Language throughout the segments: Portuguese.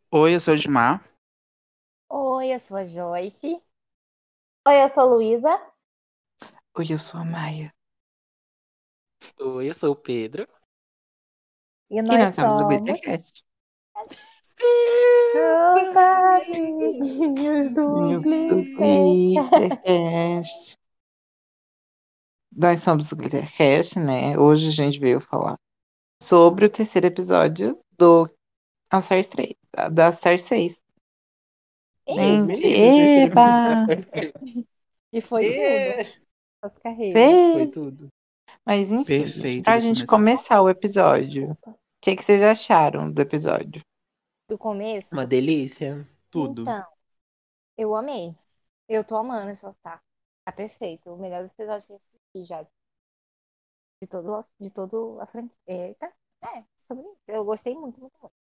Oi, eu sou o Gilmar. Oi, eu sou a Joyce. Oi, eu sou Luísa. Oi, eu sou a Maia. Oi, eu sou o Pedro. E E nós nós somos o somos Glittercast. os amiguinhos do Amiguinhos do Glitter. Glittercast. Nós somos o Glittercast, né? Hoje a gente veio falar sobre o terceiro episódio do All Stars 3, da Star 6. Deus me Gente, livre, o terceiro episódio da eba! série. E foi tudo. É, As carreiras. Foi Fê! tudo. Mas enfim, gente, Perfeito pra do gente começo ao fim. começar o episódio, o que vocês acharam do episódio? Do começo. Uma delícia. Tudo. Então, eu amei. Eu tô amando essa tá. Tá perfeito. O melhor dos episódios que eu assisti já. De todo a franquia. Eita. Sobre isso. Eu gostei muito, muito, muito.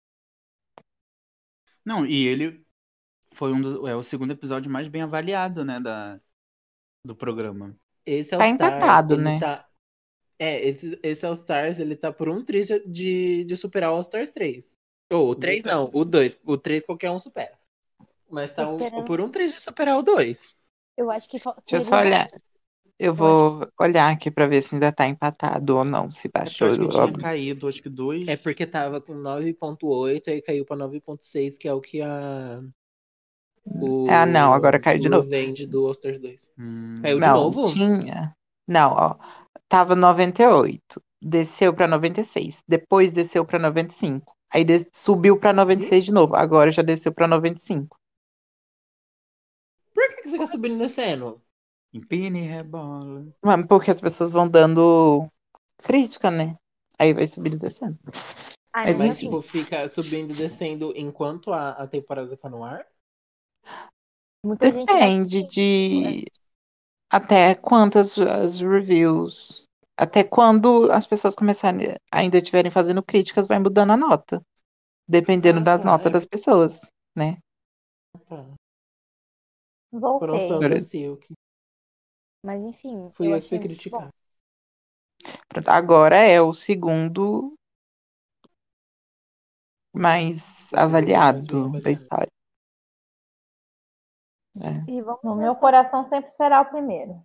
Não, e ele foi o segundo episódio mais bem avaliado, né, do programa. Esse All Tá Stars, empatado, ele né? tá. Esse All Stars, ele tá por um triz de superar o All Stars 3. Ou o 3 não, o 2. O 3 qualquer um supera. Mas Tô tá esperando. por um triz de superar o 2. Eu acho que Deixa eu só olhar. prioridade. Eu Eu acho que vou olhar aqui pra ver se ainda tá empatado ou não, se É porque eu baixou. acho que tinha caído, acho que dois. É porque tava com 9,8, aí caiu pra 9,6, que é o que Ah, não, agora caiu de Hulu novo. vende do All Stars 2. Caiu de Não, novo? tinha. Não, ó. Tava 98. Desceu pra 96. Depois desceu pra 95. Aí subiu pra 96 de novo. Agora já desceu pra 95. Por que fica subindo e descendo? Empina e rebola. Mas porque as pessoas vão dando crítica, né? Aí vai subindo e descendo. Ai, Mas mas Mas, assim, enfim, tipo, fica subindo e descendo enquanto a temporada tá no ar? muita gente vai. depende de até quantas as reviews. Até quando as pessoas começarem, ainda estiverem fazendo críticas, vai mudando a nota. Dependendo Ah, das tá. notas das pessoas, né? Tá. Foram Voltei. só da Silk. Mas enfim, Fui eu eu que fui achei muito bom. criticar. Pronto, agora é o segundo mais O segundo mais bem avaliado da avaliado. história. É, E vamos No ver meu os próximos. coração sempre será o primeiro.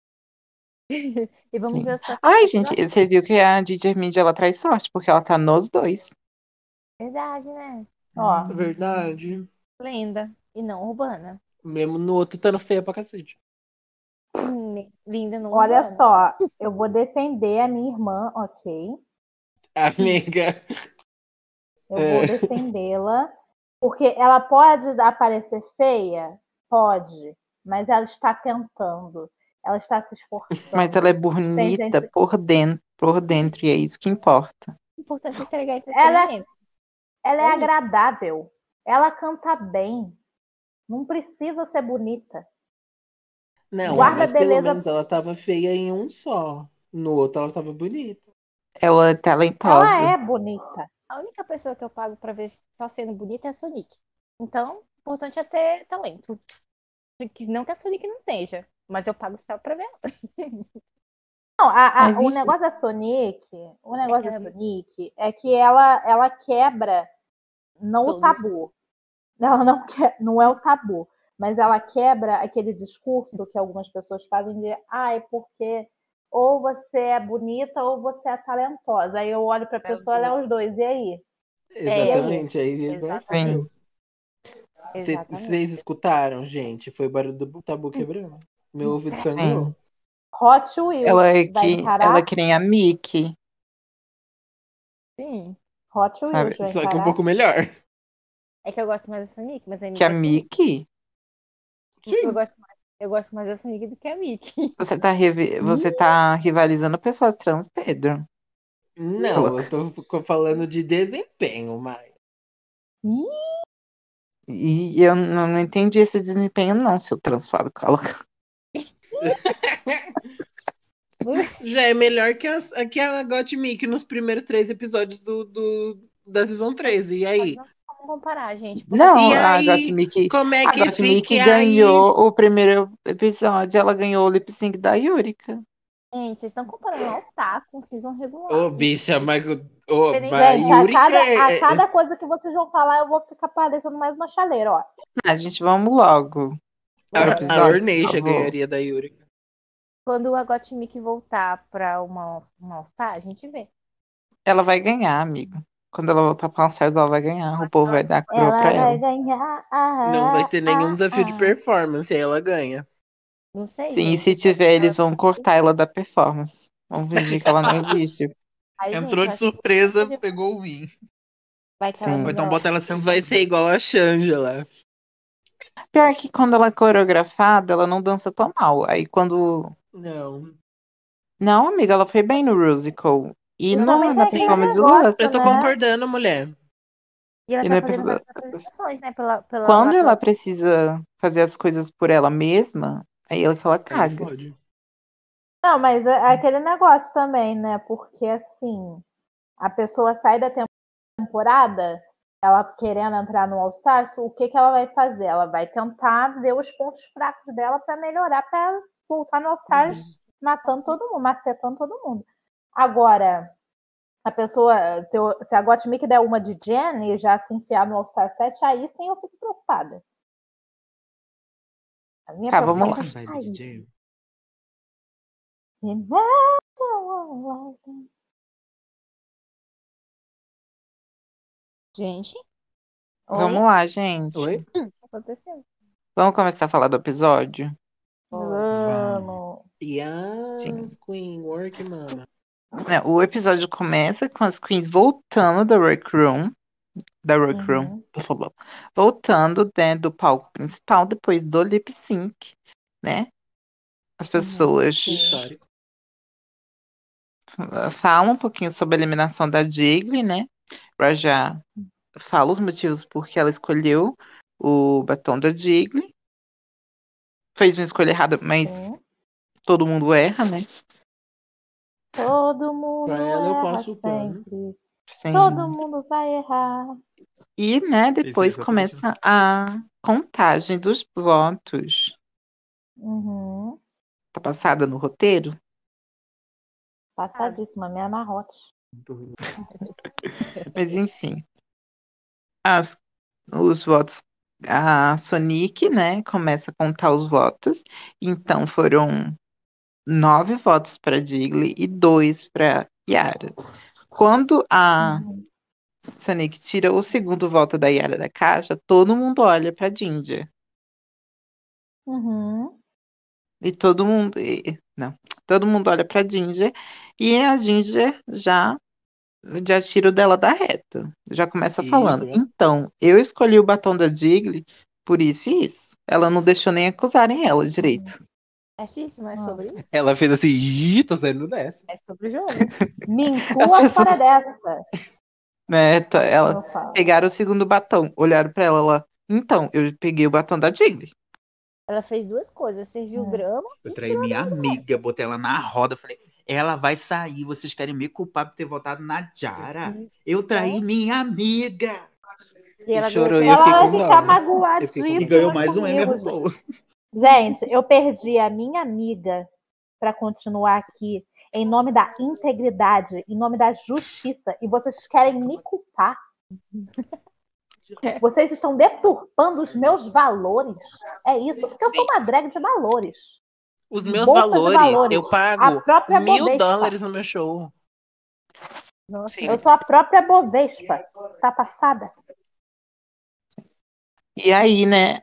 E vamos sim. ver os próximos Ai, gente, episódios. você viu que a Ginger Mind ela traz sorte, porque ela tá nos dois. Verdade, né? Ó, Verdade. Lenda. E não urbana. Mesmo no outro estando feia pra cacete. Linda não olha urbana. só, eu vou defender a minha irmã, ok? Amiga. Eu vou defendê-la, porque ela pode aparecer feia? Pode, mas ela está tentando. Ela está se Mas ela é esforçando. Tem bonita gente. por dentro, e é isso que importa. O importante é entregar Ela, entretenimento. ela é É isso. agradável. Ela canta bem. Não precisa ser bonita. Não, Guarda mas a pelo beleza. menos ela tava feia em um só. No outro ela tava bonita. Ela é Ela talentosa. é bonita. A única pessoa que eu pago pra ver só sendo bonita é a Sonic. Então, o importante é ter talento. Não que a Sonic não esteja, mas eu pago só pra ver ela. Não, Mas o enfim, negócio da Sonic, o negócio da É, Sonic é que ela quebra não o todos. tabu. Ela não, não é o tabu, mas ela quebra aquele discurso que algumas pessoas fazem de ai, porque ou você é bonita ou você é talentosa. Aí eu olho pra pessoa, ela é os dois. E aí? Exatamente. Aí, né? Exatamente. sim. Vocês escutaram, gente? Foi o barulho do tabu quebrando. Meu ouvido sangrou. Sim. Hot Wheels vai Ela é encarar? que nem a Mickey, Sim. Hot Wheels sabe? vai Só que um encarar? pouco melhor. É que eu gosto mais da Sonic, mas a Que Mickey a é Sonic. Mickey, Eu Sim. gosto mais da Sonic do que a Mickey. você tá rivalizando pessoas trans, Pedro. Tá Não, eu louca. tô falando de desempenho, mas. E eu não entendi esse desempenho, não, seu transfóbico. Tá louca. Já é melhor que a Gottmik nos primeiros 3 episódios da Season 3. E Mas aí? não tem como comparar, gente. Porque Não, E aí? Como é A que Gottmik fica aí? ganhou o primeiro episódio, ela ganhou o lip sync da Yurika. Gente, vocês estão comparando All-Star com season regular. Ô, bicha, mas ô, Gente, mas Gente, Yuri a cada coisa que vocês vão falar, eu vou ficar parecendo mais uma chaleira, ó. Gente, vamos logo pro a episódio, por Orneja favor. ganharia da Yuri. Quando a Gottmik voltar pra uma All-Star, a gente vê. Ela vai ganhar, amigo. Quando ela voltar pra All-Stars, ela vai ganhar. O povo vai dar coroa Ela pra vai ela. ganhar. Não vai ter nenhum desafio de performance, aí ela ganha. Não sei, Sim, e gente. se tiver, eles vão cortar ela da performance. Vão fingir que ela não existe. Aí, Entrou gente, de surpresa, pegou o win. vai que ela Sim. Ou então melhora. bota ela sendo Vai ser igual a Shangela. Pior que quando ela é coreografada, ela não dança tão mal. Aí quando. Não. Não, amiga, ela foi bem no musical. E E também no, tem na aquele performance do negócio, Luck. Eu tô né? concordando, mulher. E ela E tá na fazendo perfor- várias apresentações, né? Lá Quando ela pela... precisa fazer as coisas por ela mesma, aí ela que ela Aí caga. fode. Não, mas é aquele negócio também, né? Porque assim, a pessoa sai da temporada, ela querendo entrar no All Stars, o que ela vai fazer? Ela vai tentar ver os pontos fracos dela para melhorar, para voltar no All Stars matando todo mundo, macetando todo mundo. Agora, a pessoa, se a Gottmik der uma de Jen e já se enfiar no All Star 7, aí sim eu fico preocupada. A minha Tá, vamos lá. preocupação Vai está de aí. Jam. Gente, Vamos lá, gente. Oi? o que aconteceu? Vamos começar a falar do episódio? Vamos. Yes, Queen, work, mama. O episódio começa com as queens voltando da Rec Room. Da Rec Room, por favor. Voltando, né, do palco principal depois do lip sync, né? As pessoas Histórico. falam um pouquinho sobre a eliminação da Jiggly, né? Raja fala os motivos por que ela escolheu o batom da Jiggly. Fez uma escolha errada, mas Sim. todo mundo erra, né? Todo mundo Pra ela eu erra passo o pano. sempre. Sim. Todo mundo vai errar. E, né, depois exatamente começa a contagem dos votos. Uhum. Tá passada no roteiro? Passadíssima, minha amarrote. Mas enfim. Os votos. A Sonic, né, começa a contar os votos. Então foram 9 votos para Jiggly e 2 para Yara. Quando a Sonic tira o segundo voto da Yara da caixa, todo mundo olha para Ginger. Uhum. E todo mundo. Não. Todo mundo olha pra Ginger. E a Ginger já tira o dela da reta. Já começa falando. Isso. Então, eu escolhi o batom da Jiggly por isso e isso. Ela não deixou nem acusarem ela direito. É xíssimo, é sobre isso. Ela fez assim, "Ih, tô saindo dessa." É sobre o jogo. Me As inclua pessoas- fora dessa. Né? Ela Eu falo. pegaram o segundo batom, olharam pra ela. Então, eu peguei o batom da Jiggly. Ela fez duas coisas, serviu grama Eu e traí tirou minha amiga, botei ela na roda, falei, ela vai sair, vocês querem me culpar por ter votado na Jara? Eu traí minha amiga! e ela chorou ganhou. e eu Ela fiquei vai com dó. ficar Eu fiquei com E magoadíssima ganhou mais um comigo. Emer RuPaul. Gente, eu perdi a minha amiga para continuar aqui em nome da integridade, em nome da justiça, e vocês querem me culpar? Vocês estão deturpando os meus valores. É isso, porque eu sou uma drag de valores. Os meus Bolsa de valores, valores. eu A pago própria $1.000 Bovespa. no meu show. Nossa, Sim. Eu sou a própria Bovespa. Tá passada? E aí, né?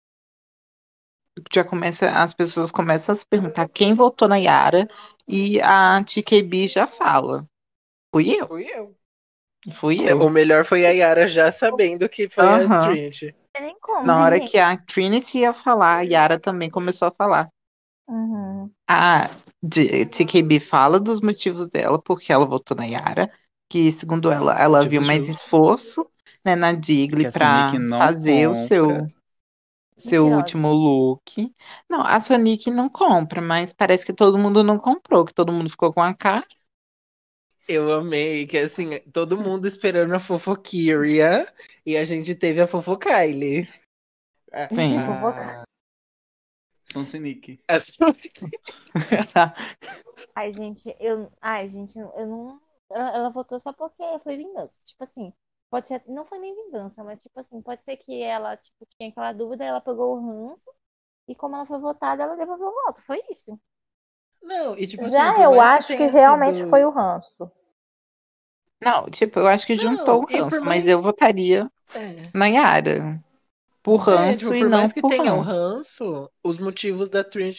As pessoas começam a se perguntar quem votou na Yara. E a TKB já fala. Fui eu. Fui eu. Fui eu. O melhor foi a Yara já sabendo que foi a Aham. Trinity. não tem nem como. Na hora gente. que a Trinity ia falar, a Yara também começou a falar. Uhum. A TKB fala dos motivos dela, porque ela votou na Yara, que segundo ela Tipo viu mais justo. esforço, né, na Que Jiggly a pra Sonic não fazer o compra. seu Mentirosa. último look. Não, a Sonic não compra, mas parece que todo mundo não comprou, que todo mundo ficou com a cara. Eu amei que assim, todo mundo esperando a fofoquíria e a gente teve a fofokylie. Sim. São Sonic. A Ai, gente, eu não. Ela votou só porque foi vingança. Tipo assim, pode ser. Não foi nem vingança, mas tipo assim, pode ser que ela, tipo, tinha aquela dúvida, ela pegou o ranço, e como ela foi votada, ela devolveu o voto. Foi isso. Não, e tipo assim, Já por eu mais que acho que tenha realmente foi sido. o ranço. Não, tipo, eu acho que juntou Não, o e por ranço, mas eu mais. votaria É. na Yara. Por ranço Tipo, e por não mais que por tenha o ranço. ranço, os motivos da Trinity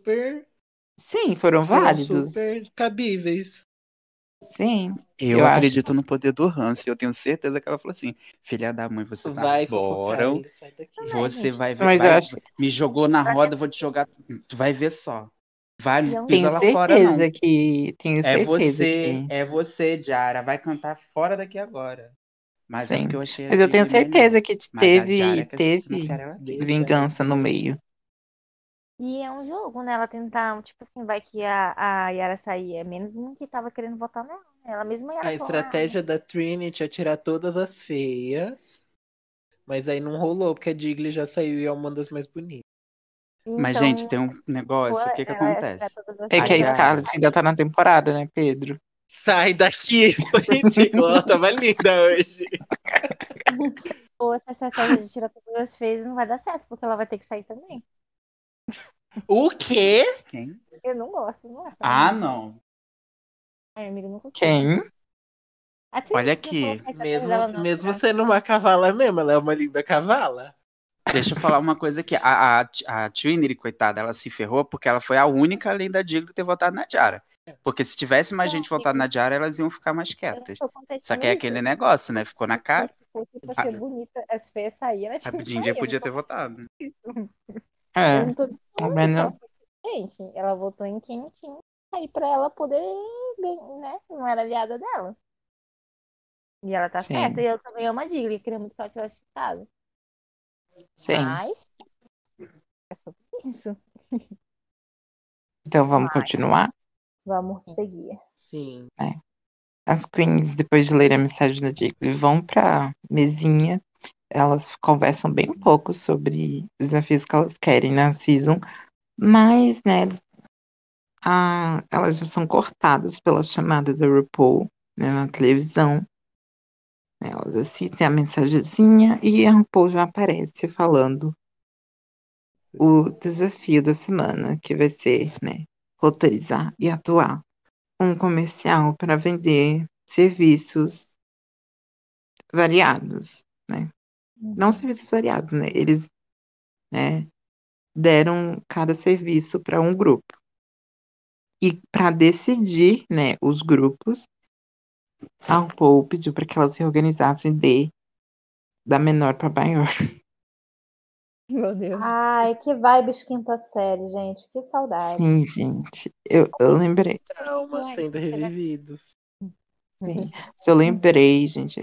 Sim, foram foram válidos. super cabíveis. Sim, Eu eu acho. acredito no poder do Hans. Eu tenho certeza que ela falou assim: filha da mãe, você tá Vai, fora. fofocar, sai daqui. Não, Você gente. vai ver, Mas eu acho. me jogou na roda, eu vou te jogar. Tu vai ver só. Vai, E não é um pisa Tenho lá fora, não. certeza que. Tenho certeza que. É você, Diara. Vai cantar fora daqui agora. Mas é porque Sim. eu achei a Mas eu tenho Digley melhor. certeza que Mas a Diara, teve, eu não quero ela aqui. vingança no meio. E é um jogo, né? Ela tentar, tipo assim, vai que a Yara sair. É menos um que tava querendo votar nela, né? Ela mesma Yara A falou, estratégia da Trinity é tirar todas as feias, mas aí não rolou, porque a Digley já saiu e é uma das mais bonitas. Mas, gente, então, tem um negócio. O que que ela ia tirar acontece? todas as É A que a vezes. Diara. Scarlett ainda tá na temporada, né, Pedro? Sai daqui, foi ridículo. Ela tava linda hoje. Ou essa estratégia de tirar todas as vezes não vai dar certo, porque ela vai ter que sair também. O quê? Quem? Eu não gosto. Ah, não. Ai, amiga, eu não consigo. Quem? A Olha Trinity não falou aqui. que a estratégia Mesmo, dela não mesmo era. sendo uma cavala mesmo, ela é uma linda cavala. Deixa eu falar uma coisa aqui. A Trinity, coitada, ela se ferrou porque ela foi a única além da Digley ter votado na Diara. Porque se tivesse mais Não, gente votado na Diara, elas iam ficar mais eu não quietas. tô Só contestando que é isso. aquele negócio, né? Ficou na Se cara. fosse pra A, ser bonita, as feias saíam, ela a tinha que Ginger sair. Eu não podia tô ter votado. Eu É, não tô tá dizendo isso, ela vendo? foi gente. Ela votou em quem tinha aí pra ela poder, né? Não era aliada dela. E ela tá certa. Sim, E eu também amo a Digli, queria muito que ela tivesse ficado. sim. Mas é sobre isso. Então vamos Mas, continuar, Vamos seguir. Sim. né? As queens, depois de ler a mensagem da Jiggly, vão pra mesinha. Elas conversam bem pouco sobre os desafios que elas querem na season, mas, né, elas já são cortadas pela chamada da RuPaul, né, na televisão. Elas assistem a mensagenzinha e a RuPaul já aparece falando o desafio da semana, que vai ser, né, roteirizar e atuar um comercial para vender serviços variados, né? Não Uhum. serviços variados, né? Eles, né, deram cada serviço para um grupo. E para decidir, né, os grupos, a RuPaul pediu para que elas se organizassem da menor para maior. meu Deus. Ai, que vibes quinta série, gente. Que saudade. Sim, gente. Eu lembrei. Traumas sendo revividos. Sim. Eu lembrei, gente,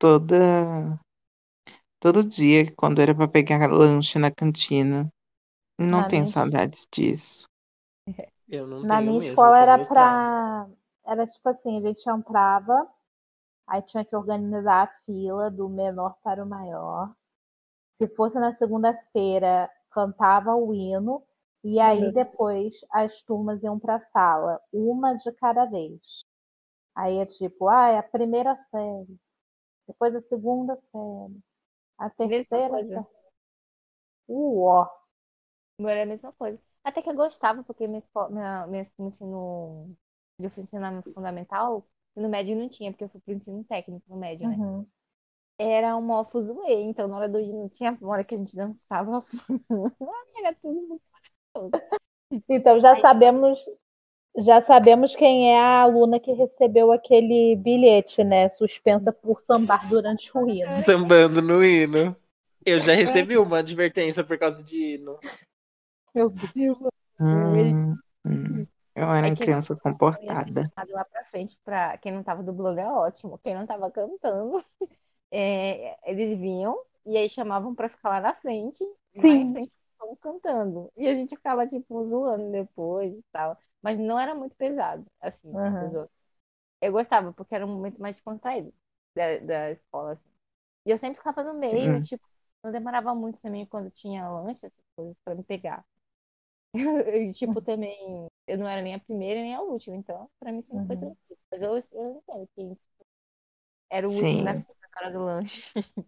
todo dia, quando era para pegar lanche na cantina. Não Na tenho minha, saudades disso. Eu não na tenho minha mesmo, escola são era meus traumas. pra. Era tipo assim, a gente entrava, aí tinha que organizar a fila do menor para o maior. Se fosse na segunda-feira, cantava o hino, e aí depois as turmas iam para a sala, uma de cada vez. Aí é tipo, é a primeira série, depois a segunda série, a Mesma terceira coisa. série. Uó. Não era a mesma coisa. Até que eu gostava, porque meu ensino. Eu fui ensino fundamental, e no médio não tinha, porque eu fui pro ensino técnico no médio, né? Uhum. Era um fuzuê, então na hora do hino tinha uma hora que a gente dançava. Era tudo muito gostoso. Então já sabemos quem é a aluna que recebeu aquele bilhete, né? Suspensa por sambar durante o hino. Sambando no hino. Eu já recebi uma advertência por causa de hino. Meu Deus. Hum, hum. Eu Aí era quem criança não ia ser comportada. chamado lá pra frente, pra quem não tava dublando é ótimo. Quem não tava cantando, eles vinham e aí chamavam pra ficar lá em Sim. frente, como cantando. E a gente ficava, tipo, zoando depois e tal. Mas não era muito pesado, assim, os Uhum. outros. Eu gostava, porque era um momento mais descontraído da escola, assim. E eu sempre ficava no meio, Sim. tipo, não demorava muito também quando tinha lanche, essas coisas, pra me pegar. E, tipo, também Eu não era nem a primeira nem a última, então pra mim isso não foi Uhum. tranquilo. Mas eu entendo que tipo, era o último na Sim. fila na hora do lanche.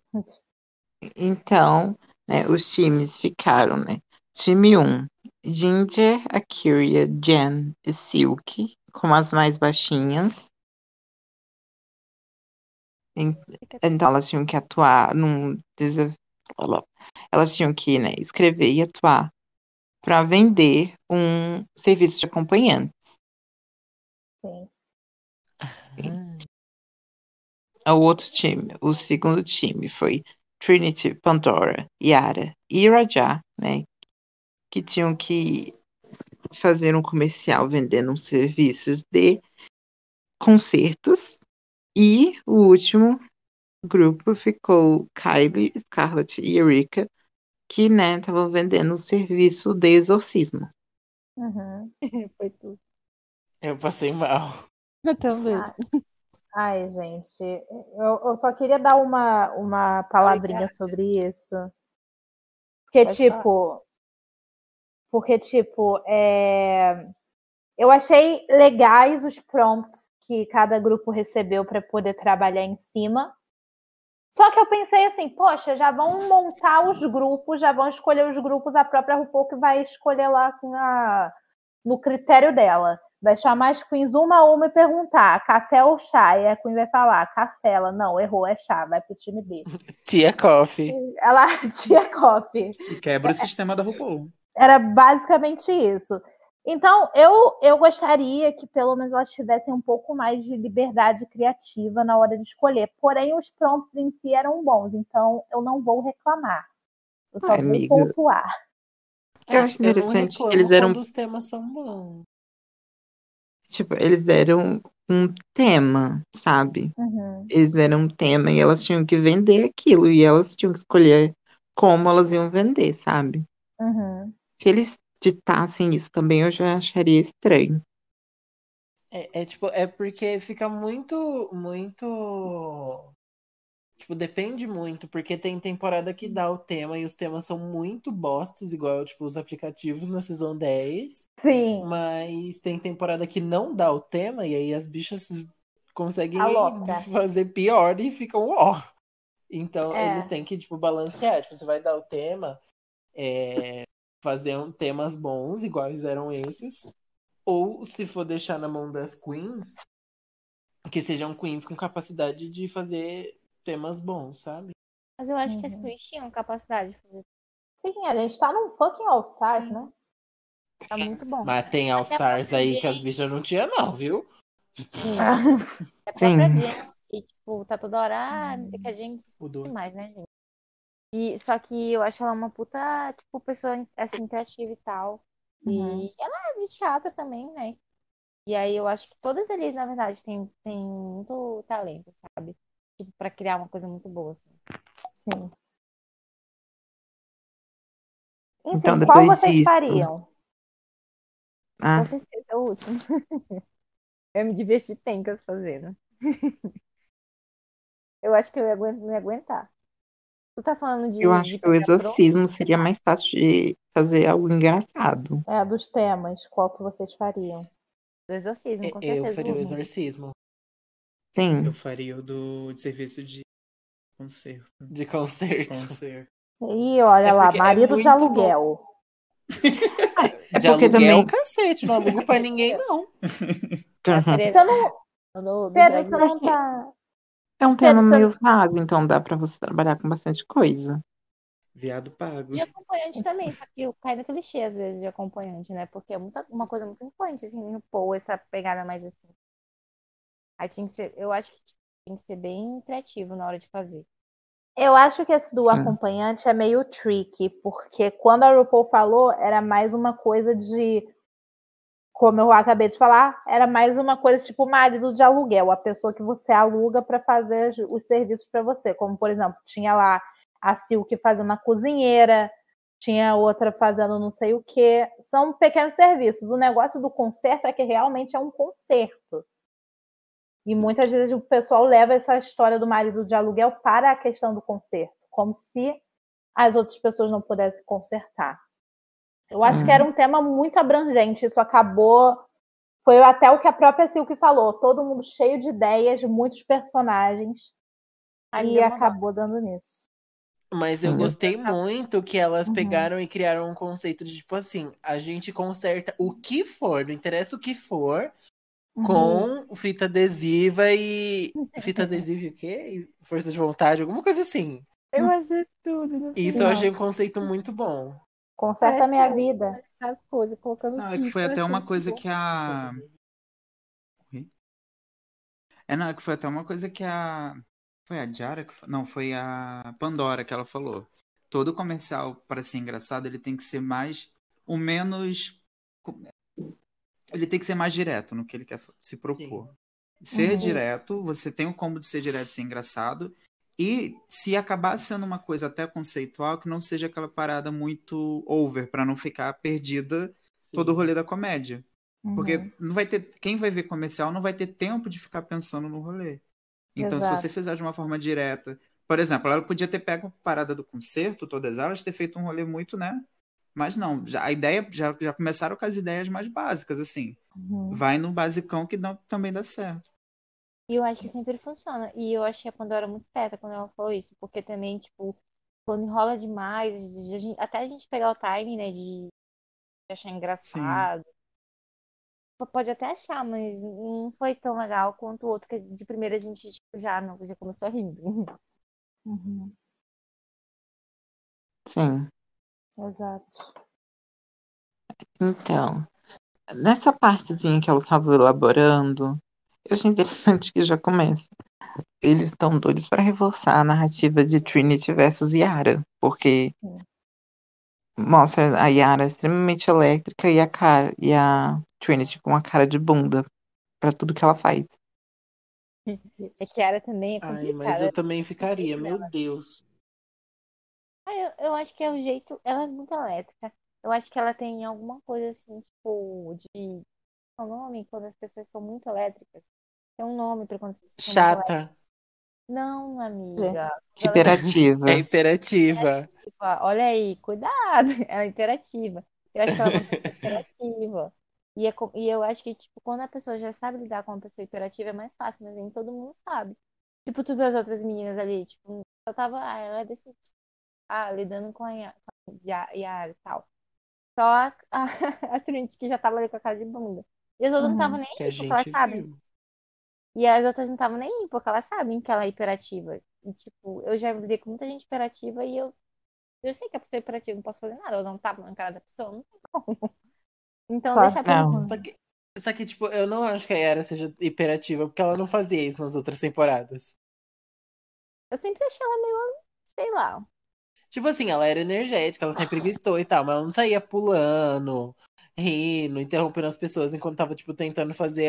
Então, né, os times ficaram, né? Time 1, Ginger, Akira, Jen e Silk, como as mais baixinhas. En- Então elas tinham que atuar num elas tinham que, né, escrever e atuar para vender um serviço de acompanhante. Sim. O outro time, o segundo time foi Trinity, Pandora, Yara e Rajah, né, que tinham que fazer um comercial vendendo uns serviços de concertos. E o último grupo ficou Kylie, Scarlett e Erika, que, né, estavam vendendo o serviço de exorcismo. Uhum. Foi tudo. Eu passei mal. Eu também. Ah, ai, gente, eu só queria dar uma palavrinha sobre isso. Porque, Pode falar. tipo, eu achei legais os prompts que cada grupo recebeu para poder trabalhar em cima. Só que eu pensei assim, poxa, já vão montar os grupos, já vão escolher os grupos, a própria RuPaul que vai escolher lá no critério dela. Vai chamar as queens uma a uma e perguntar, café ou chá? E a queen vai falar, café. Ela, não, errou, é chá, vai pro time B. Tia Coffee. Ela tinha copy. E quebra o sistema da RuPaul. Era basicamente isso. Então, eu gostaria que pelo menos elas tivessem um pouco mais de liberdade criativa na hora de escolher. Porém, os prompts em si eram bons, então eu não vou reclamar. Eu só Ai, vou amiga, pontuar. eu acho Eu não interessante que reclamo eles eram, quando os temas são bons. tipo, eles deram um tema, sabe? Uhum, Eles deram um tema e elas tinham que vender aquilo e elas tinham que escolher como elas iam vender, sabe? uhum. Se eles ditassem isso também, eu já acharia estranho. Tipo, é porque fica muito. Tipo, depende muito, porque tem temporada que dá o tema e os temas são muito bostos, igual, tipo, os aplicativos na Season 10. Sim, Mas tem temporada que não dá o tema e aí as bichas conseguem aloca. fazer pior e ficam ó. Então eles É. têm que, tipo, balancear. Tipo, você vai dar o tema, fazer temas bons, iguais eram esses. Ou se for deixar na mão das queens, que sejam queens com capacidade de fazer temas bons, sabe? Mas eu acho que as Uhum. queens tinham capacidade de fazer. Sim, a gente tá num fucking All-Stars, Sim. né? Tá muito bom. Mas tem All Até a Stars própria aí que as Jen, bichas não tinham, não, viu? a própria Sim. Jen, que, tipo, tá toda hora, é que a gente Mudou. demais, né, gente? E, só que eu acho ela uma puta, tipo, pessoa, assim, criativa e tal. Uhum. E ela é de teatro também, né? E aí eu acho que todas eles, na verdade, têm muito talento, sabe? Tipo, pra criar uma coisa muito boa, assim. Sim. Então, Enfim, qual depois vocês disso. fariam? Com Ah, certeza é o último. Eu me diverti pencas fazendo. Eu acho que eu não ia aguentar. Tu tá falando eu de acho que o pegar pronto? exorcismo seria mais fácil de fazer algo engraçado. É, dos temas, qual que vocês fariam? Do exorcismo, com Eu certeza. faria o O último. exorcismo Eu Sim. faria o de serviço de concerto. de concerto. Concerto. E olha É lá, porque é marido de muito bom. aluguel. É De porque aluguel, também. cacete, não alugo pra ninguém, não. É a Uhum. Você Tereza não, do Pedro, Drag você Race. não tá. É um tema Pedro, você meio não. vago, então dá pra você trabalhar com bastante coisa. Viado pago. De acompanhante também, só que cai no clichê às vezes de acompanhante, né? Porque é uma coisa muito importante, assim, no Paul, essa pegada mais assim. Aí tinha que ser, eu acho que tinha que ser bem criativo na hora de fazer. Eu acho que esse do Sim. acompanhante é meio tricky, porque quando a RuPaul falou, era mais uma coisa de. Como eu acabei de falar, era mais uma coisa tipo marido de aluguel, a pessoa que você aluga para fazer os serviços para você. Como, por exemplo, tinha lá a Silk fazendo a cozinheira, tinha outra fazendo não sei o quê. São pequenos serviços. O negócio do concerto é que realmente é um concerto. E muitas vezes o pessoal leva essa história do marido de aluguel para a questão do concerto, como se as outras pessoas não pudessem consertar. Eu acho que era um tema muito abrangente. Isso acabou. Foi até o que a própria Silk falou. Todo mundo cheio de ideias, muitos personagens. Aí me E deu uma dó. acabou dando nisso. Mas eu Sim. gostei muito que elas Uhum. pegaram e criaram um conceito de tipo assim, a gente conserta o que for, não interessa o que for, com fita adesiva e. Fita adesiva e o quê? E força de vontade, alguma coisa assim. Eu achei tudo no Isso eu final. achei um conceito muito bom. Conserta a minha vida. As coisas, colocando Não, é que foi fita, até uma achei coisa muito que a. Oi? Não, é que foi até uma coisa que a. Foi a Jara que. Não, foi a Pandora que ela falou. Todo comercial, para ser engraçado, ele tem que ser mais. O menos. Ele tem que ser mais direto no que ele quer se propor. Ser direto, você tem o combo de ser direto e ser engraçado. E se acabar sendo uma coisa até conceitual, que não seja aquela parada muito over, para não ficar perdida todo o rolê da comédia. Porque não vai ter, quem vai ver comercial não vai ter tempo de ficar pensando no rolê. Então, se Exato. você fizer de uma forma direta, por exemplo, ela podia ter pego a parada do concerto, todas elas, ter feito um rolê muito, né? Mas não, a ideia, já começaram com as ideias mais básicas, assim. Vai no basicão que também dá certo. E eu acho que sempre funciona. E eu achei a Pandora muito esperta quando ela falou isso. Porque também, tipo, quando enrola demais, até a gente pegar o time, né, de achar Sim. engraçado. Pode até achar, mas não foi tão legal quanto o outro, que de primeira a gente tipo, já começou rindo. Sim. Exato. Então, nessa partezinha que ela estava elaborando, eu achei interessante que já começa. Eles estão doidos para reforçar a narrativa de Trinity versus Yara, porque mostra a Yara extremamente elétrica e a Trinity com a cara de bunda para tudo que ela faz. É que a Yara também é Ai, mas eu complicada. também O ficaria, jeito meu dela. Deus. Eu acho que é o jeito. Ela é muito elétrica. Eu acho que ela tem alguma coisa assim, tipo, de. Qual é o nome quando as pessoas são muito elétricas? Tem um nome pra quando as pessoas são muito elétricas. Chata. Não, amiga. Quando ela Hiperativa. É imperativa. olha aí, cuidado. Ela é interativa. Eu acho que ela é uma pessoa interativa. E eu acho que, tipo, quando a pessoa já sabe lidar com uma pessoa imperativa, é mais fácil, mas nem todo mundo sabe. Tipo, tu vê as outras meninas ali, tipo, eu tava, ela é desse tipo, lidando com a Yara e tal. Só a Trinity que já tava ali com a cara de bunda. E as outras não estavam nem Que a aí, porque elas gente sabem. viu. E as outras não estavam nem aí, porque elas sabem que ela é hiperativa. E, tipo, eu já lidei com muita gente hiperativa e eu sei que a pessoa é hiperativa, não posso fazer nada. Eu não tapa na cara da pessoa, não tem como. Então, Claro deixa a que pessoa. Não. Só que, tipo, eu não acho que a Yara seja hiperativa, porque ela não fazia isso nas outras temporadas. Eu sempre achei ela meio, sei lá. Tipo assim, ela era energética, ela sempre gritou e tal, mas ela não saía pulando, rindo, interrompendo as pessoas enquanto tava, tipo, tentando fazer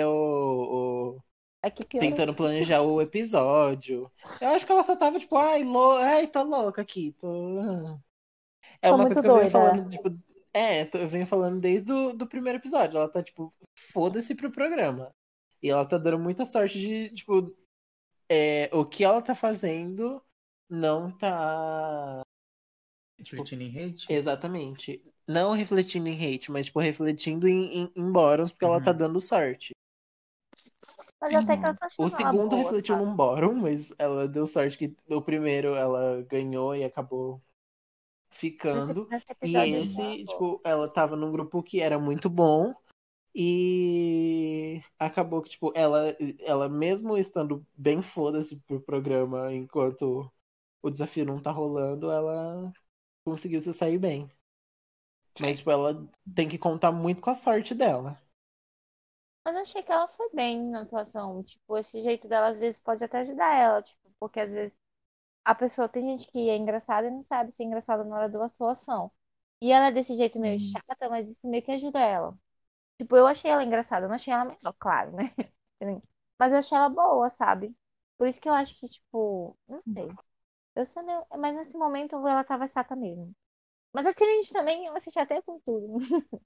É que piorou. tentando planejar o episódio. Eu acho que ela só tava, tipo, ai, tô louca aqui, tô. É Tô uma coisa muito que eu venho doida. falando, tipo. Eu venho falando desde do primeiro episódio. Ela tá, tipo, foda-se pro programa. E ela tá dando muita sorte de, tipo, o que ela tá fazendo não tá. Refletindo em hate? Exatamente. Não refletindo em hate, mas, tipo, refletindo em bônus, porque ela tá dando sorte. Mas até que eu tô O achando ela segundo boa, refletiu sabe? num bórum, mas ela deu sorte que o primeiro ela ganhou e acabou ficando. Nesse E episódio eu achei ela esse, boa. tipo, ela tava num grupo que era muito bom. E acabou que, tipo, ela mesmo estando bem foda-se pro programa enquanto o desafio não tá rolando, ela conseguiu se sair bem. Mas, tipo, ela tem que contar muito com a sorte dela. Mas eu achei que ela foi bem na atuação. Tipo, esse jeito dela às vezes pode até ajudar ela. Tipo, porque às vezes a pessoa tem gente que é engraçada e não sabe ser engraçada na hora da atuação. E ela é desse jeito meio chata, mas isso meio que ajuda ela. Tipo, eu achei ela engraçada, eu não achei ela melhor, claro, né? Mas eu achei ela boa, sabe? Por isso que eu acho que, tipo, não sei. Eu sou meio... Mas nesse momento ela tava chata mesmo. Mas a Trinity também, eu assisti até com tudo.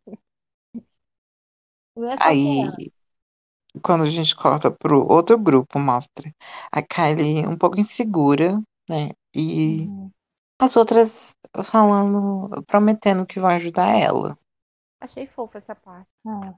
Não é só com ela. Aí, quando a gente corta pro outro grupo, mostra a Kylie um pouco insegura, né? E as outras falando, prometendo que vão ajudar ela. Achei fofa essa parte. É.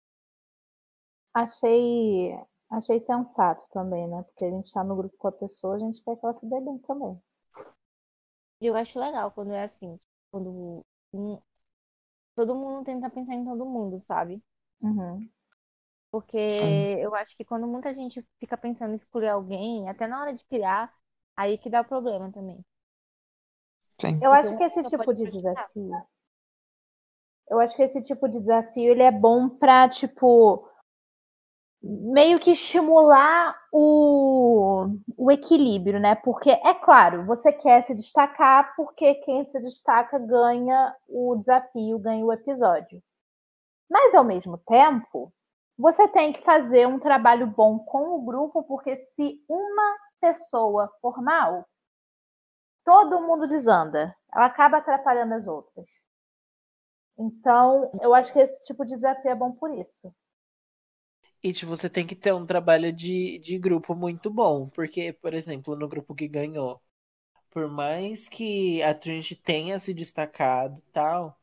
Achei sensato também, né? Porque a gente tá no grupo com a pessoa, a gente quer que ela se dê bem também. E eu acho legal quando é assim, quando todo mundo tenta pensar em todo mundo, sabe? Uhum. Porque Sim, eu acho que quando muita gente fica pensando em escolher alguém, até na hora de criar, aí que dá o problema também. sim. Eu Porque acho uma que esse pessoa pode tipo de prejudicar. desafio, eu acho que esse tipo de desafio ele é bom pra, tipo, meio que estimular o equilíbrio, né? Porque, é claro, você quer se destacar porque quem se destaca ganha o desafio, ganha o episódio. Mas, ao mesmo tempo, você tem que fazer um trabalho bom com o grupo, porque se uma pessoa for mal, todo mundo desanda. Ela acaba atrapalhando as outras. Então, eu acho que esse tipo de desafio é bom por isso. E tipo, você tem que ter um trabalho de grupo muito bom. Porque, por exemplo, no grupo que ganhou, por mais que a Trinity tenha se destacado e tal,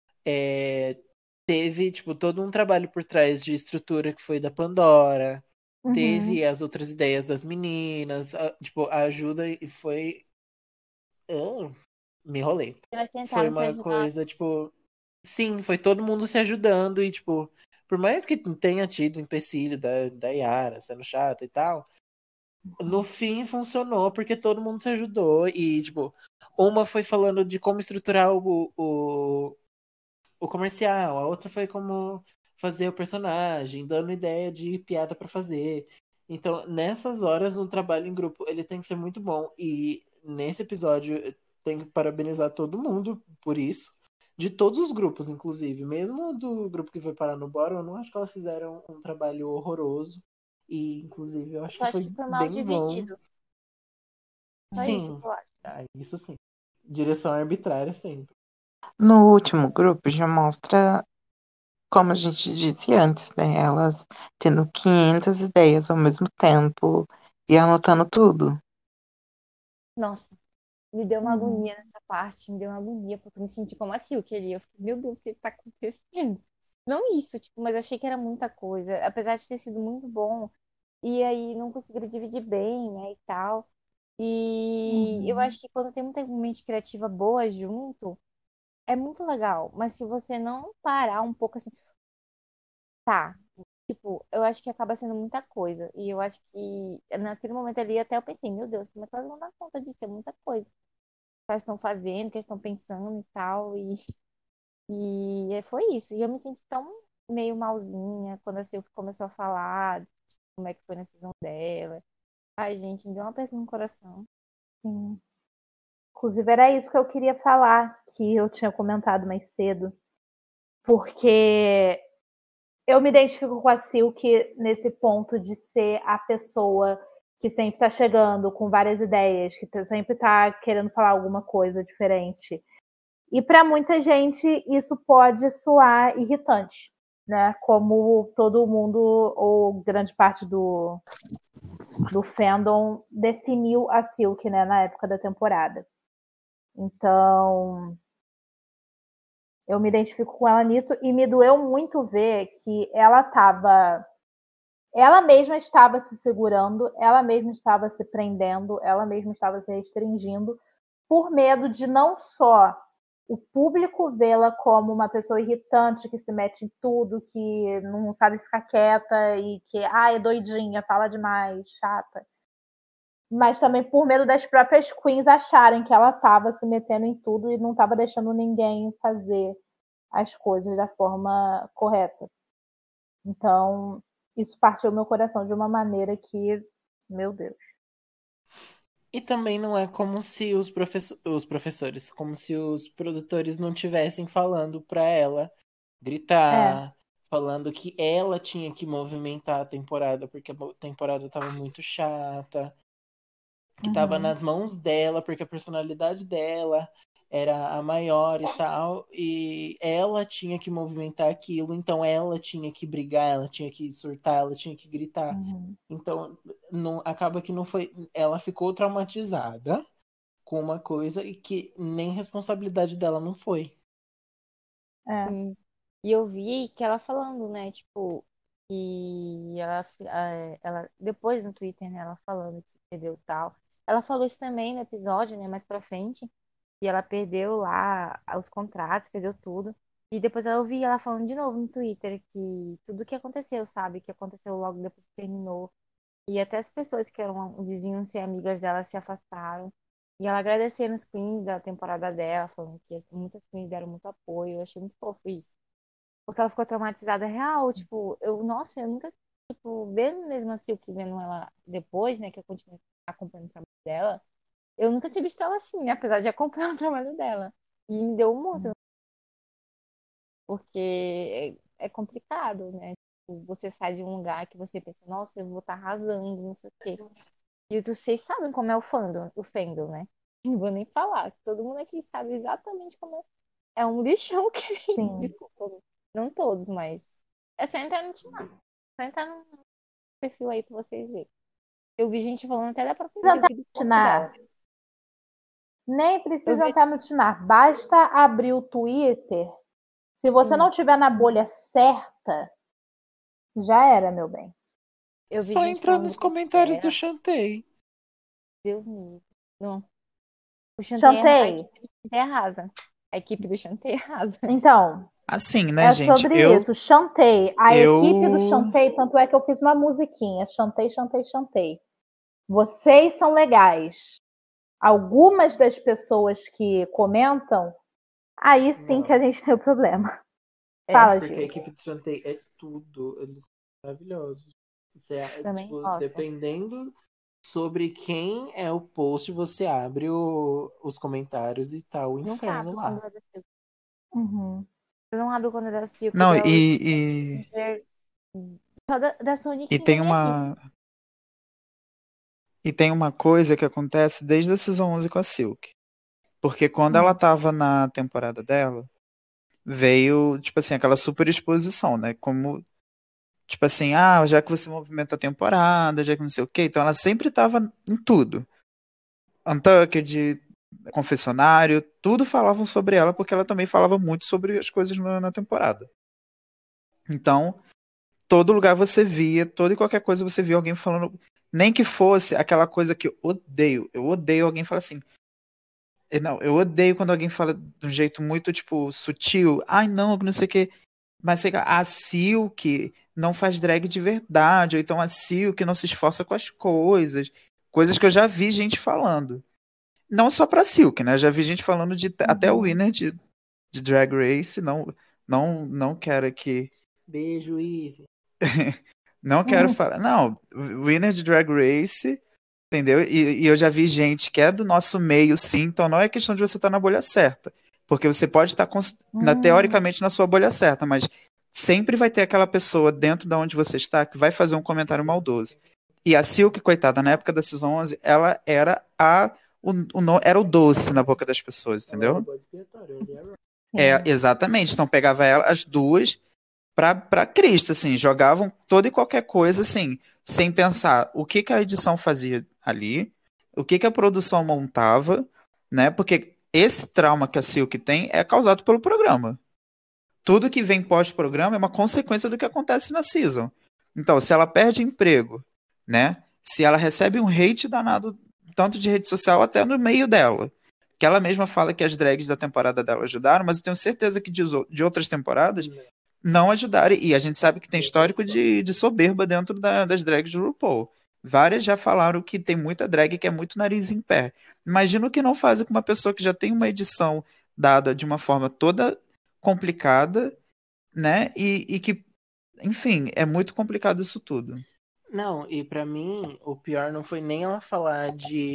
teve, tipo, todo um trabalho por trás de estrutura que foi da Pandora. Uhum. Teve as outras ideias das meninas. Tipo, a ajuda e foi. Ah, me enrolei. Elas Foi tentaram se uma ajudar. coisa, tipo. Sim, foi todo mundo se ajudando e, tipo, por mais que tenha tido o empecilho da Yara sendo chata e tal, no fim funcionou porque todo mundo se ajudou e, tipo, uma foi falando de como estruturar o comercial, a outra foi como fazer o personagem, dando ideia de piada pra fazer. Então, nessas horas, o trabalho em grupo, ele tem que ser muito bom e nesse episódio eu tenho que parabenizar todo mundo por isso. De todos os grupos, inclusive. Mesmo do grupo que foi parar no Bora, eu não acho que elas fizeram um trabalho horroroso. E, inclusive, eu acho Eu que acho foi que foi mal bem bom. dividido. Só isso Sim, que eu acho. isso sim. Direção arbitrária sempre. No último grupo já mostra, como a gente disse antes, né? Elas tendo 500 ideias ao mesmo tempo e anotando tudo. Nossa, me deu uma Uhum. agonia nessa parte, me deu uma agonia, porque eu me senti como a Sil queria. Eu fiquei, meu Deus, o que tá acontecendo? Não isso, tipo, mas eu achei que era muita coisa. Apesar de ter sido muito bom, e aí não conseguiram dividir bem, né, e tal. E eu Uhum. acho que quando tem muita mente criativa boa junto, é muito legal. Mas se você não parar um pouco assim, tá. Tipo, eu acho que acaba sendo muita coisa. E eu acho que naquele momento ali até eu pensei, meu Deus, como é que elas vão dar conta disso? É muita coisa que elas estão fazendo, que elas estão pensando e tal. E foi isso. E eu me senti tão meio malzinha quando a Silvia começou a falar de como é que foi na decisão dela. Ai, gente, me deu uma peça no coração. Sim. Inclusive, era isso que eu queria falar, que eu tinha comentado mais cedo. Porque eu me identifico com a Silk nesse ponto de ser a pessoa que sempre está chegando com várias ideias, que sempre está querendo falar alguma coisa diferente. E para muita gente isso pode soar irritante, né? Como todo mundo ou grande parte do fandom definiu a Silk, né, na época da temporada. Então, eu me identifico com ela nisso e me doeu muito ver que ela mesma estava se segurando, ela mesma estava se prendendo, ela mesma estava se restringindo por medo de não só o público vê-la como uma pessoa irritante que se mete em tudo, que não sabe ficar quieta e que é doidinha, fala demais, chata, mas também por medo das próprias queens acharem que ela estava se metendo em tudo e não estava deixando ninguém fazer as coisas da forma correta. Então, isso partiu meu coração de uma maneira que, meu Deus. E também não é como se os professores, como se os produtores não tivessem falando pra ela É. gritar, falando que ela tinha que movimentar a temporada, porque a temporada tava muito chata, que tava Uhum. nas mãos dela, porque a personalidade dela era a maior e tal, e ela tinha que movimentar aquilo, então ela tinha que brigar, ela tinha que surtar, ela tinha que gritar. Uhum. Então, não, acaba que não foi. Ela ficou traumatizada com uma coisa e que nem responsabilidade dela não foi. É. E eu vi que ela falando, né, tipo, que ela depois no Twitter, né, ela falando que perdeu tal. Ela falou isso também no episódio, né, mais pra frente, que ela perdeu lá os contratos, perdeu tudo. E depois eu vi ela falando de novo no Twitter que tudo que aconteceu, sabe, que aconteceu logo depois que terminou. E até as pessoas que diziam ser amigas dela se afastaram. E ela agradecendo os queens da temporada dela, falando que muitas queens deram muito apoio. Eu achei muito fofo isso. Porque ela ficou traumatizada real, tipo, nossa, eu nunca, tipo, vendo mesmo a Silk, vendo ela depois, né, que eu continuei acompanhando o trabalho dela, eu nunca tinha visto ela assim, apesar de acompanhar o trabalho dela. E me deu muito, porque é complicado, né? Tipo, você sai de um lugar que você pensa, nossa, eu vou estar arrasando, não sei o quê. E vocês sabem como é o fandom, né? Não vou nem falar. Todo mundo aqui sabe exatamente como é. É um lixão que. Sim. Desculpa, não todos, mas. É só entrar no Timar. Só entrar no perfil aí pra vocês verem. Eu vi gente falando até da própria Precisa Silk do corpo dela. Tinar. Nem Eu precisa vi, entrar no Tinar. Basta abrir o Twitter. Se você não tiver na bolha certa, já era, meu bem. eu vi Só gente entrar falando nos do corpo comentários do dela. Chantei. Deus me livre. Não. O Chantei, a Chantei. equipe do Chantei arrasa. A equipe do Chantei arrasa. Então, Assim, né, é gente? sobre isso. Chantei. A equipe do Eu, Chantei, tanto é que eu fiz uma musiquinha. Chantei, chantei, chantei. Vocês são legais. Algumas das pessoas que comentam, aí sim que a Não. gente tem o problema. É, Fala, Porque a Gil. equipe do Chantei é tudo. Eles são maravilhosos. Você, também tipo, gosto. dependendo sobre quem é o post, você abre os comentários e tá o Nunca inferno abro quando lá. é da Silk. Uhum. Eu não abro quando é da Silk, não, da e, Oliver. Só da Sonic e ninguém tem nem aqui. uma coisa que acontece desde a Season 11 com a Silk. Porque quando ela tava na temporada dela, veio, tipo assim, aquela super exposição, né? Como, tipo assim, já que você movimenta a temporada, já que não sei o quê. Então ela sempre tava em tudo. Untucked, confessionário, tudo falavam sobre ela, porque ela também falava muito sobre as coisas na temporada. Então, todo lugar você via, toda e qualquer coisa você via alguém falando, nem que fosse aquela coisa que eu odeio alguém falar assim, não, eu odeio quando alguém fala de um jeito muito, tipo, sutil, ai não, não sei o que, mas sei lá, a Silk não faz drag de verdade, ou então a Silk não se esforça com as coisas que eu já vi gente falando. Não só pra Silk, né? Já vi gente falando de até o winner de Drag Race, não quero que Beijo, Ive. não quero falar. Não, winner de Drag Race, entendeu? E eu já vi gente que é do nosso meio, sim, então não é questão de você estar na bolha certa. Porque você pode estar, teoricamente, na sua bolha certa, mas sempre vai ter aquela pessoa dentro de onde você está que vai fazer um comentário maldoso. E a Silk, coitada, na época da Season 11, ela era era o doce na boca das pessoas, Ela era o entendeu? bode expiatório, ele era. Exatamente. Então pegava ela, as duas, pra Cristo, assim, jogavam toda e qualquer coisa, assim, sem pensar o que a edição fazia ali, o que a produção montava, né? Porque esse trauma que a Silk tem é causado pelo programa. Tudo que vem pós-programa é uma consequência do que acontece na season. Então, se ela perde emprego, né? Se ela recebe um hate danado, tanto de rede social até no meio dela, que ela mesma fala que as drags da temporada dela ajudaram, mas eu tenho certeza que de outras temporadas não ajudaram. E a gente sabe que tem histórico de soberba dentro das drags do RuPaul. Várias já falaram que tem muita drag que é muito nariz em pé. Imagina o que não fazem com uma pessoa que já tem uma edição dada de uma forma toda complicada, né? E que, enfim, é muito complicado isso tudo. Não, e pra mim, o pior não foi nem ela falar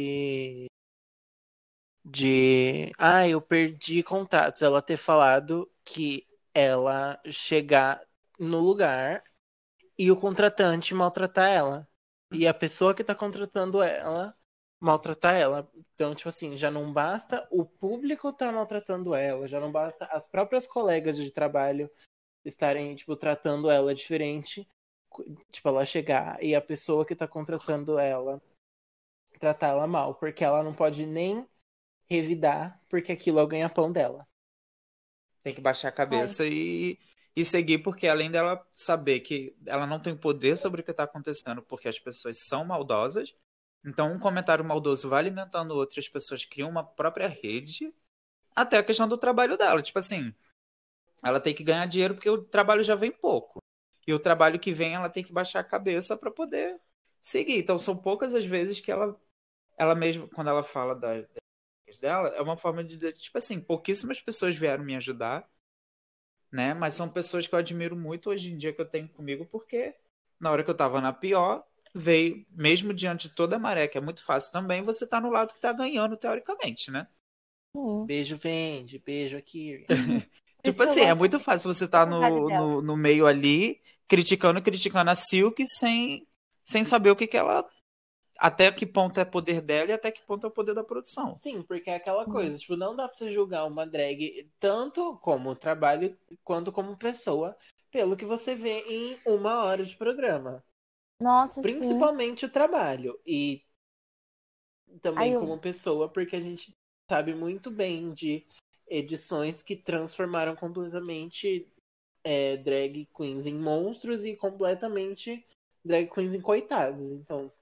eu perdi contratos. Ela ter falado que ela chegar no lugar e o contratante maltratar ela. E a pessoa que tá contratando ela maltratar ela. Então, tipo assim, já não basta o público tá maltratando ela, já não basta as próprias colegas de trabalho estarem, tipo, tratando ela diferente. Tipo, ela chegar e a pessoa que tá contratando ela tratar ela mal, porque ela não pode nem revidar, porque aquilo é o ganha-pão dela. Tem que baixar a cabeça e seguir, porque além dela saber que ela não tem poder sobre o que está acontecendo, porque as pessoas são maldosas, então um comentário maldoso vai alimentando outras pessoas, criam uma própria rede, até a questão do trabalho dela. Tipo assim, ela tem que ganhar dinheiro porque o trabalho já vem pouco. E o trabalho que vem, ela tem que baixar a cabeça para poder seguir. Então são poucas as vezes que ela mesma, quando ela fala das dela, é uma forma de dizer, tipo assim, pouquíssimas pessoas vieram me ajudar, né? Mas são pessoas que eu admiro muito hoje em dia que eu tenho comigo, porque na hora que eu tava na pior, veio, mesmo diante de toda a maré, que é muito fácil também, você tá no lado que tá ganhando, teoricamente, né? Sim. Beijo, Vendi. Beijo aqui. Tipo assim, é muito fácil você estar no meio ali, criticando a Silk sem saber o que ela. Até que ponto é poder dela e até que ponto é o poder da produção. Sim, porque é aquela coisa, tipo, não dá pra você julgar uma drag tanto como trabalho quanto como pessoa pelo que você vê em 1 hora de programa. Nossa, sim. Principalmente o trabalho. E também Aí como pessoa, porque a gente sabe muito bem de edições que transformaram completamente drag queens em monstros e completamente drag queens em coitados. Então,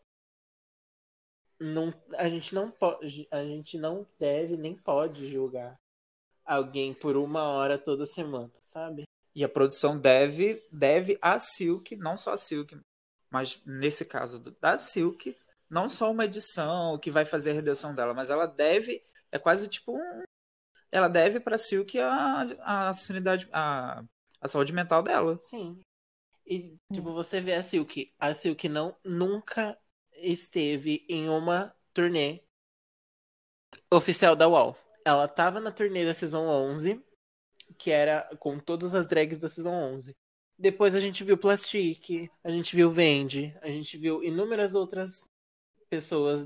a gente não deve nem pode julgar alguém por 1 hora toda semana, sabe? E a produção deve a Silk, não só a Silk, mas nesse caso da Silk, não só uma edição que vai fazer a redenção dela, mas ela deve, é quase tipo ela deve pra Silk a sanidade, a saúde mental dela. Sim. E, tipo, você vê a Silk nunca esteve em uma turnê oficial da UOL. Ela tava na turnê da Season 11, que era com todas as drags da Season 11. Depois a gente viu Plastic, a gente viu Vendi, a gente viu inúmeras outras pessoas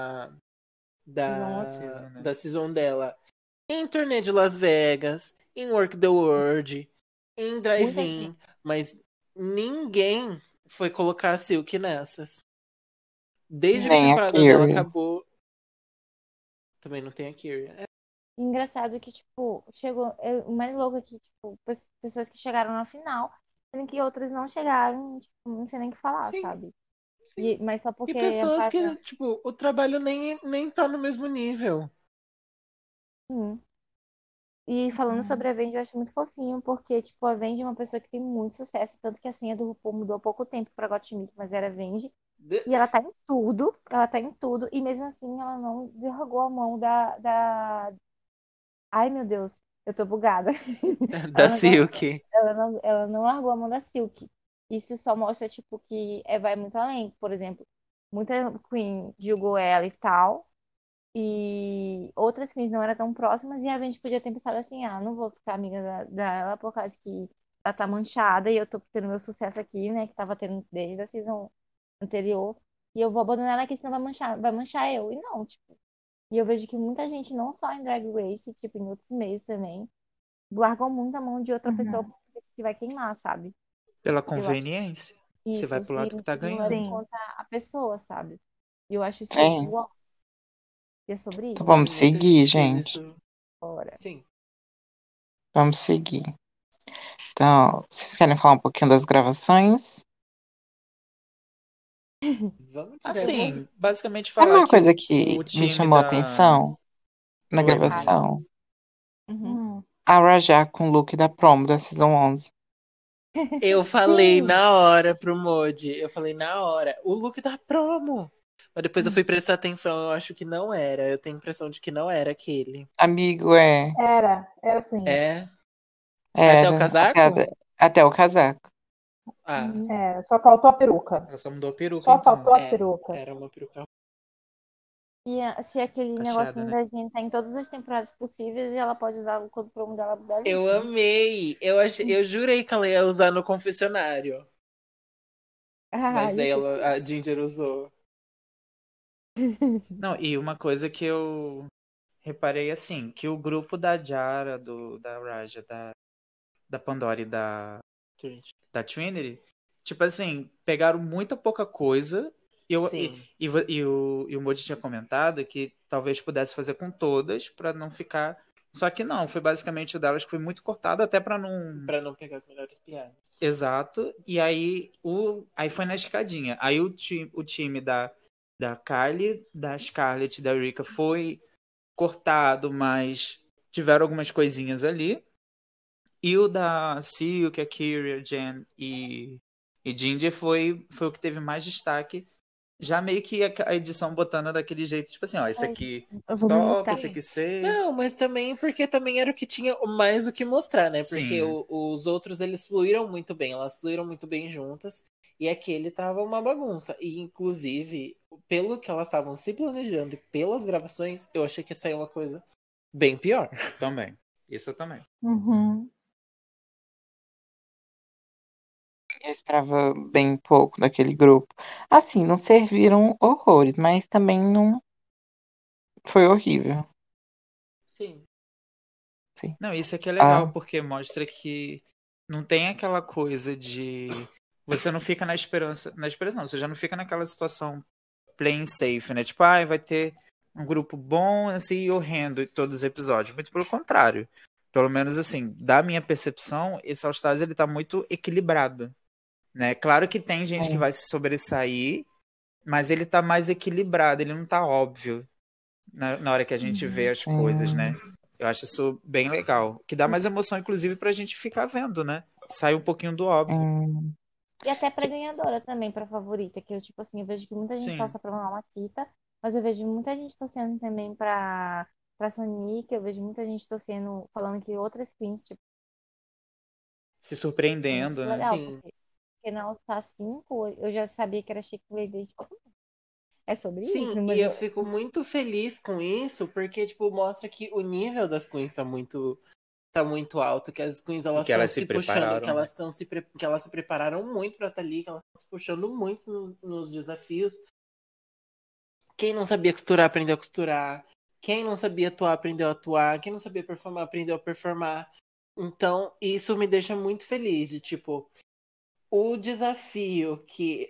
Season, né? da Season dela em turnê de Las Vegas, em Work the World, em Muita Drive-In, gente. mas ninguém foi colocar a Silk nessas. Desde que a Nem a temporada dela Kyrie. acabou, também não tem a Kyrie. Engraçado que, tipo, chegou. O mais louco é que, tipo, pessoas que chegaram na final, sendo que outras não chegaram, tipo, não sei nem o que falar, Sim, sabe? sim. Mas só E porque é pessoas que, padrão. tipo, o trabalho nem tá no mesmo nível. Sim. E falando sobre a Vendi, eu acho muito fofinho, porque, tipo, a Vendi é uma pessoa que tem muito sucesso, tanto que a senha do RuPaul mudou há pouco tempo pra Gottmik, mas era Vendi. De- E ela tá em tudo, e mesmo assim ela não derrogou a mão da... Ai, meu Deus, eu tô bugada. Da Ela não, Silk. ela não largou a mão da Silk. Isso só mostra, tipo, que vai muito além. Por exemplo, muita Queen julgou ela e tal, e outras queens não eram tão próximas, e a gente podia ter pensado assim, ah, não vou ficar amiga dela por causa que ela tá manchada e eu tô tendo meu sucesso aqui, né, que tava tendo desde a season anterior, e eu vou abandonar ela aqui, senão vai manchar eu. E não, tipo, e eu vejo que muita gente, não só em Drag Race, tipo, em outros meios também, largam muito a mão de outra pessoa que vai queimar, sabe? Pela Eu acho conveniência. Você isso, vai pro lado que tá e não leva em ganhando. Sim. conta a pessoa, sabe? E eu acho isso, Sim. uau, e é sobre Então isso, Sim, vamos muita seguir, gente fez gente. isso. fora. Sim. Vamos seguir. Então, vocês querem falar um pouquinho das gravações? Vamos direto. Assim, basicamente Sabe falar uma que coisa o que me time chamou a da. atenção na Oi, amiga. gravação? Uhum. A Rajá com o look da promo da Season 11. Eu falei Sim. na hora pro Modi. Eu falei na hora. O look da promo. Mas depois eu fui prestar atenção. Eu acho que não era. Eu tenho a impressão de que não era aquele. Amigo, Era assim. É. Até o era casaco? até o casaco. Ah, É, só faltou a peruca. Ela só mudou a peruca, Só então. faltou a é. peruca. Era uma peruca. E se aquele Cacheada, negocinho né? da gente tá em todas as temporadas possíveis e ela pode usar o code promo dela Eu belíssimo. amei. Eu jurei que ela ia usar no confessionário. Ah, Mas daí a Ginger usou. Não, e uma coisa que eu reparei assim, que o grupo da Jara, da Raja, da Pandora e da Trinity, tipo assim, pegaram muita pouca coisa Sim. E o Moody tinha comentado que talvez pudesse fazer com todas pra não ficar. Só que não, foi basicamente o delas que foi muito cortado, até pra não. Pra não pegar as melhores piadas. Exato. E aí, aí foi na escadinha. Aí o time da Kylie, da Scarlett e da Rika foi cortado, mas tiveram algumas coisinhas ali. E o da Silk, a Kyria, Jen e Ginger foi o que teve mais destaque. Já meio que a edição botando daquele jeito, tipo assim, ó, esse Ai, aqui eu vou me top, mutar. esse aqui sei. Não, mas também porque também era o que tinha mais o que mostrar, né? Porque Sim. os outros, eles fluíram muito bem, elas fluíram muito bem juntas. E aquele tava uma bagunça. E, inclusive, pelo que elas estavam se planejando e pelas gravações, eu achei que ia sair uma coisa bem pior. Também. Isso eu também. Uhum. Eu esperava bem pouco daquele grupo. Assim, não serviram horrores, mas também não foi horrível. Sim. Sim. Não, isso aqui é legal, Ah, porque mostra que não tem aquela coisa de. Você não fica na esperança. Na esperança, não, você já não fica naquela situação playing safe, né? Tipo, vai ter um grupo bom, assim, e horrendo em todos os episódios. Muito pelo contrário. Pelo menos, assim, da minha percepção, esse All Stars, ele tá muito equilibrado, né? Claro que tem gente que é. vai se sobressair, mas ele tá mais equilibrado, ele não tá óbvio na hora que a gente vê as coisas, né? Eu acho isso bem legal. Que dá mais emoção, inclusive, pra gente ficar vendo, né? Sai um pouquinho do óbvio. Hum, E até pra ganhadora também, pra favorita, que eu, tipo assim, eu vejo que muita gente Sim. torce pra Mamacita, mas eu vejo muita gente torcendo também pra Sonic, eu vejo muita gente torcendo, falando que outras queens, tipo, Se eu acho surpreendendo, né? legal, Sim. porque na All Star 5 eu já sabia que era Chick Play desde quando. É sobre Sim, isso, e mas eu fico muito feliz com isso, porque, tipo, mostra que o nível das queens tá muito alto, que as queens, E elas que estão elas se se puxando, que prepararam, né? elas estão que elas se prepararam muito pra estar ali, que elas estão se puxando muito nos desafios. Quem não sabia costurar, aprendeu a costurar. Quem não sabia atuar, aprendeu a atuar. Quem não sabia performar, aprendeu a performar. Então, isso me deixa muito feliz, de, tipo, o desafio que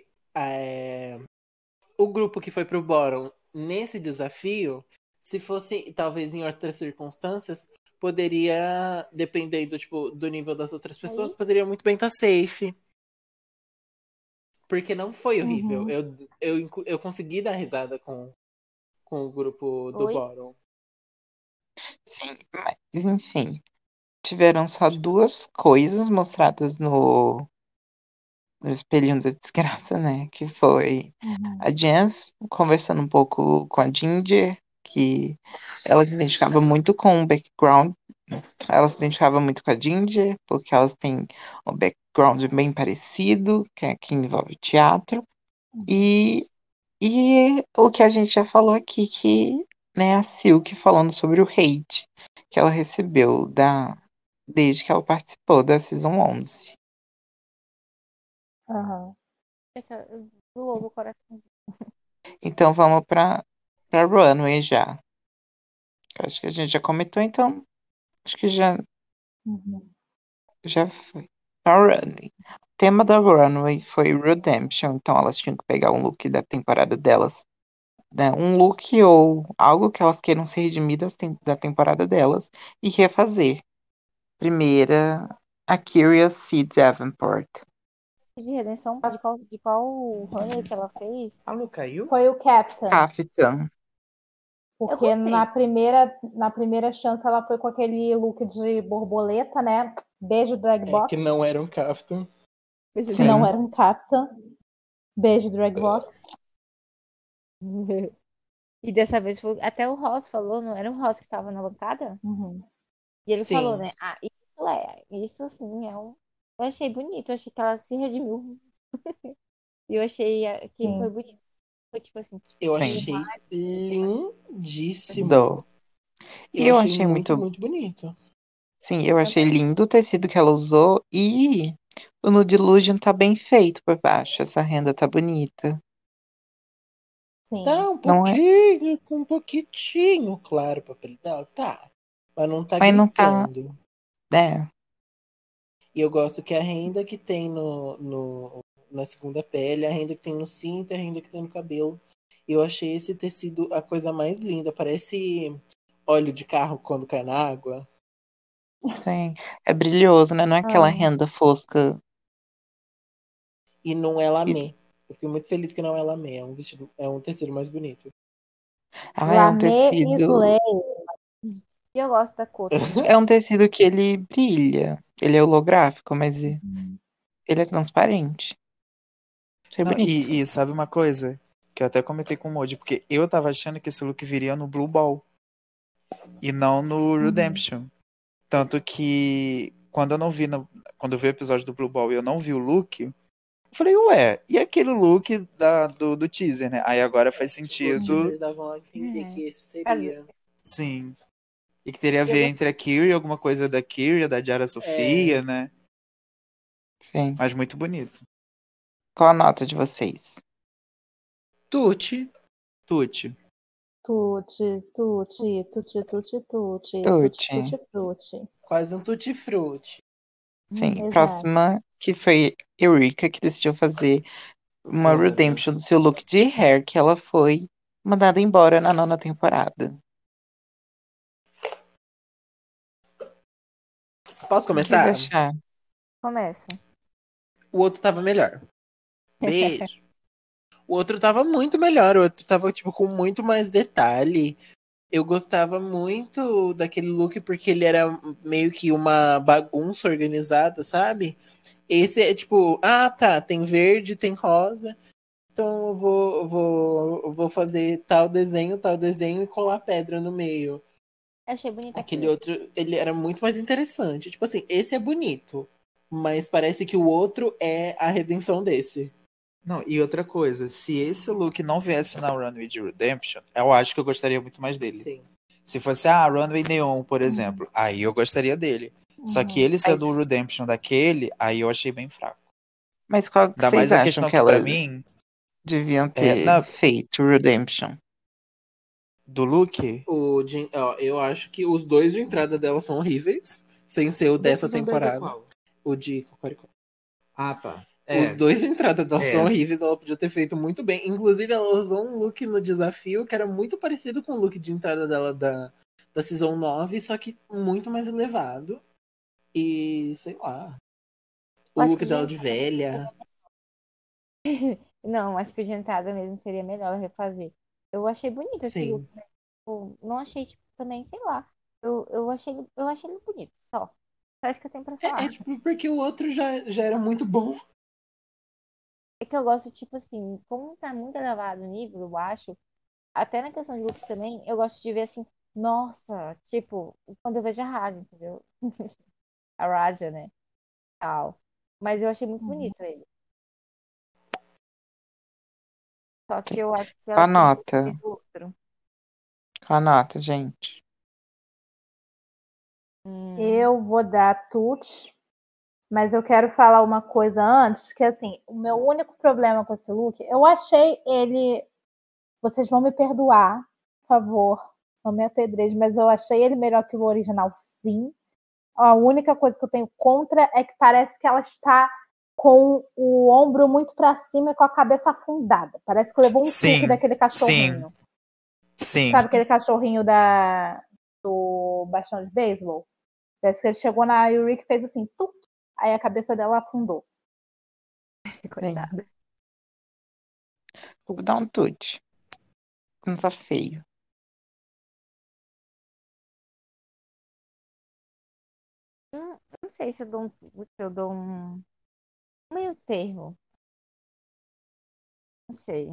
o grupo que foi pro bottom nesse desafio, se fosse talvez em outras circunstâncias, poderia, depender do tipo do nível das outras pessoas, aí, poderia muito bem estar safe. Porque não foi horrível. Uhum. Eu consegui dar risada com o grupo do oi, bottom. sim, mas enfim. Tiveram só duas coisas mostradas no espelhinho da desgraça, né? Que foi Uhum. a Jen conversando um pouco com a Ginger, que ela se identificava muito com o background. Ela se identificava muito com a Ginger, porque elas têm um background bem parecido, que envolve teatro. Uhum. E o que a gente já falou aqui, que né, a Silk falando sobre o hate que ela recebeu desde que ela participou da Season 11. do Lobo Coração. Então vamos pra Runway já. Acho que a gente já comentou, então acho que Uhum. já foi. Pra Runway. O tema da Runway foi Redemption, então elas tinham que pegar um look da temporada delas, né? Um look ou algo que elas queiram ser redimidas da temporada delas e refazer. Primeira, a Curious C. Davenport. De redenção, de qual runner que ela fez? A Lu caiu? Foi o Captain, Capitã. Eu porque gostei. na primeira chance ela foi com aquele look de borboleta, né? Beijo drag Que box. não era um Kaftan. Não Sim. era um Captain. Beijo drag box. E dessa vez foi. Até o Ross falou, não era o Ross que estava na bancada? Uhum. E ele falou, Sim. né? Isso sim é um. Eu achei bonito, eu achei que ela se redimiu. E eu achei que foi Sim. bonito. Foi tipo assim, Eu Sim. achei Do. lindíssimo. E Eu eu achei achei muito, muito. muito bonito. Sim, eu achei também. lindo o tecido que ela usou e o Nudilusion tá bem feito por baixo. Essa renda tá bonita. Sim. Tá um Não é? pouquinho, com um pouquitinho claro pra pele dela, tá. Mas não tá Mas não tá. gritando. É. E eu gosto que a renda que tem no na segunda pele, a renda que tem no cinto e a renda que tem no cabelo. Eu achei esse tecido a coisa mais linda. Parece óleo de carro quando cai na água. Sim. É brilhoso, né? Não é aquela Amo. renda fosca. E não é E, lamê. Eu fiquei muito feliz que não é lamê. É um tecido mais bonito. é um Lamê e tecido. Slay. E eu gosto da cor também. É um tecido que ele brilha. Ele é holográfico, mas ele é transparente. Isso é Não, bonito. e sabe uma coisa? Que eu até comentei com o Moji, porque eu tava achando que esse look viria no Blue Ball e não no Redemption. Tanto que quando eu não vi, quando eu vi o episódio do Blue Ball e eu não vi o look, eu falei, ué, e aquele look do teaser, né? Aí agora faz Os sentido, teasers davam a entender Uhum. que esse seria. sim. E que teria a Eu ver gostei. entre a Kyrie, alguma coisa da Kyrie, da Diara Sofia, né? Sim. Mas muito bonito. Qual a nota de vocês? Tuti. Tuti. Tutti, tutti, tutti, tutti, tutti, tutti, Tuti. tutti, frutti. Quase um tutti-frutti. Sim. Exato. Próxima, que foi Eureka, que decidiu fazer uma Oh, meu redemption Deus. do seu look de hair, que ela foi mandada embora na 9ª temporada. Posso O que vocês começar? acharam? Começa. O outro tava melhor. Beijo. O outro tava muito melhor. O outro tava, tipo, com muito mais detalhe. Eu gostava muito daquele look porque ele era meio que uma bagunça organizada, sabe? Esse é tipo, ah, tá, tem verde, tem rosa. Então eu vou fazer tal desenho e colar pedra no meio. Eu achei bonita a Aquele cor. outro, ele era muito mais interessante. Tipo assim, esse é bonito, mas parece que o outro é a redenção desse. Não, e outra coisa, se esse look não viesse na Runway de Redemption, eu acho que eu gostaria muito mais dele. Sim. Se fosse a Runway Neon, por exemplo, aí eu gostaria dele. Só que ele sendo o Redemption daquele, aí eu achei bem fraco. Mas qual que Ainda vocês mais a acham questão que que pra elas mim, deviam ter na, feito Redemption? do look, Eu acho que os dois de entrada dela são horríveis, sem ser o dessa decisão 10 é temporada. qual? O de Cocoricó. Ah, tá. Os dois de entrada dela É. são horríveis, ela podia ter feito muito bem. Inclusive, ela usou um look no desafio que era muito parecido com o look de entrada dela da Season 9, só que muito mais elevado. E, sei lá, o Eu acho look que dela de velha. Não, acho que o de entrada mesmo seria melhor refazer. Eu achei bonito esse look, Sim. né? Tipo, não achei, tipo, também, sei lá. Eu achei ele bonito, só. Só isso que eu tenho pra É falar. tipo, porque o outro já era muito bom. É que eu gosto, tipo assim, como tá muito elevado o nível, eu acho, até na questão de look também, eu gosto de ver assim, nossa, tipo, quando eu vejo a Raja, entendeu? A Raja, né? Tal. Mas eu achei muito bonito ele. Só que eu acho que Qual ela a podia nota? ter outro. Qual a nota, gente? Eu vou dar tutti, mas eu quero falar uma coisa antes, que assim, o meu único problema com esse look, eu achei ele. Vocês vão me perdoar, por favor, não me apedrejem, mas eu achei ele melhor que o original, sim. A única coisa que eu tenho contra é que parece que ela está com o ombro muito para cima e com a cabeça afundada. Parece que levou um chute Sim, daquele cachorrinho. sim. Sabe aquele cachorrinho do bastão de beisebol? Parece que ele chegou na Yuri e fez assim, tuc, aí a cabeça dela afundou. Coitada. Vou dar um tute. Não tá feio. Não sei se eu dou um meio termo. Não sei.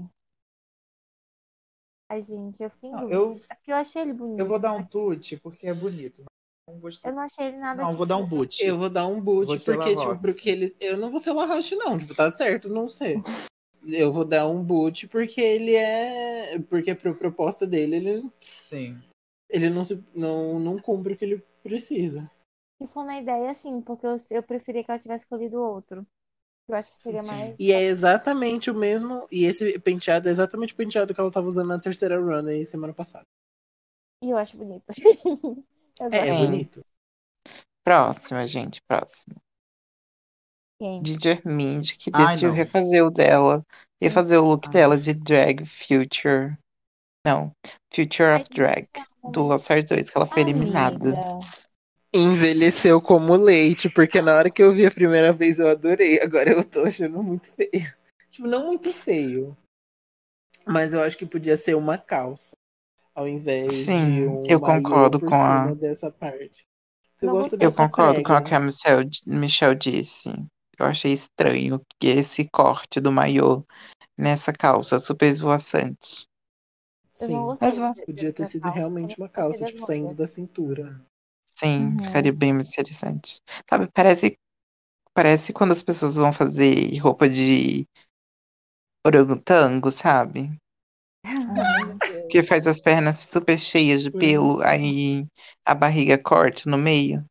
Ai, gente, eu fiquei em Não, dúvida. É porque eu achei ele eu vou bonito, dar um mas tute porque é bonito. Não eu gostei. não achei ele nada, Não, eu vou dar um tipo. boot. Eu vou dar um boot, Você porque, La tipo, Rox. porque ele. Eu não vou ser La Roche, não, tipo, tá certo, não sei. Eu vou dar um boot porque ele é. Porque pro proposta dele, Sim. ele não cumpre o que ele precisa. Se for na ideia, sim, porque eu preferia que ela tivesse escolhido outro. Eu acho que seria Sim. mais. E é exatamente o mesmo. E esse penteado é exatamente o penteado que ela tava usando na terceira run aí semana passada. E eu acho bonito. Eu É gosto. Sim. bonito. Próxima, gente. Próxima. Quem? Ginger Mind, que Ai, decidiu não. refazer o dela. Refazer o look Ai, dela de drag future. Não, Future Ai, of Drag. Do mas... All Stars 2, que ela foi eliminada. Amiga. Envelheceu como leite, porque na hora que eu vi a primeira vez eu adorei. Agora eu tô achando muito feio. Tipo, não muito feio. Mas eu acho que podia ser uma calça. Ao invés de Sim, um eu maiô concordo por com a. cima dessa parte. Eu Não gosto gostei. Eu dessa concordo com a prega. que a Michelle disse. Eu achei estranho que esse corte do maiô nessa calça super esvoaçante. Eu não Sim. Mas, gostei Podia ter da sido calça, realmente também uma gostei calça, das tipo, saindo mangas. da cintura. sim, Uhum. ficaria bem mais interessante. Sabe, parece quando as pessoas vão fazer roupa de orangotango, sabe? Ai, meu Deus. Que faz as pernas super cheias de pelo, aí a barriga corta no meio.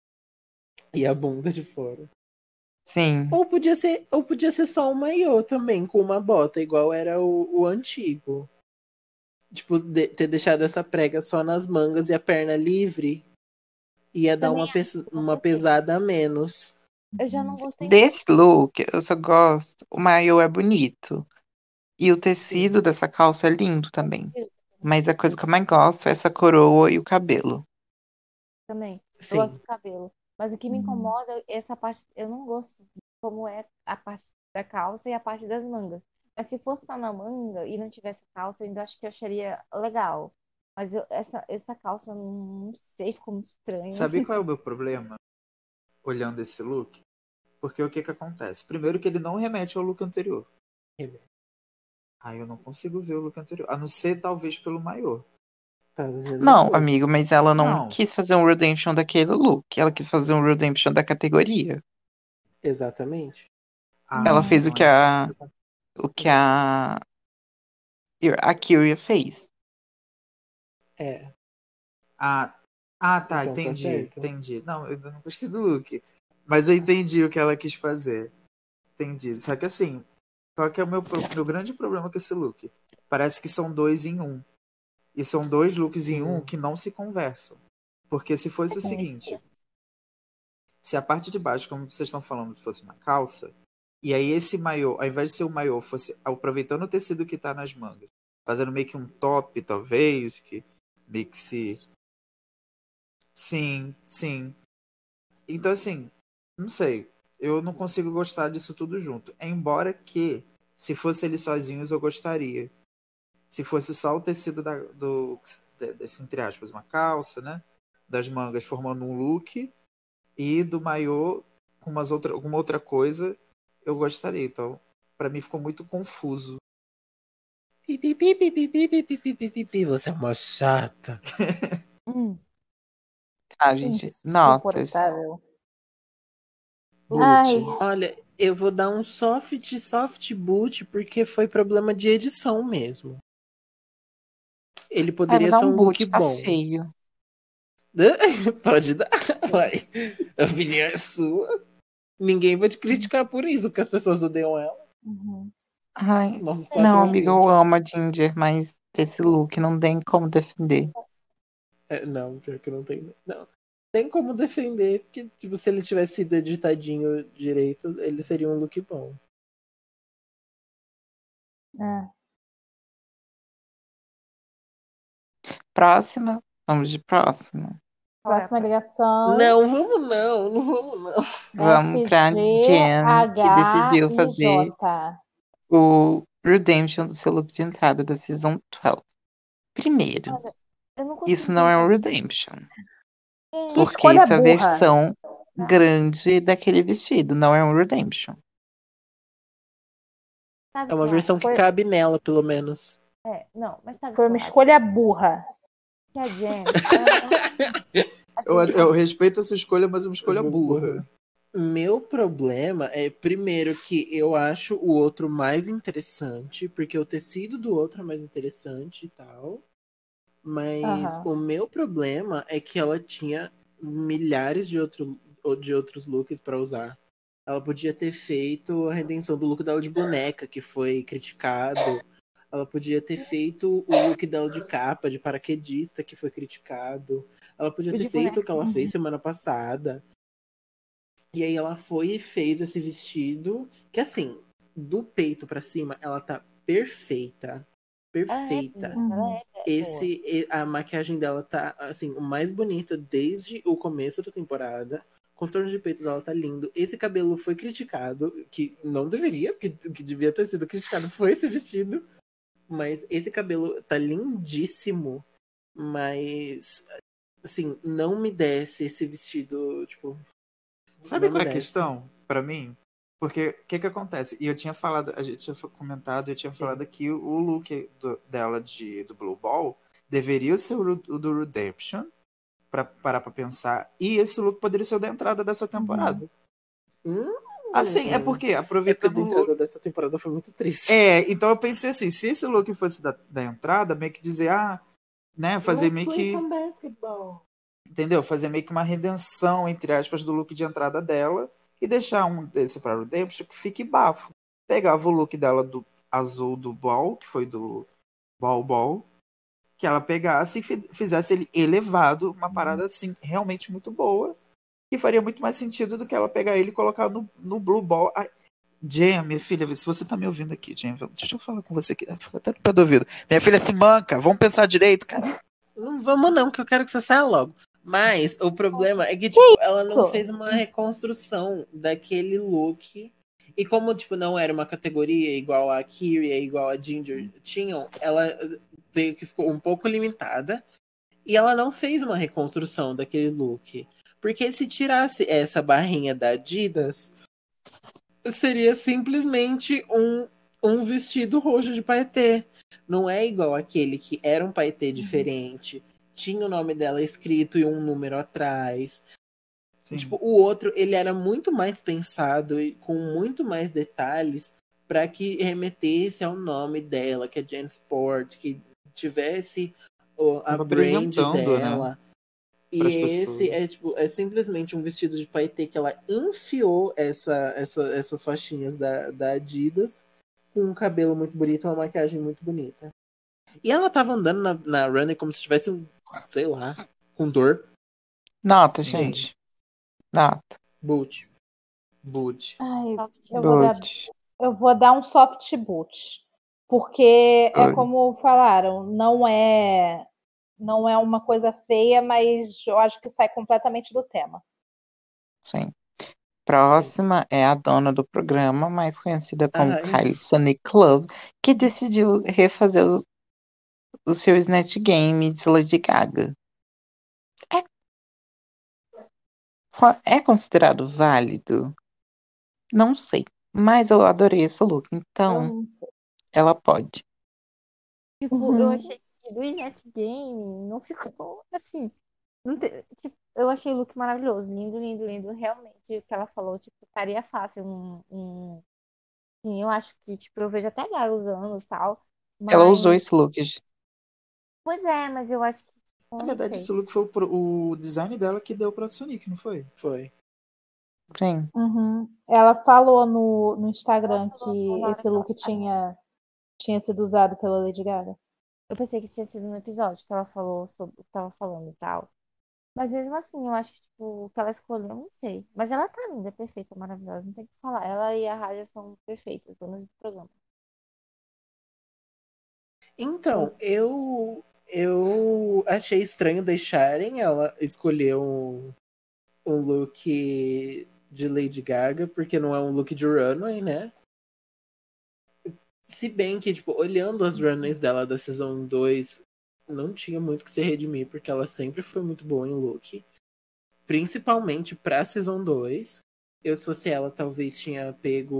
E a bunda de fora. Sim, Ou podia ser só um maiô também, com uma bota, igual era o antigo. Tipo, ter deixado essa prega só nas mangas e a perna livre ia dar Também não uma gostei. pesada a menos. Eu já não gostei muito. desse look eu só gosto. O maiô é bonito. E o Sim, tecido dessa calça é lindo também. Mas a coisa que eu mais gosto é essa coroa e o cabelo. Também. Eu gosto sim. do cabelo. Mas o que me incomoda é essa parte. Eu não gosto de como é a parte da calça e a parte das mangas. Mas se fosse só na manga e não tivesse calça, eu ainda acho que eu acharia legal. Mas essa calça, eu não sei, ficou muito estranho. sabe qual é o meu problema olhando esse look? Porque o que que acontece? Primeiro que ele não remete ao look anterior. Aí eu não consigo ver o look anterior. A não ser talvez pelo maiô. Tá nas mesmas Não, cores. amigo, mas ela não Não. quis fazer um redemption daquele look. Ela quis fazer um redemption da categoria. Exatamente. Ah, Ela Uhum. fez então aí o que a Kyria fez. É, Ah, tá, então tá entendi, certo. entendi. Não, eu não gostei do look. Mas eu entendi o que ela quis fazer. Entendi. Só que assim, qual que é o meu grande problema com esse look? Parece que são dois em um. E são dois looks em um Sim. que não se conversam. Porque se fosse o seguinte, se a parte de baixo, como vocês estão falando, fosse uma calça, e aí esse maiô, ao invés de ser um maiô, fosse aproveitando o tecido que tá nas mangas, fazendo meio que um top, talvez, que meio que se. Sim, sim. Então, assim, não sei. Eu não consigo gostar disso tudo junto. Embora que, se fosse eles sozinhos, eu gostaria. Se fosse só o tecido desse, entre aspas, uma calça, né? Das mangas formando um look e do maiô com alguma outra coisa, eu gostaria. Então, pra mim ficou muito confuso. Pi, pi, pi, pi, pi, pi, pi, pi, pi, pi, pi, pi. Você é uma chata. Hum, Tá, gente? Notas. insuportável. Boot. Ai, Olha, eu vou dar um soft boot porque foi problema de edição mesmo. Ele Ai, vou poderia dar ser um um look boot, tá bom. feio. Pode dar, vai. A opinião é sua. Ninguém vai te criticar por isso, porque as pessoas odeiam ela. uhum. Ai, Nossos não, quatro amiga, eu ouvintes. amo a Ginger, mas esse look não tem como defender. Não, pior que não tem. Não. Tem como defender, porque tipo, se ele tivesse sido editadinho direito, ele seria um look bom. É. Próxima? Vamos de próxima. Próxima ligação. Não, vamos não, não vamos não. Vamos pra Jen, que decidiu fazer FGHIJ. o redemption do seu look de entrada da Season 12. Primeiro, Olha, eu não isso consigo não é um entender. redemption, Que porque escolha isso é a burra. versão grande daquele vestido, não é um redemption. Sabe É o que uma eu acho? versão que Foi, cabe nela, pelo menos. Não, mas sabe o foi que eu uma acho? escolha burra. Que a Jen, ela não. Eu respeito a sua escolha, mas é uma escolha Jogo burra. Meu problema é, primeiro, que eu acho o outro mais interessante, porque o tecido do outro é mais interessante e tal. Mas Aham. o meu problema é que ela tinha milhares de outros looks pra usar. Ela podia ter feito a redenção do look dela de boneca, que foi criticado. Ela podia ter feito o look dela de capa, de paraquedista, que foi criticado. Ela podia O ter de feito o boneca. que ela fez semana passada. E aí ela foi e fez esse vestido, que assim, do peito pra cima, ela tá perfeita. Perfeita. Ela é boa. A maquiagem dela tá, assim, o mais bonita desde o começo da temporada. O contorno de peito dela tá lindo. Esse cabelo foi criticado, que não deveria, porque o que devia ter sido criticado foi esse vestido. Mas esse cabelo tá lindíssimo. Mas, assim, não me desce esse vestido, tipo. Sabe Não qual me é a desce. questão pra mim? Porque o que acontece? E eu tinha falado, a gente tinha comentado, eu tinha falado que o look dela do Blue Ball deveria ser o do Redemption, pra parar pra pensar, e esse look poderia ser o da entrada dessa temporada. Assim, é porque, É porque aproveitando a o look. entrada dessa temporada foi muito triste. Então eu pensei assim, se esse look fosse da entrada, meio que dizer, né, fazer Let's meio play que, some basketball. entendeu? Fazer meio que uma redenção, entre aspas, do look de entrada dela e deixar um desse pra Redemption que fique bafo. Pegava o look dela do azul do Ball, que foi do Ball, que ela pegasse e fizesse ele elevado, uma parada assim, realmente muito boa, que faria muito mais sentido do que ela pegar ele e colocar no Blue Ball. Ai, Jen, minha filha, se você tá me ouvindo aqui, Jen, deixa eu falar com você aqui, fica até no pé do ouvido. Minha filha se manca, vamos pensar direito, cara. Não vamos não, que eu quero que você saia logo. Mas o problema é que, tipo, ela não isso? fez uma reconstrução daquele look. E como, tipo, não era uma categoria igual a Kyria, igual a Ginger tinham, ela meio que ficou um pouco limitada. E ela não fez uma reconstrução daquele look. Porque se tirasse essa barrinha da Adidas, seria simplesmente um vestido roxo de paetê. Não é igual aquele que era um paetê diferente, tinha o nome dela escrito e um número atrás. Sim. Tipo, o outro, ele era muito mais pensado e com muito mais detalhes para que remetesse ao nome dela, que é Jen Sport, que tivesse a Tava brand apresentando, né, dela. E pras esse pessoas. é simplesmente um vestido de paetê que ela enfiou essas faixinhas da Adidas com um cabelo muito bonito e uma maquiagem muito bonita. E ela tava andando na runway como se tivesse, sei lá, com dor. Nota, Sim. gente. Nota. Boot. Boot. Ai, Boot. eu vou dar um soft boot. Porque é Oi. como falaram, não é uma coisa feia, mas eu acho que sai completamente do tema. Sim. Próxima é a dona do programa, mais conhecida como Ai. Kylie Sonic Club, que decidiu refazer o seu Snatch Game de Lady Gaga. É considerado válido? Não sei, mas eu adorei esse look, Eu então não sei. ela pode. Tipo, eu achei que do Snatch Game não ficou assim. Tipo, eu achei o look maravilhoso, lindo, lindo, lindo. Realmente, o que ela falou, tipo, estaria fácil sim, eu acho que, tipo, eu vejo até a Gaga usando e tal. Ela usou Mas, esse look. pois é, mas eu acho que, tipo, Na não verdade, sei. esse look foi o design dela que deu pra Sonic, não foi? Foi. Sim. Uhum. Ela falou no Ela Instagram falou que na hora esse que ela. look tinha sido usado pela Lady Gaga. Eu pensei que tinha sido no episódio que ela falou sobre o que tava falando e tal. Mas mesmo assim, eu acho que, tipo, o que ela escolheu, eu não sei. Mas ela tá linda, perfeita, maravilhosa, não tem o que falar. Ela e a Raja são perfeitas, donas do programa. Então, eu achei estranho deixarem ela escolher um look de Lady Gaga, porque não é um look de runway, né? Se bem que, tipo, olhando as runways dela da Season 2, não tinha muito que se redimir, porque ela sempre foi muito boa em look. Principalmente pra Season 2. Eu, se fosse ela, talvez tinha pego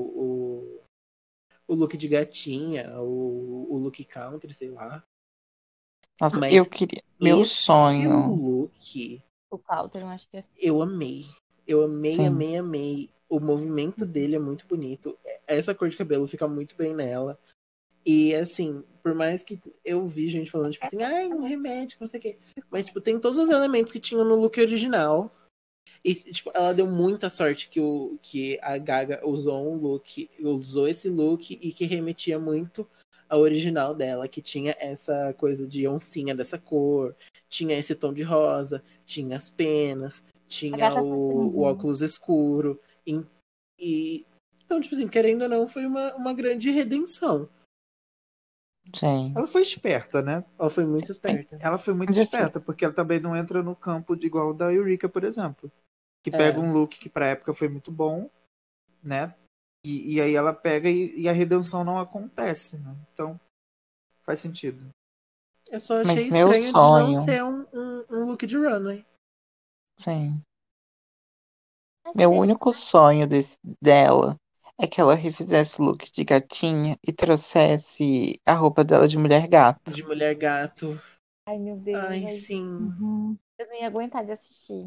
o look de gatinha, o look country, sei lá. Nossa, eu Mas queria. Meu esse sonho. look, O Calter, eu acho que é. eu amei. Eu amei, Sim. amei, amei. O movimento dele é muito bonito. Essa cor de cabelo fica muito bem nela. E assim, por mais que eu vi gente falando, tipo assim, ai, um remédio, não sei o quê. Mas, tipo, tem todos os elementos que tinham no look original. E, tipo, ela deu muita sorte que a Gaga usou esse look e que remetia muito ao original dela, que tinha essa coisa de oncinha dessa cor, tinha esse tom de rosa, tinha as penas, A tinha gata o óculos escuro. Então, tipo assim, querendo ou não, foi uma grande redenção. Sim. Ela foi esperta, né? Ela foi muito esperta. Ela foi muito Mas assim, esperta, porque ela também não entra no campo de igual o da Eureka, por exemplo. Que É. pega um look que pra época foi muito bom, né? E aí ela pega e a redenção não acontece, né? Então, faz sentido. Eu só Mas achei meu estranho de não sonho, ser um look de runway. sim. Mas Meu deixa- único sonho dela é que ela refizesse o look de gatinha e trouxesse a roupa dela de mulher gato. De mulher gato. Ai, meu Deus. Ai, Ai, sim. Uhum. eu não ia aguentar de assistir.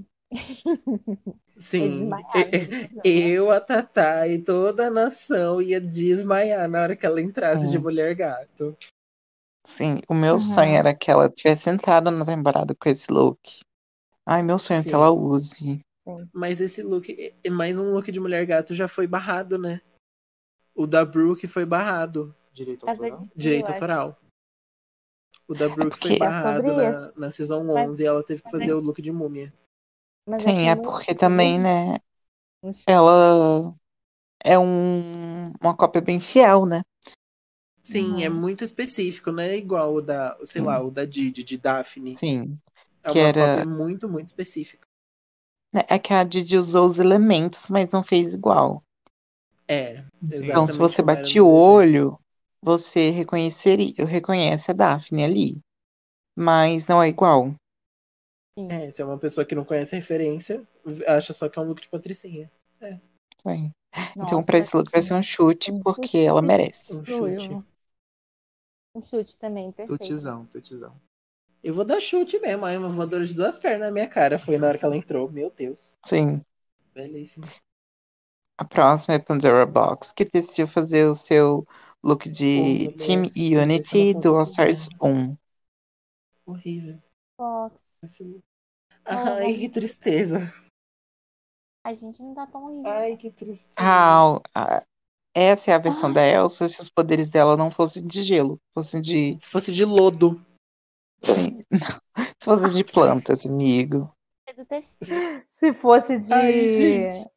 Sim. desmaiar na televisão. Eu, a Tatá e toda a nação ia desmaiar na hora que ela entrasse de Sim. mulher gato. Sim, o meu Uhum. sonho era que ela tivesse entrado na temporada com esse look. Ai, meu sonho é que ela Sim. use. Mas esse look, mais um look de mulher gato já foi barrado, né? O da Brooke foi barrado. Direito Pra autoral? ver Direito eu acho. autoral. O da Brooke foi porque- É sobre barrado na isso. Season Mas- 11 e ela teve que fazer mas- o look de múmia. Mas Sim, é no- porque também, né, no show. ela é uma cópia bem fiel, né? Sim, é Uhum. muito específico, não é igual o da, sei lá, o da Didi, de Daphne. Sim. É Que uma cópia era. muito, muito específica. É que a Didi usou os elementos, mas não fez igual. É, Sim. Então, se exatamente você como era batia no o desenho. olho, você reconhece a Daphne ali. Mas não é igual. É, se é uma pessoa que não conhece a referência, acha só que é um look de patricinha. Sim. Então, Nossa, pra esse look vai ser um chute, um porque ela merece. Um chute. ruivo. Um chute também, perfeito. Tutizão. Eu vou dar chute mesmo, aí uma voadora de duas pernas na minha cara. Foi na hora que ela entrou. Meu Deus. Sim. Belíssimo. A próxima é Pandora Box, que decidiu fazer o seu look Ô, de Team mulher, deixa na Unity ponta do All dos Stars dedos. 1. Horrível. Fox. Ai, que tristeza. A gente não tá tão horrível. Ai, que tristeza. Essa é a versão da Elsa se os poderes dela não fossem de gelo, fossem de. Se fosse de lodo. Sim, se fossem de plantas, amigo. É do tecido. Se fosse Ai, gente.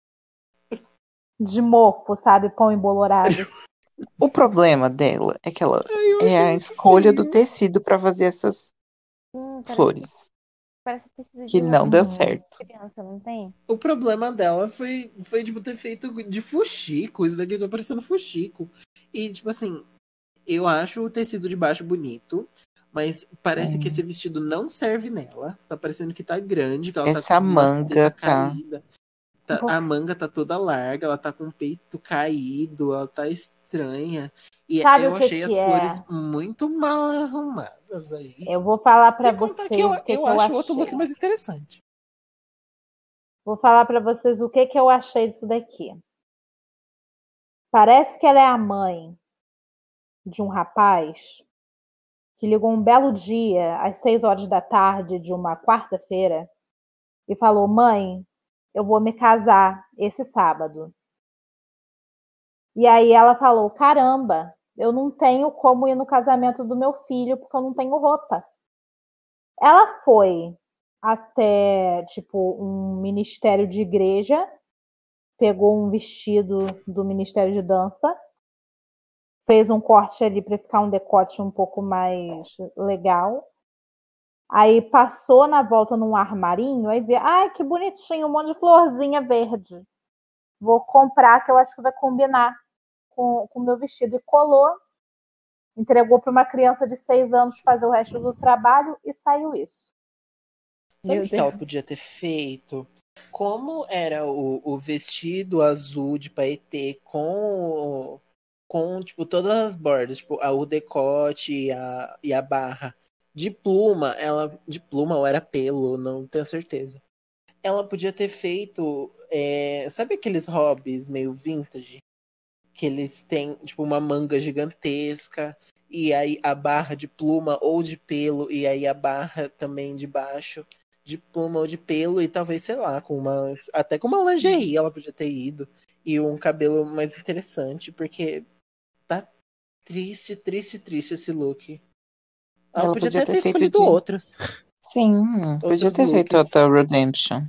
de mofo, sabe? Pão embolorado. O problema dela é que ela Ai, eu é achei a muito escolha do feio. tecido pra fazer essas flores, Parece tecido que de não deu Uhum. certo. criança, não tem? O problema dela foi tipo, ter feito de fuxico. Isso daqui tá parecendo fuxico. E, tipo assim, eu acho o tecido de baixo bonito, mas parece que esse vestido não serve nela. Tá parecendo que tá grande, que ela tá Essa com umas manga tetas tá. caídas. A manga tá toda larga, ela tá com o peito caído, ela tá estranha. E Sabe eu o que achei as que flores é? muito mal arrumadas aí. Eu vou falar pra Sem contar que vocês o que eu que eu acho o outro achei. look mais interessante. Vou falar pra vocês o que que eu achei disso daqui. Parece que ela é a mãe de um rapaz que ligou um belo dia, às 6 horas da tarde de uma quarta-feira, e falou: Mãe, eu vou me casar esse sábado. E aí ela falou: Caramba, eu não tenho como ir no casamento do meu filho porque eu não tenho roupa. Ela foi até, tipo, um ministério de igreja, pegou um vestido do ministério de dança, fez um corte ali para ficar um decote um pouco mais legal. Aí passou na volta num armarinho, aí vê, ai, que bonitinho, um monte de florzinha verde. Vou comprar, que eu acho que vai combinar com o meu vestido. E colou, entregou para uma criança de 6 anos fazer o resto do trabalho e saiu isso. Sabe Meu o que ela Deus. podia ter feito? Como era o vestido azul de paetê com tipo, todas as bordas, tipo, o decote e a barra de pluma, de pluma ou era pelo, não tenho certeza. Ela podia ter feito, sabe aqueles hobbies meio vintage? Que eles têm, tipo, uma manga gigantesca, e aí a barra de pluma ou de pelo, e aí a barra também de baixo de pluma ou de pelo, e talvez, sei lá, até com uma lingerie ela podia ter ido, e um cabelo mais interessante, porque tá triste, triste, triste esse look. Ela Ela podia podia até ter ter feito escolhido de. outros Sim, podia outros ter feito looks. outra Redemption.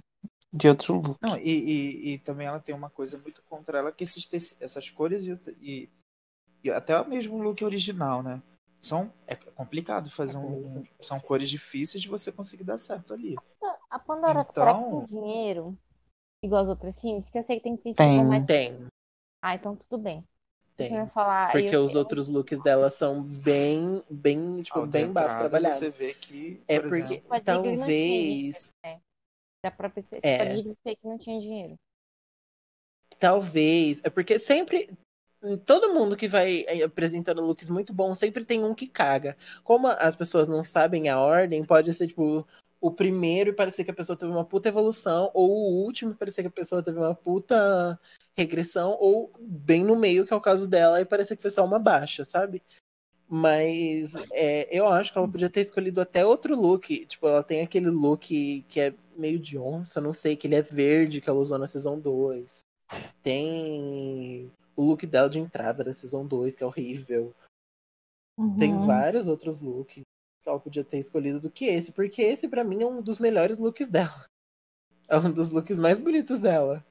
de outro look. Não, e também ela tem uma coisa muito contra ela, que essas cores e até mesmo o look original, né? É complicado fazer são cores difíceis de você conseguir dar certo ali. A Pandora, será que tem Então, dinheiro? Igual as outras sims? Que eu sei que tem sims que vão mais. Tem, Ah, então tudo bem. Você tem. vai falar. Porque os outros looks dela são bem, tipo, ao de bem baixo entrada trabalhados. você vê que, É por porque exemplo, Tipo, a Digli não tinha dinheiro, talvez, né? Dá pra perceber. Tipo, a é, Digli sei que não tinha dinheiro. talvez, é porque sempre, todo mundo que vai apresentando looks muito bons, sempre tem um que caga. Como as pessoas não sabem a ordem, pode ser, tipo, o primeiro e parecer que a pessoa teve uma puta evolução, ou o último e parecer que a pessoa teve uma puta regressão, ou bem no meio, que é o caso dela, e parecer que foi só uma baixa, sabe? Mas eu acho que ela podia ter escolhido até outro look. Tipo, ela tem aquele look que é meio de onça, não sei, que ele é verde, que ela usou na Season 2. Tem o look dela de entrada da Season 2, que é horrível. Tem vários outros looks que ela podia ter escolhido do que esse, porque esse pra mim é um dos melhores looks dela. É um dos looks mais bonitos dela.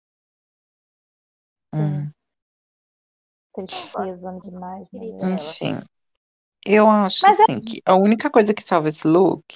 Sim. Tristeza demais, meu Querida Deus. ela. Enfim, eu acho Mas assim que a única coisa que salva esse look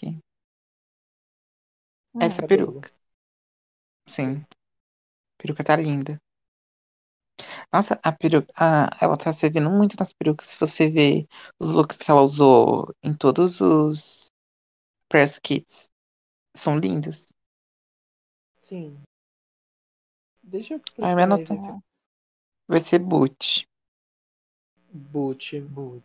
é essa Cabelo. peruca. Sim, a peruca tá linda. Nossa, a peruca, ela tá servindo muito nas perucas. Se você ver os looks que ela usou em todos os press kits, são lindos. Sim. Deixa eu Ai, minha procurar e nota ver se eu... vai ser boot. Boot.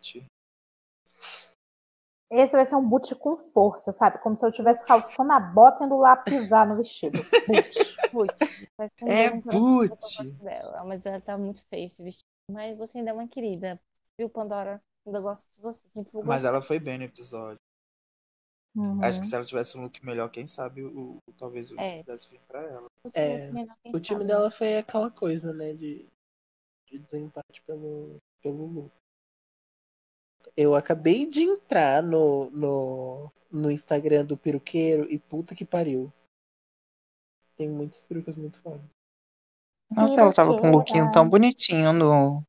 esse vai ser um boot com força, sabe? Como se eu estivesse calçando a bota e indo lá pisar no vestido. Boot. Putz, vai com é dor no coração que eu boot. gosto dela. Mas ela tá muito feia esse vestido. Mas você ainda é uma querida. Viu, Pandora? Ainda gosto de você. Sempre vou Mas gostar. ela foi bem no episódio. Acho que se ela tivesse um look melhor, quem sabe talvez o É. pudesse vir pra ela. Você É, melhor, quem o time sabe, dela né? foi aquela coisa, né? De desempate pelo look. Eu acabei de entrar no Instagram do peruqueiro e puta que pariu. Tem muitas perucas muito fodas. Nossa, ela tava com um lookinho tão bonitinho no.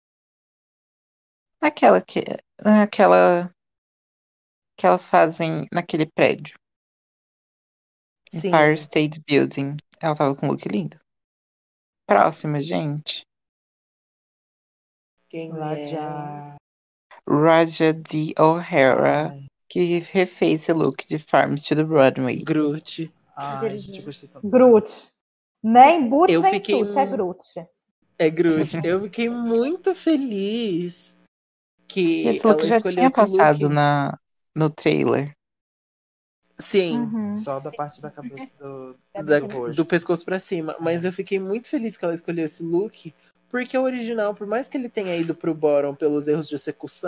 Aquela que. Aquela que elas fazem naquele prédio. Empire Sim, State Building. Ela tava com um look lindo. Próxima, gente. quem é? Raja. Raja D. O'Hara, Ai, que refez esse look de Farms to the Broadway. Groot. ai, gente, eu Inteligente. gostei tanto desse look. Groot. Nem boot, Eu nem fiquei. tut, é Groot. É Groot. Eu fiquei muito feliz que Esse look ela já escolheu tinha esse passado look. no trailer. Sim, Só da parte da cabeça do do rosto. pescoço pra cima. Mas eu fiquei muito feliz que ela escolheu esse look, porque o original, por mais que ele tenha ido pro bottom pelos erros de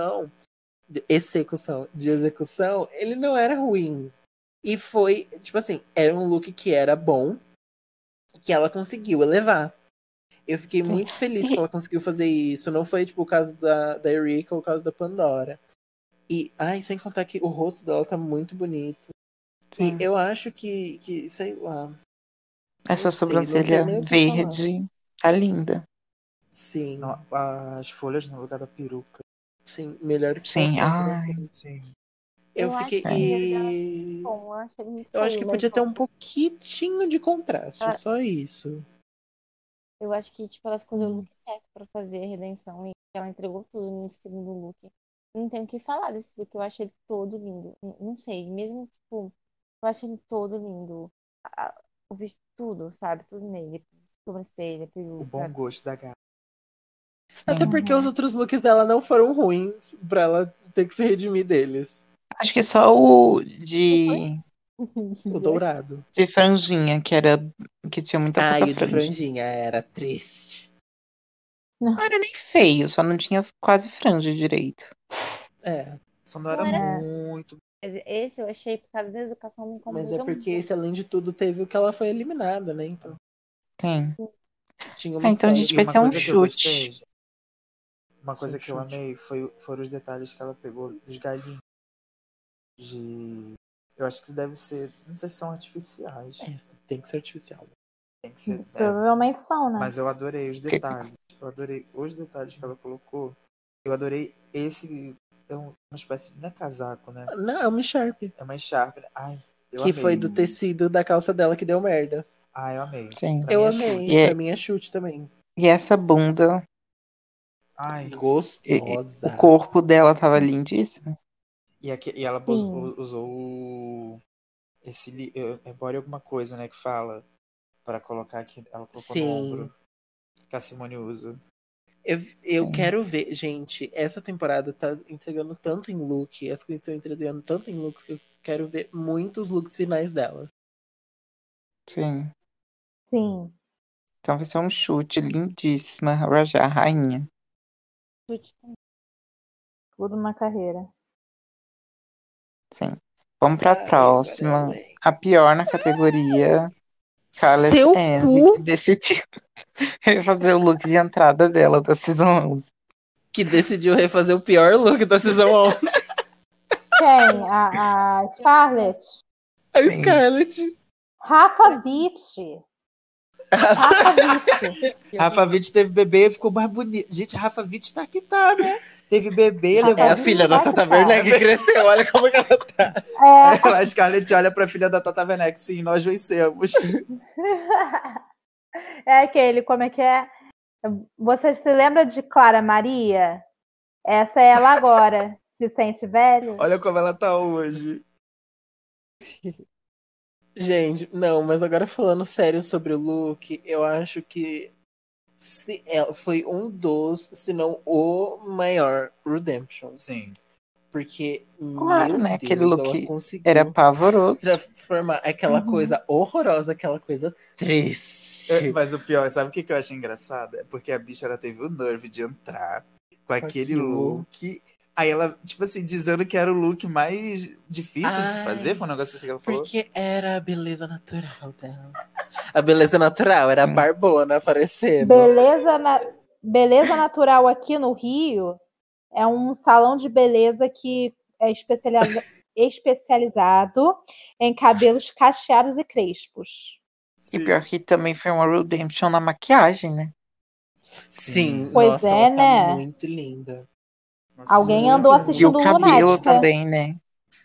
execução, ele não era ruim. E foi, tipo assim, era um look que era bom, que ela conseguiu elevar. Eu fiquei Sim. muito feliz que E- ela conseguiu fazer isso. Não foi, tipo, o caso da Erika ou o caso da Pandora. E, sem contar que o rosto dela tá muito bonito. E Sim. eu acho que sei lá, não Essa sei, não tenho sobrancelha nem o que falar. verde tá linda. Sim, Não, as folhas no lugar da peruca. sim, melhor que Sim, qualquer outra ai. coisa. Sim. Eu Eu acho fiquei. que o dinheiro dela é bom. Eu acho ele muito Eu acho feio, que mas podia ter um pouquinho de contraste, ela- só isso. eu acho que tipo, ela escolheu o look certo pra fazer a redenção e ela entregou tudo nesse segundo look. Não tenho o que falar desse look. Eu acho ele todo lindo. Não sei, mesmo tipo, eu acho ele todo lindo. O vestido, tudo, sabe? Tudo nele. Sobrancelha, O bom peruca. gosto da gata. Até Sim. porque os outros looks dela não foram ruins pra ela ter que se redimir deles. Acho que só o O dourado. de franjinha, que tinha muita pouca E o de franja. franjinha era triste. Não era nem feio, só não tinha quase franja direito. É, Só não Não era era. muito. Esse eu achei, por causa da educação, me mas é incomodou porque muito. esse, além de tudo, teve o que ela foi eliminada, né? Então, Tem. tinha uma Então a história. gente E vai uma ser um coisa que eu gostei, chute. uma coisa que eu Chute. amei foram os detalhes que ela pegou dos galinhos. De Eu acho que deve ser. Não sei se são artificiais. Tem que ser artificial. Tem que ser. Provavelmente são, né? Mas eu adorei os detalhes. Eu adorei os detalhes que ela colocou. Eu adorei esse. É uma espécie de. Não é casaco, né? Não, é uma Sharp. É uma Sharp. Ai, eu Que amei. foi do tecido da calça dela que deu merda. Ai, eu amei. Sim. Pra Eu mim é amei. chute. Pra mim é chute também. E essa bunda, Ai. Gostosa. o corpo dela tava lindíssimo. E ela Sim. usou esse. É body alguma coisa, né? Que fala. Pra colocar aqui. Ela colocou no Sim. ombro. Que a Simone usa. Eu Sim. quero ver, gente, essa temporada tá entregando tanto em look, as coisas estão entregando tanto em look, que eu quero ver muitos looks finais delas. Sim. Sim. Então vai ser um chute lindíssima, Rajá, rainha. Chute também. Tudo na carreira. Sim. Vamos pra próxima. A pior na categoria. Scarlett Seu Envy, cu que decidiu fazer o look de entrada dela da Season 11. que decidiu refazer o pior look da Season 11. Quem? A Scarlett? A Sim. Scarlett. Rafa Witt. Rafa Witt. Rafa Witt teve bebê e ficou mais bonito. Gente, a Rafa Witt tá que tá, né? Teve bebê, Rafa levou. É a Witt filha da tá que Tata tá. Werneck que cresceu, olha como que ela tá. É. A Scarlett olha pra filha da Tata Werneck. Sim, nós vencemos. É aquele, como é que é? Você se lembra de Clara Maria? Essa é ela agora. Se sente velho? Olha como ela tá hoje. Gente, não, mas agora falando sério sobre o look, eu acho que foi um dos, se não o maior Redemption. Sim. Porque, Claro, meu né? Aquele Deus, ela look conseguiu era pavoroso. transformar aquela Uhum. coisa horrorosa, aquela coisa triste. Mas o pior, sabe o que eu acho engraçado? É porque a bicha ela teve o nerve de entrar com aquele aquilo. look. Aí ela, tipo assim, dizendo que era o look mais difícil de se fazer. Foi um negócio assim que ela falou. Porque era a beleza natural dela. A beleza natural era a barbona aparecendo. Beleza natural aqui no Rio é um salão de beleza que é especializado em cabelos cacheados e crespos. E pior que também foi uma redemption na maquiagem, né? Sim, Pois nossa, é, ela tá né? muito linda. Nossa, Alguém muito andou linda. E o assistindo cabelo Lunática. também, né?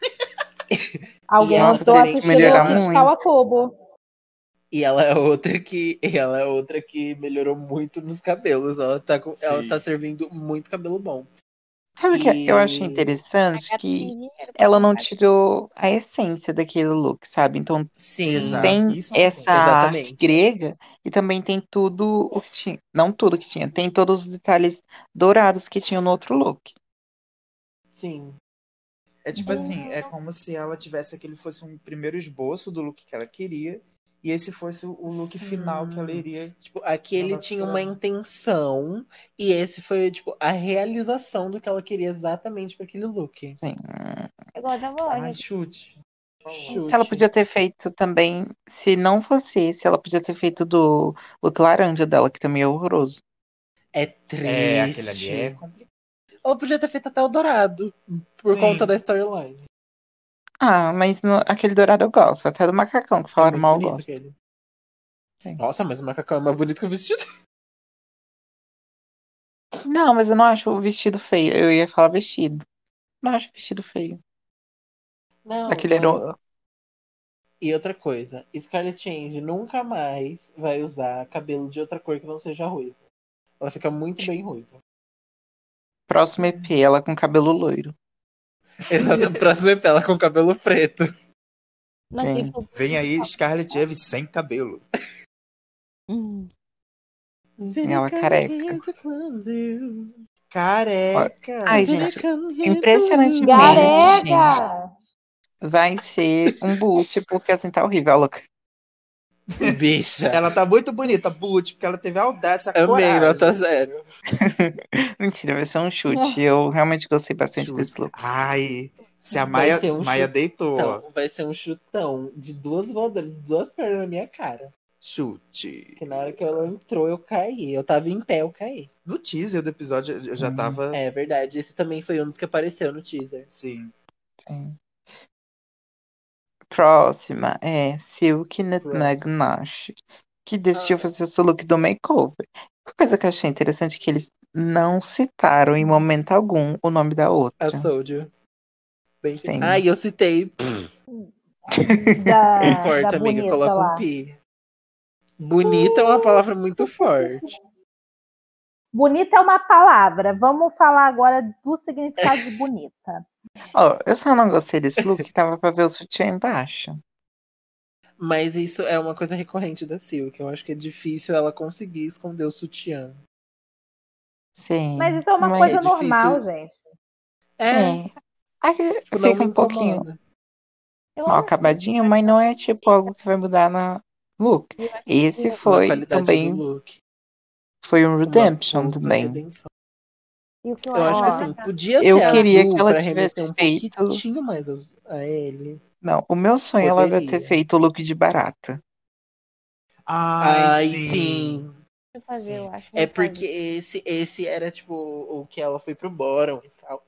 Alguém ela andou teria que assistindo melhorar Lunática muito. ao Cubo. E ela é outra que melhorou muito nos cabelos. Ela tá servindo muito cabelo bom. Sabe o que eu achei E interessante? Que ela não tirou a essência daquele look, sabe? Então sim, Exato. tem Isso é uma coisa. essa arte exatamente. grega e também tem tudo o que tinha. Não tudo que tinha, tem todos os detalhes dourados que tinham no outro look. Sim. É tipo assim, é como se ela tivesse aquele fosse um primeiro esboço do look que ela queria. E esse fosse o look final que ela iria. Tipo, aqui ele Ela tinha será. uma intenção e esse foi, tipo, a realização do que ela queria exatamente para aquele look. Sim. Igual da Ai, Vogue. chute. Chute. Ela podia ter feito também, se não fosse esse, ela podia ter feito do look laranja dela, que também é horroroso. É É, aquele ali é triste. complicado. Ela podia ter feito até o dourado, por Sim. conta da storyline. Ah, mas aquele dourado eu gosto, até do macacão que É falaram muito mal eu bonito gosto. aquele. Sim. Nossa, mas o macacão é mais bonito que o vestido. Não, mas eu não acho o vestido feio. Eu ia falar vestido. Não acho o vestido feio. Não, Aquele era. mas... E outra coisa, Scarlett Change nunca mais vai usar cabelo de outra cor que não seja ruivo. Ela fica muito bem ruiva. Próximo EP, ela com cabelo loiro. Exato, próxima é ela com cabelo preto. Mas se Sim. for... Vem aí Scarlett Eve sem cabelo. E ela careca. Careca! Ai, gente, impressionantemente Garega! vai ser um boot, porque assim tá horrível. Ela... Bicha. Ela tá muito bonita, boot, porque ela teve a audácia, a Amei, nota coragem. 0. Mentira, vai ser um chute. Eu realmente gostei bastante desse look. Ai, se a Vai Maia, ser um Maia deitou, ó. Então, vai ser um chutão de duas voadoras, de duas pernas na minha cara. Chute. Que na hora que ela entrou, eu caí. Eu tava em pé, eu caí. No teaser do episódio, eu já tava... É verdade, esse também foi um dos que apareceu no teaser. Sim. Sim. Próxima é Silk Nutmeg Próximo. Nash, que decidiu Ah, fazer o seu look do makeover. Uma coisa que eu achei interessante é que eles não citaram em momento algum o nome da a outra. Soldier. Bem feito. Sim. Ah, e eu citei. Não Da importa, amiga, bonita coloca um lá. pi. Bonita é uma palavra muito forte. Bonita é uma palavra. Vamos falar agora do significado de bonita. Ó, eu só não gostei desse look que tava pra ver o sutiã embaixo. Mas isso é uma coisa recorrente da Silk. Eu acho que é difícil ela conseguir esconder o sutiã. Sim, Mas isso é uma mas É coisa normal, difícil. gente. É, sim. Aí tipo, não fica me um pouquinho incomoda. Eu mal amo assim. acabadinho, mas não é tipo algo que vai mudar na look. Eu acho Esse que. Na foi qualidade do também, look. foi um Uma redemption puta também. redenção. E o que eu Eu acho acho que Ó, mais assim, legal podia Eu ser dela. queria que azul ela pra remeter tivesse um feito. pouquinho mais a ele. Não, o meu sonho ela era ter Poderia. feito o look de barata. Ai, Ai, sim. sim. Vou fazer, eu Sim. acho. É Vou porque fazer. esse era, tipo, o que ela foi pro bottom e tal.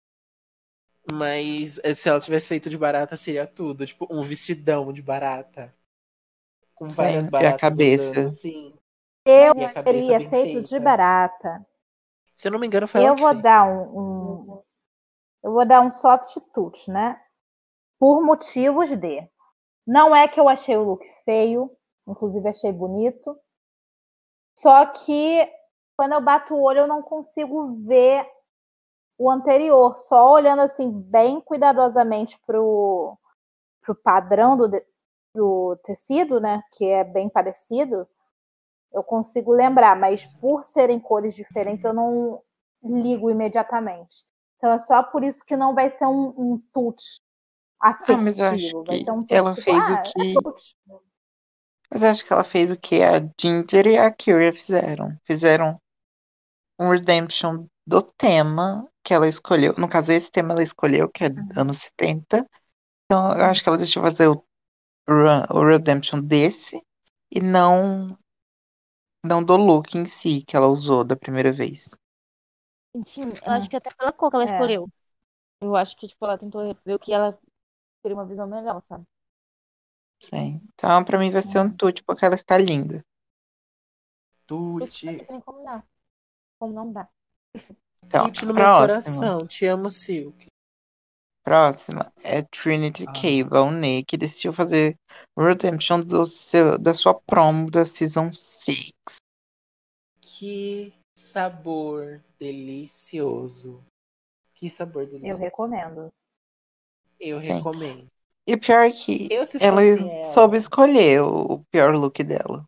Mas se ela tivesse feito de barata, seria tudo. Tipo, um vestidão de barata. Com várias Sim, e a baratas andando cabeça. assim. eu E a cabeça teria bem feito de feita. barata. Se eu não me engano, foi ela Eu que vou fez. dar eu vou dar um soft touch, né? Por motivos de. Não é que eu achei o look feio, inclusive achei bonito. Só que quando eu bato o olho eu não consigo ver o anterior, só olhando assim bem cuidadosamente pro padrão do tecido, né? Que é bem parecido, eu consigo lembrar, mas por serem cores diferentes eu não ligo imediatamente. Então é só por isso que não vai ser um touch Ah, mas eu acho afetivo, vai ser que um touch ela tipo, fez o ah, é que. touch. Mas eu acho que ela fez o que a Ginger e a Kyria fizeram. Fizeram um redemption do tema que ela escolheu. No caso, esse tema ela escolheu, que é anos 70. Então, eu acho que ela deixou fazer o redemption desse e não do look em si que ela usou da primeira vez. Sim, eu acho que até pela cor que ela É. escolheu. Eu acho que, tipo, ela tentou ver o que ela teria uma visão melhor, sabe? Sim. Então, pra mim vai ser um tute, porque ela está linda. Putz, não Tuti. tem nem como dar. Como não dá. Então, Tute no meu próxima. coração. Te amo, Silk. Próxima é Trinity Ah, K. Bonet, que decidiu fazer o redemption da sua promo da Season 6. Que sabor delicioso. Que sabor Eu delicioso. recomendo. Eu Sim. recomendo. E o pior é que Eu, se ela fosse soube ela, escolher o pior look dela.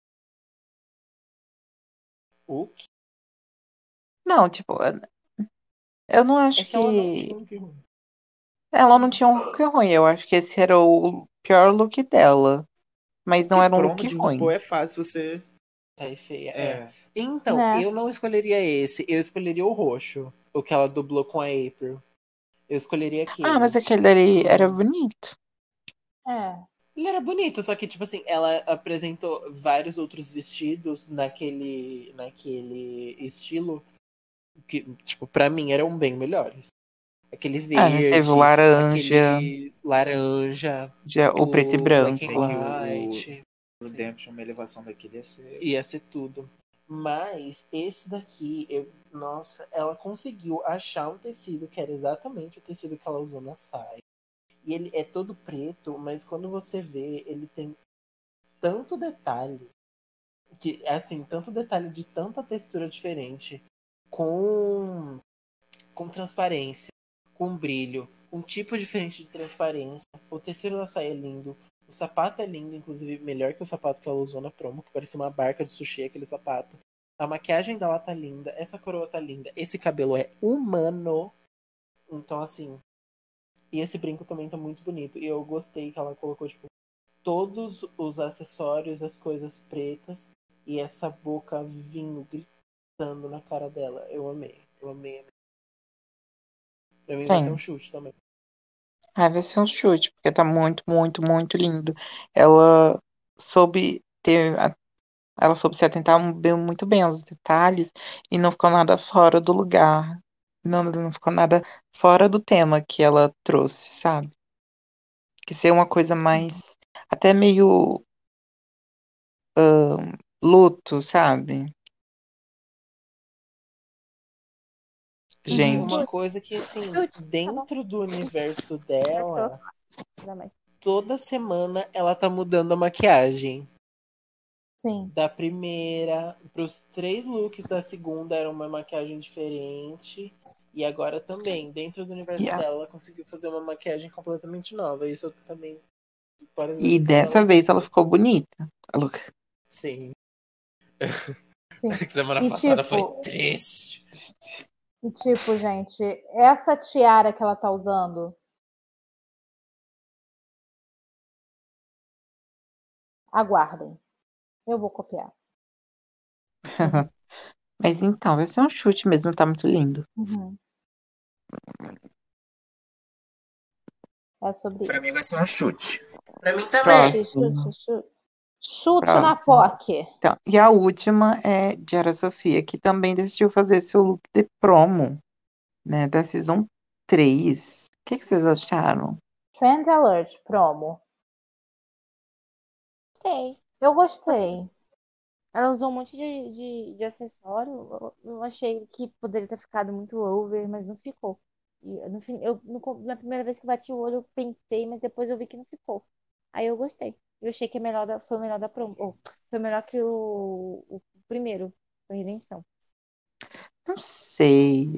o que? Não, tipo, eu não É acho que ela não tinha que um look ruim. ela não tinha um look ruim. Eu acho que esse era o pior look dela. Mas não que era um promo look de RuPaul ruim. é fácil você. Tá aí feia, é. É. Então, Né? eu não escolheria esse. Eu escolheria o roxo. O que ela dublou com a April. Eu escolheria Ah, mas aquele. aquele dali era Hum. bonito. É. Ele era bonito, só que, tipo assim, ela apresentou vários outros vestidos naquele estilo que, tipo, pra mim eram bem melhores. Aquele Ah, né? Teve o verde, laranja, aquele laranja, o preto e o black Se and bem branco. que o white. Sim, Redemption, uma elevação daquele ia ser. ia ser tudo. Mas esse daqui, nossa, ela conseguiu achar um tecido que era exatamente o tecido que ela usou na saia. E ele é todo preto, mas quando você vê, ele tem tanto detalhe que assim, tanto detalhe de tanta textura diferente, com transparência, com brilho, um tipo diferente de transparência. O tecido da saia é lindo, o sapato é lindo, inclusive melhor que o sapato que ela usou na promo, que parecia uma barca de sushi aquele sapato. A maquiagem dela tá linda, essa coroa tá linda, esse cabelo é humano. Então assim, e esse brinco também tá muito bonito. E eu gostei que ela colocou, tipo, todos os acessórios, as coisas pretas e essa boca vindo gritando na cara dela. Eu amei. Eu amei. Pra mim vai ser um Sim. chute também. Ah, vai ser um chute, porque tá muito, muito, muito lindo. Ela soube ter. Ela soube se atentar muito bem aos detalhes e não ficou nada fora do lugar. Não ficou nada fora do tema que ela trouxe, sabe? Que ser uma coisa mais. Até meio luto, sabe? Uhum. Uma Gente. coisa que, assim, Chute, tá bom. dentro do universo Deixa eu dela, falar mais. toda semana ela tá mudando a maquiagem. Sim. Da primeira, pros 3 looks da segunda era uma maquiagem diferente. E agora também, dentro do universo Yeah. dela, ela conseguiu fazer uma maquiagem completamente nova. Isso eu também E parabenizo ela dessa vez ela muito. ficou bonita. A Luca. Sim. Sim. Semana E passada foi tipo, triste. gente, essa tiara que ela tá usando, aguardem. Eu vou copiar. Mas então, vai ser um chute mesmo, tá muito lindo. Uhum. É sobre Pra mim vai isso. ser um chute. Pra mim também. Chute, chute, Próximo. chute. Chute na Próximo. POC. Então, e a última é Diara Sofia, que também decidiu fazer seu look de promo, né, da Season 3. O que vocês acharam? Trend Alert promo. Sei. Eu Assim, gostei. ela usou um monte de acessório. Eu achei que poderia ter ficado muito over, mas não ficou. E no fim, na primeira vez que eu bati o olho, eu pensei, mas depois eu vi que não ficou. Aí eu gostei. Eu achei que foi o melhor da promo. Foi melhor que o primeiro, a Redenção. Não sei.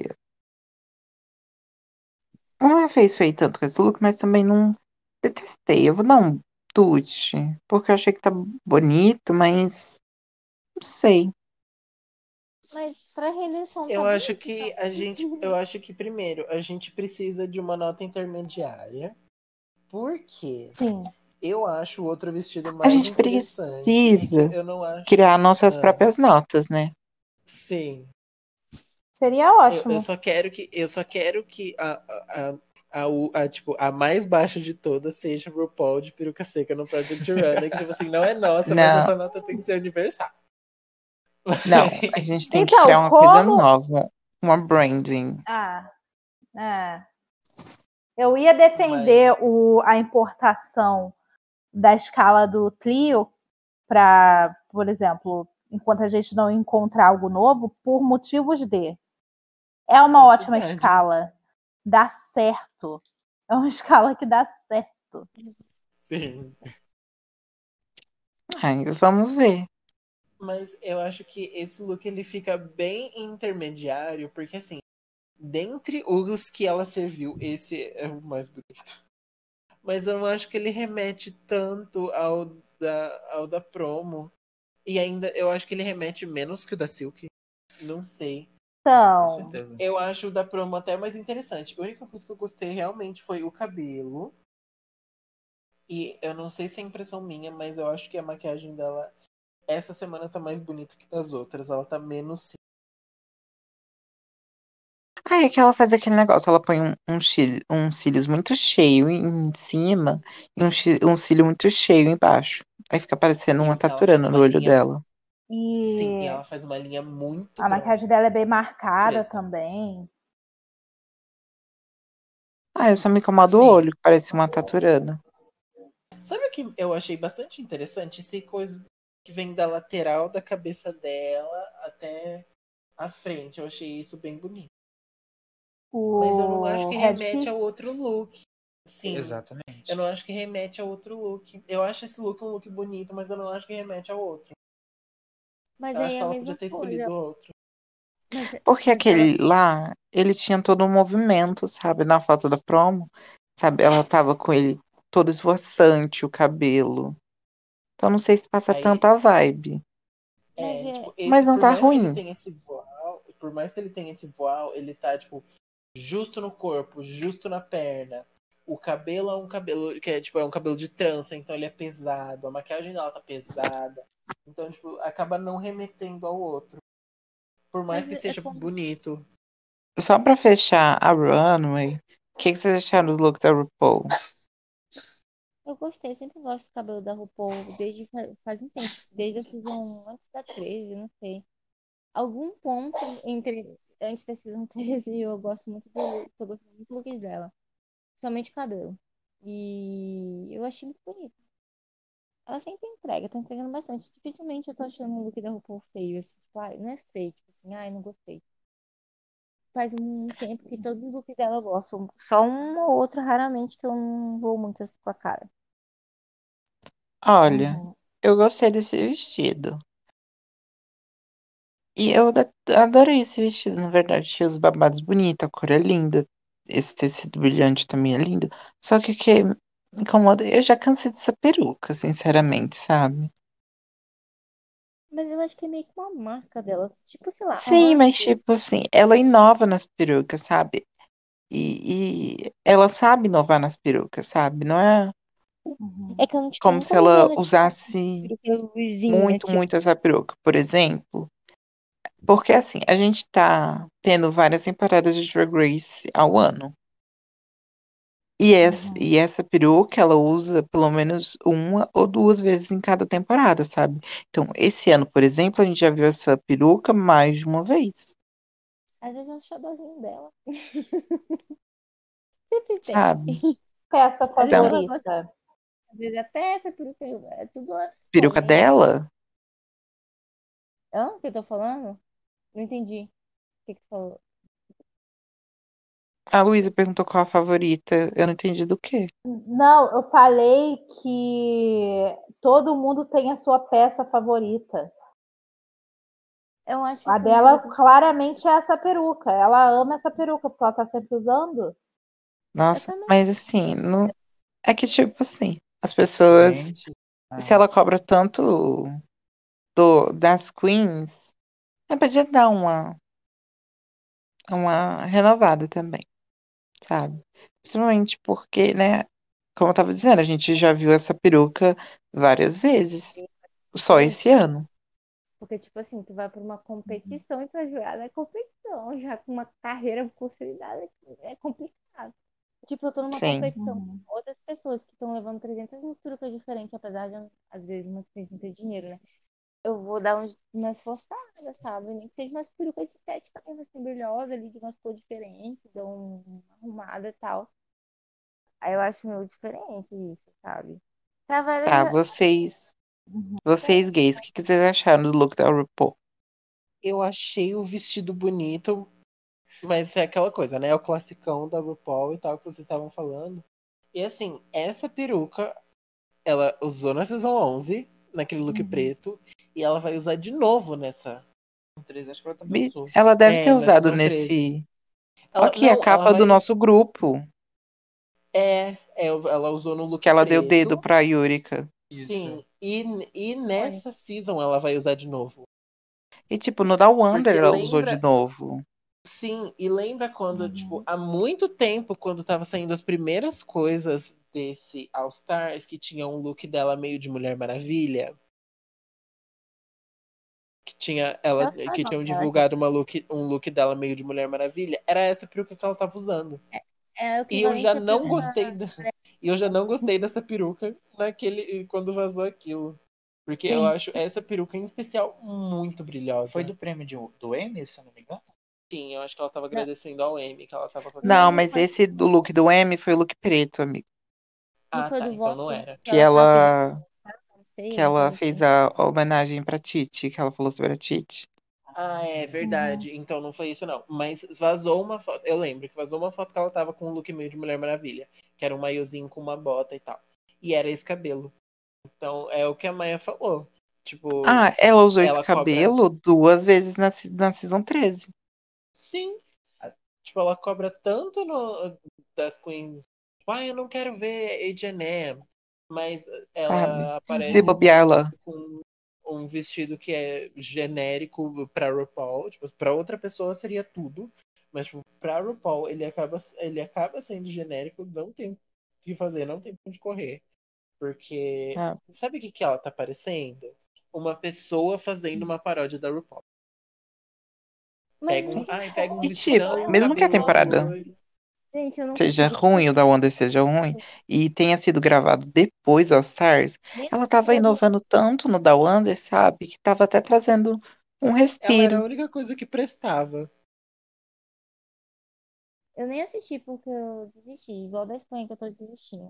Não me afeiçoei tanto com esse look, mas também não detestei. Eu vou dar um tute, porque eu achei que tá bonito, mas não sei. Mas pra Redenção tá Eu acho bonito, que então. primeiro a gente precisa de uma nota intermediária. Por quê? Sim. Eu acho o outro vestido A mais gente interessante e que precisa eu não acho. criar nossas Ah, próprias notas, né? sim. Seria Eu ótimo. só quero que tipo, a mais baixa de todas seja o RuPaul de peruca seca no Project Runner, que tipo assim, não é nossa, mas Não, essa nota tem que ser universal. não. A gente tem que criar Então, uma coisa como. nova, uma branding. Ah, é. Eu ia defender Mas a importação da escala do Clio para, por exemplo, enquanto a gente não encontrar algo novo, por motivos de. É uma ótima praticidade. escala. Dá certo. É uma escala que dá certo. Sim. Ai, vamos ver. Mas eu acho que esse look ele fica bem intermediário, porque assim, dentre os que ela serviu, esse é o mais bonito. Mas eu não acho que ele remete tanto ao da promo. E ainda eu acho que ele remete menos que o da Silk. Não sei. Com Então, certeza. Eu acho o da promo até mais interessante. A única coisa que eu gostei realmente foi o cabelo. E eu não sei se é impressão minha, mas eu acho que a maquiagem dela essa semana tá mais bonita que das outras. Ela tá menos. Aí é que ela faz aquele negócio, ela põe um cílios muito cheio em cima e um cílio muito cheio embaixo. Aí fica parecendo uma E ela faz taturana no uma olho linha. dela. Sim, e e ela faz uma linha muito a maquiagem grossa. dela é bem marcada Preta. também. Ah, eu só me incomodo o Sim. olho, que parece uma taturana. Sabe o que eu achei bastante interessante? Esse coisa que vem da lateral da cabeça dela até a frente. Eu achei isso bem bonito. Mas eu não acho O que Red remete ao Kiss. outro look. Sim. Eu Exatamente. não acho que remete ao outro look. Eu acho esse look um look bonito, mas eu não acho que remete ao outro. Mas Eu aí acho é que a ela podia mesma ter escolhido coisa. outro. Mas, Porque mas ela. aquele lá, ele tinha todo um movimento, sabe? Na foto da promo, sabe? Ela tava com ele todo esvoaçante, o cabelo. Então não sei se passa Aí, tanta vibe. Mas tipo, Mas não por tá mais que ele ruim. tenha esse voal, por mais que ele tenha esse voal, ele tá, tipo, justo no corpo, justo na perna. O cabelo é um cabelo que é, tipo, é um cabelo de trança, então ele é pesado. A maquiagem dela tá pesada. Então, tipo, acaba não remetendo ao outro. Por mais mas que é seja como. bonito. Só pra fechar a runway, o que vocês acharam do look da RuPaul? Eu gostei, sempre gosto do cabelo da RuPaul, desde faz um tempo, desde a season antes da 13, não sei. Algum ponto antes da season 13 eu gosto muito tô gostando muito do look dela. Somente o cabelo. E eu achei muito bonito. Ela sempre entrega, tá entregando bastante. Dificilmente eu tô achando um look da RuPaul feio, assim, tipo, ai, não é feio, tipo assim, ai, não gostei. Faz um tempo que todos os looks dela eu gosto. Só um ou outro, raramente, que eu não vou muito assim com a cara. Olha, Uhum. eu gostei desse vestido. E eu adorei esse vestido, na verdade. Tinha os babados bonitos, a cor é linda. Esse tecido brilhante também é lindo. Só que o que me incomoda, eu já cansei dessa peruca, sinceramente, sabe? Mas eu acho que é meio que uma marca dela. Tipo, sei lá, Sim, ela mas tipo assim, ela inova nas perucas, sabe? E ela sabe inovar nas perucas, sabe? Não é é que eu não, tipo, como não se tô vendo ela ela tipo, usasse peruca luzinha, muito, tipo. muito essa peruca, por exemplo. Porque assim, a gente tá tendo várias temporadas de Drag Race ao ano. E Uhum. essa peruca ela usa pelo menos uma ou duas vezes em cada temporada, sabe? Então, esse ano, por exemplo, a gente já viu essa peruca mais de uma vez, Às vezes é o xodózinho dela. Sempre tem. sabe? Peça Às vezes Então, ela gosta, favorita. às vezes até essa peruca é tudo ela peruca escolhe. dela, Hã? O que eu tô falando? Não entendi. O que que tu falou? a Luísa perguntou qual a favorita. Eu não entendi do quê. Não, eu falei que todo mundo tem a sua peça favorita. Eu acho A assim, dela peruca. claramente é essa peruca. Ela ama essa peruca porque ela tá sempre usando. Eu Nossa, também. mas assim, não... é que tipo assim, as pessoas, Gente, se ah, ela cobra tanto das queens, ela podia dar uma renovada também, sabe? Principalmente porque, né, como eu tava dizendo, a gente já viu essa peruca várias vezes, só Vezes, esse ano. porque, tipo assim, tu vai pra uma competição e tu é jurada na competição. Já com uma carreira consolidada é complicado. Tipo, eu tô numa Sim, competição Uhum. com outras pessoas que estão levando 300 mil perucas diferentes, apesar de, às vezes, umas vezes não ter dinheiro, né? Eu vou dar umas forçadas, sabe? Nem que seja umas perucas estéticas mesmo, assim, brilhosas ali, de umas cores diferentes, dou uma arrumada e tal. Aí eu acho meio diferente isso, sabe? Pra tá, várias. vocês gays, o que que vocês acharam do look da RuPaul? Eu achei o vestido bonito, mas é aquela coisa, né? É o classicão da RuPaul e tal que vocês estavam falando. E assim, essa peruca, ela usou na Season 11, naquele look Uhum. preto, e ela vai usar de novo nessa. 13, acho que ela também usou. Ela deve ter É, na usado Season 13. nesse. Ela, Aqui, a não, ela capa do vai. nosso grupo, Ela usou no que look ela deu o dedo preto. pra Yurika. Sim, Isso. e Olha, nessa season ela vai usar de novo. E, tipo, no Down Under Porque ela usou de lembra, novo. sim, e lembra quando, tipo, Uhum. há muito tempo, quando tava saindo as primeiras coisas desse All Stars, que tinha um look dela meio de Mulher Maravilha, que tinha ela, eu só que não, tinham ela que divulgado um look dela meio de Mulher Maravilha, era essa peruca que ela tava usando. é o E eu já equivalente à não peruca. gostei e eu já não gostei dessa peruca quando vazou aquilo. Porque eu Sim. acho essa peruca em especial muito Foi brilhosa. do prêmio do Emmy, se eu não me engano? Sim, eu acho que ela tava Não, agradecendo ao Amy, que ela tava com aquela Não, não mas peruca. foi, esse do look do M foi o look preto, amigo. não Ah, foi tá, do então não voto, não, era. que Que ela fala que ele ela, não sei, que alguma ela coisa fez assim. a homenagem pra Titi, que ela falou sobre a Titi. Ah, é Uhum. verdade. Então não foi isso, não. Mas vazou uma foto. Eu lembro que vazou uma foto que ela tava com um look meio de Mulher Maravilha. Que era um maiozinho com uma bota e tal. E era esse cabelo. Então é o que a Maia falou. Tipo, Ah, ela usou esse ela cobra. cabelo duas vezes na Season 13, Sim. Tipo, ela cobra tanto das queens. Tipo, eu não quero ver H&M. Mas sabe? ela Se aparece bobear lá. com um vestido que é genérico pra RuPaul. Tipo, pra outra pessoa seria tudo. Mas, tipo, pra RuPaul, ele acaba sendo genérico. Não tem o que fazer, não tem pra onde correr. Porque, Sabe? sabe o que que ela tá parecendo? Uma pessoa fazendo uma paródia da RuPaul. Mas não tem Pega um E como. tipo, vestidão, um mesmo que a cabelo temporada loiro. Gente, eu não seja consigo. Tipo ruim, o assim, da Wonder seja ruim, e tenha sido gravado depois do All Stars, nem ela tava eu inovando tanto no da Wonder, sabe? Que tava até trazendo um Ela era a respiro. única coisa que prestava. eu nem assisti porque eu desisti, igual da Espanha que eu tô desistindo.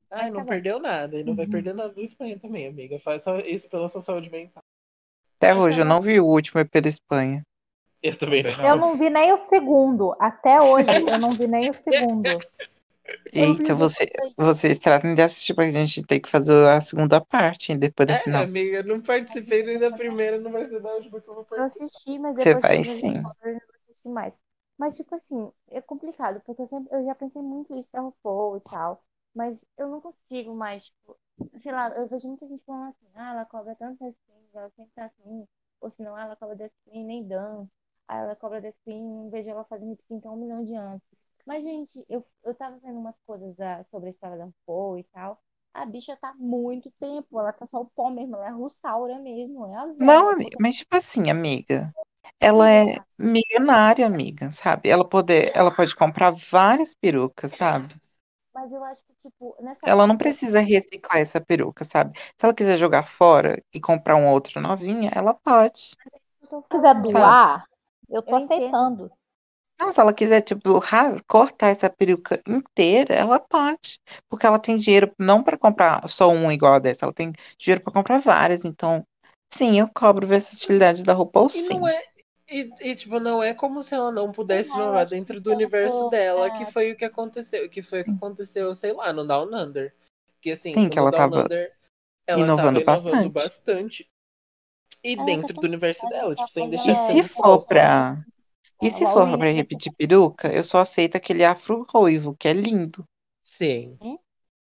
Ai, Mas não tá bom. perdeu nada. E não vai Uhum. perder nada do Espanha também, amiga. Faz só isso pela sua saúde mental. Até Mas hoje tá eu não bom. vi o último EP da Espanha. Eu também Também Eu não. não. não vi nem o segundo. Até hoje eu não vi nem o segundo. Eu vi Eita, o depois aí. vocês tratam de assistir, mas a gente tem que fazer a segunda parte, hein, depois da É, final. amiga, não Mas participei isso nem eu da vou fazer. primeira, não vai ser da última que eu vou Eu participar. assisti, mas Você depois que eu vai vi os sim. spoilers, eu não assisti mais. Mas, tipo assim, é complicado, porque eu já pensei muito isso da RuPaul e tal. Mas eu não consigo mais, tipo, sei lá, eu vejo muita gente falando assim, ah, ela cobra tantas queens, ela sempre tá assim. Ou senão, ah, ela cobra desse queen, nem dança. Aí ela cobra desse queen, não vejo ela fazendo lip sync há 1 milhão de anos. Mas, gente, eu tava vendo umas coisas sobre a história da RuPaul e tal. A bicha tá há muito tempo, ela tá só o pó mesmo, ela é a Russaura mesmo, é a Não, velha. amiga, mas tipo assim, amiga, ela Amiga, é milionária, amiga, sabe? Ela pode comprar várias perucas, sabe? mas eu acho que, tipo, nessa Ela não parte da. precisa reciclar essa peruca, sabe? Se ela quiser jogar fora e comprar uma outra novinha, ela pode, Eu tô Se quiser falando, sabe? doar, eu eu tô entendo. aceitando. Não, se ela quiser, tipo, cortar essa peruca inteira, ela pode. Porque ela tem dinheiro não para comprar só uma igual a dessa, ela tem dinheiro para comprar várias. Então, sim, eu cobro versatilidade da RuPaul, E não sim. é. Tipo, não é como se ela não Sei pudesse lá, eu inovar acho que dentro do se ela universo for. dela, que foi o que aconteceu. Que foi o que Sim, aconteceu, sei lá, no Down Under. Que assim, sim, que no ela Down tava Under ela tava inovando inovando bastante. bastante. E É dentro do totalmente. universo Mas dela, essa tipo, sem voz, deixar E de ela ser é se muito for falsa. totalmente. pra, e se O for Winner pra é repetir peruca, eu só aceito aquele afro ruivo, que é lindo. Sim. totalmente.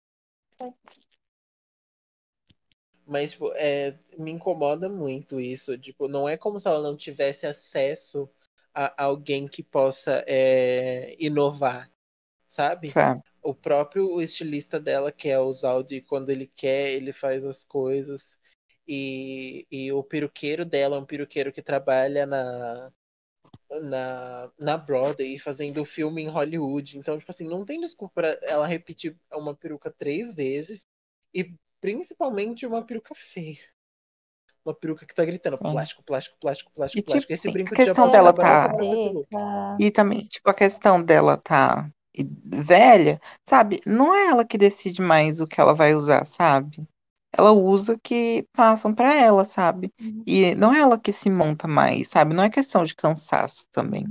Mas, tipo, me incomoda muito isso. Tipo, não é como se ela não tivesse acesso a alguém que possa inovar, sabe? Sabe? O próprio estilista dela quer usar o de quando ele quer, ele faz as coisas. E o peruqueiro dela é um peruqueiro que trabalha na Broadway, fazendo filme em Hollywood. Então, tipo assim, não tem desculpa pra ela repetir uma peruca 3 vezes. E principalmente uma peruca feia. Uma peruca que tá gritando Sim. plástico, plástico, plástico, E plástico, tipo plástico. Esse assim, a brinco de questão dela jabuticaba não Peruca tá. combina com esse look. seca. E também, tipo, a questão dela tá velha, sabe? Não é ela que decide mais o que ela vai usar, sabe? Ela usa o que passam pra ela, sabe? E não é ela que se monta mais, sabe? Não é questão de cansaço também,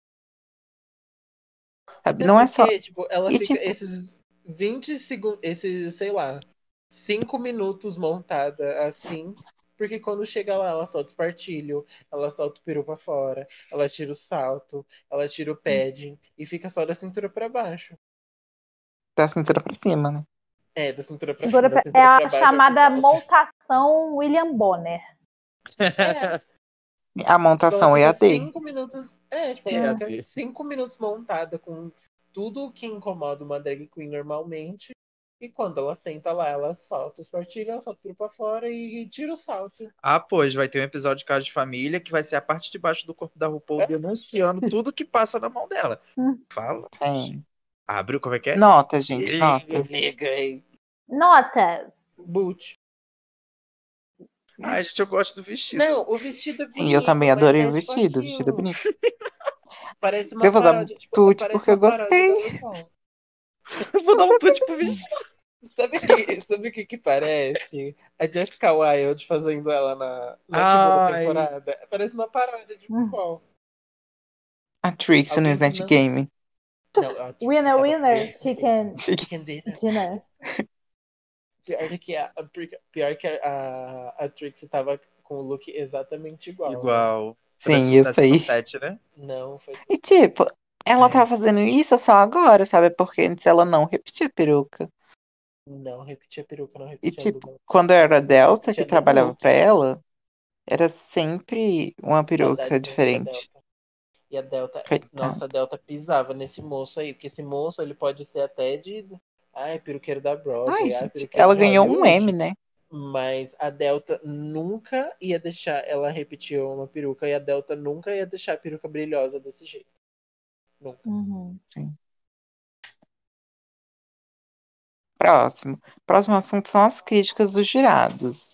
sabe? Até Não é só. porque, tipo, ela E fica tipo, esses 20 segundos, esses, sei lá, 5 minutos montada assim. Porque quando chega lá, ela solta o espartilho, ela solta o peru pra fora, ela tira o salto, ela tira o padding e fica só da cintura pra baixo. da cintura pra cima, né? É, da cintura pra cima, Agora da é cintura a pra baixo é o que chamada falta. montação William Bonner. É, A tipo, ela montação fica EAD. 5 minutos. É, tipo, ela fica 5 minutos montada com tudo o que incomoda uma drag queen normalmente. E quando ela senta lá, ela solta os partilhos, ela solta tudo pra fora e tira o salto. Ah, pois, vai ter um episódio de Casa de Família que vai ser a parte de baixo do corpo da RuPaul denunciando tudo que passa na mão dela. Fala. Sim. Abre, como é que é? Nota, gente, Liga, nota. nega, Notas. boot. Ai, gente, eu gosto do vestido. Não, o vestido é Sim, eu também bonito, mas adorei é o tipo vestido é aquilo. bonito. Parece uma Eu vou dar paródia, tipo, tute parece porque eu uma paródia da gostei. RuPaul. Eu vou dar um tute pro vestido. Sabe o que que parece? A Jessica Wilde fazendo ela na segunda Ai, temporada. Parece uma paródia de RuPaul. A Trixie no Alguém que Snatch não. Game. Não, a Trixie Winner, tava winner, perfeita. chicken Chicken dinner. dinner. Pior que a Trixie tava com o look exatamente igual, né? igual. Sim, Da isso season aí. 7, né? Não, foi. E tipo, ela É, tava fazendo isso só agora, sabe? Porque antes ela não repetia a peruca. não repetia a peruca, não E repetia a tipo, Duda, quando era a não Delta repetia que a The trabalhava pra Boot. ela, era sempre uma peruca Saudades mesmo da diferente. Delta. E a Delta, Coitada. nossa, a Delta pisava nesse moço aí, porque esse moço ele pode ser até de. Ai, peruqueiro da Ai, Broadway, ai, gente, peruqueiro ela de ganhou um M, Hollywood. né? Mas a Delta nunca ia deixar ela repetir uma peruca e a Delta nunca ia deixar a peruca brilhosa desse jeito. Nunca. Uhum. Sim. Próximo. Próximo assunto são as críticas dos jurados.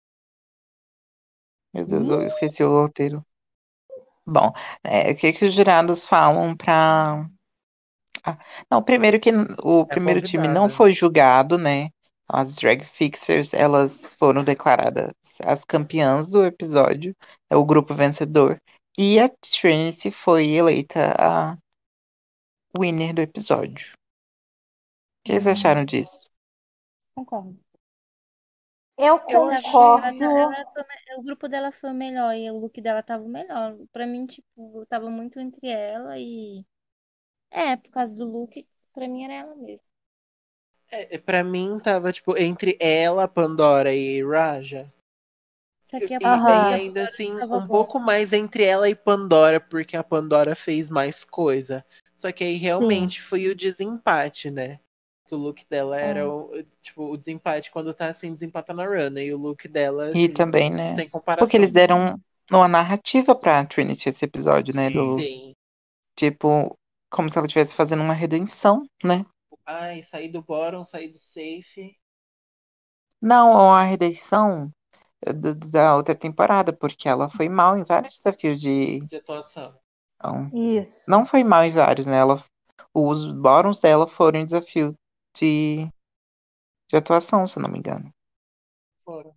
Meu Deus, eu esqueci o roteiro. Bom, o que que os jurados falam para Não, primeiro que o É primeiro time não convidada. foi julgado, né? As drag fixers, elas foram declaradas as campeãs do episódio, é o grupo vencedor. E a Trinity foi eleita a winner do episódio. O que vocês acharam disso? Concordo. Eu Eu achei concordo. o grupo dela foi o melhor e o look dela tava o melhor. Pra mim, tipo, eu tava muito entre ela e. É, por causa do look, pra mim era ela mesmo. Pra mim tava, tipo, entre ela, Pandora e Raja. Só que a E Aham. ainda assim, tava um bom. pouco mais entre ela e Pandora, porque a Pandora fez mais coisa. Só que aí Sim. realmente foi o desempate, né? Que o look dela era É. tipo, o desempate quando tá assim, desempata na run. E o look dela, E assim, também, não né? tem Porque eles comparação. deram uma narrativa pra Trinity esse episódio, né? Sim. Sim. Tipo, como se ela estivesse fazendo uma redenção, né? Ai, sair do bottom, sair do safe. Não, a redenção da outra temporada, porque ela foi mal em vários desafios de. De atuação. Não, Isso. não foi mal em vários, né? Os bottoms dela foram em desafio de, de atuação, se eu não me engano. Foram.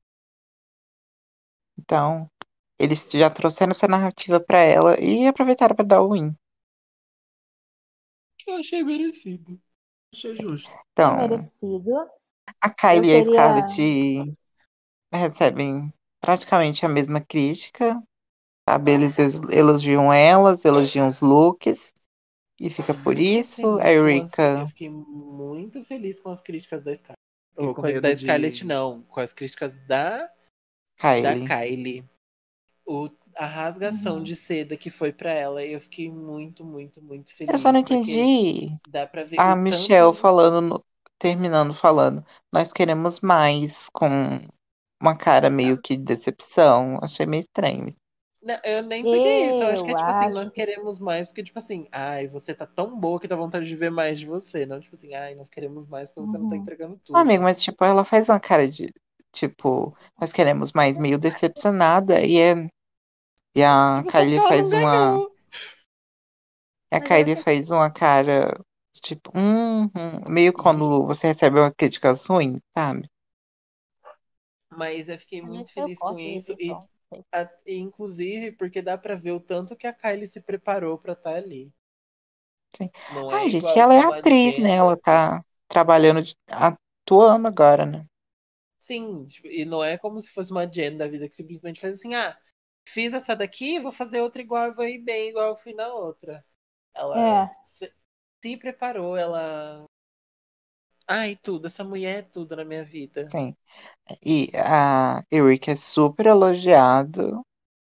Então, eles já trouxeram essa narrativa pra ela e aproveitaram pra dar o win. Que eu achei merecido. Achei justo. É Então, merecido. a Eu Kylie e a teria. Scarlett recebem praticamente a mesma crítica, sabe? Eles elogiam elas, elogiam os looks, e fica por Muito isso. A feliz com as. Eu Eureka, fiquei muito feliz com as críticas da Scarlett. E Ou com da medo Scarlett, de. não. Com as críticas da Kylie. Kylie. A rasgação Uhum. de seda que foi pra ela, eu fiquei muito, muito, muito Eu só não feliz. Porque entendi dá pra ver a o Michelle tanto. falando, terminando falando. Nós queremos mais, com uma cara meio que de decepção. Achei meio estranho. Não, eu nem peguei isso. Eu acho que Eu é tipo assim, nós acho. queremos mais, porque, tipo assim, ai, você tá tão boa que dá vontade de ver mais de você. Não, tipo assim, ai, nós queremos mais porque você não tá Uhum. entregando Não, tudo. amigo, mas tipo, ela faz uma cara de, tipo, nós queremos mais meio decepcionada e a Tipo, só porque Kylie ela não faz uma, ganhou. a Mas eu Kylie achei que faz uma cara, tipo, meio quando você recebe uma crítica ruim, sabe? Mas eu fiquei mas muito eu feliz com gosto de isso. edição. Não sei. Inclusive, porque dá pra ver o tanto que a Kylie se preparou pra estar ali. Sim. Não Ai, é gente, igual, ela é tipo, uma atriz, né? agenda Ela que. tá trabalhando, atuando agora, né? Sim, tipo, e não é como se fosse uma agenda da vida que simplesmente faz assim, ah, fiz essa daqui, vou fazer outra igual e vou ir bem, igual eu fui na outra. Ela É. se preparou, ela. Ai, tudo, essa mulher é tudo na minha vida. Sim. E a Eureka é super elogiado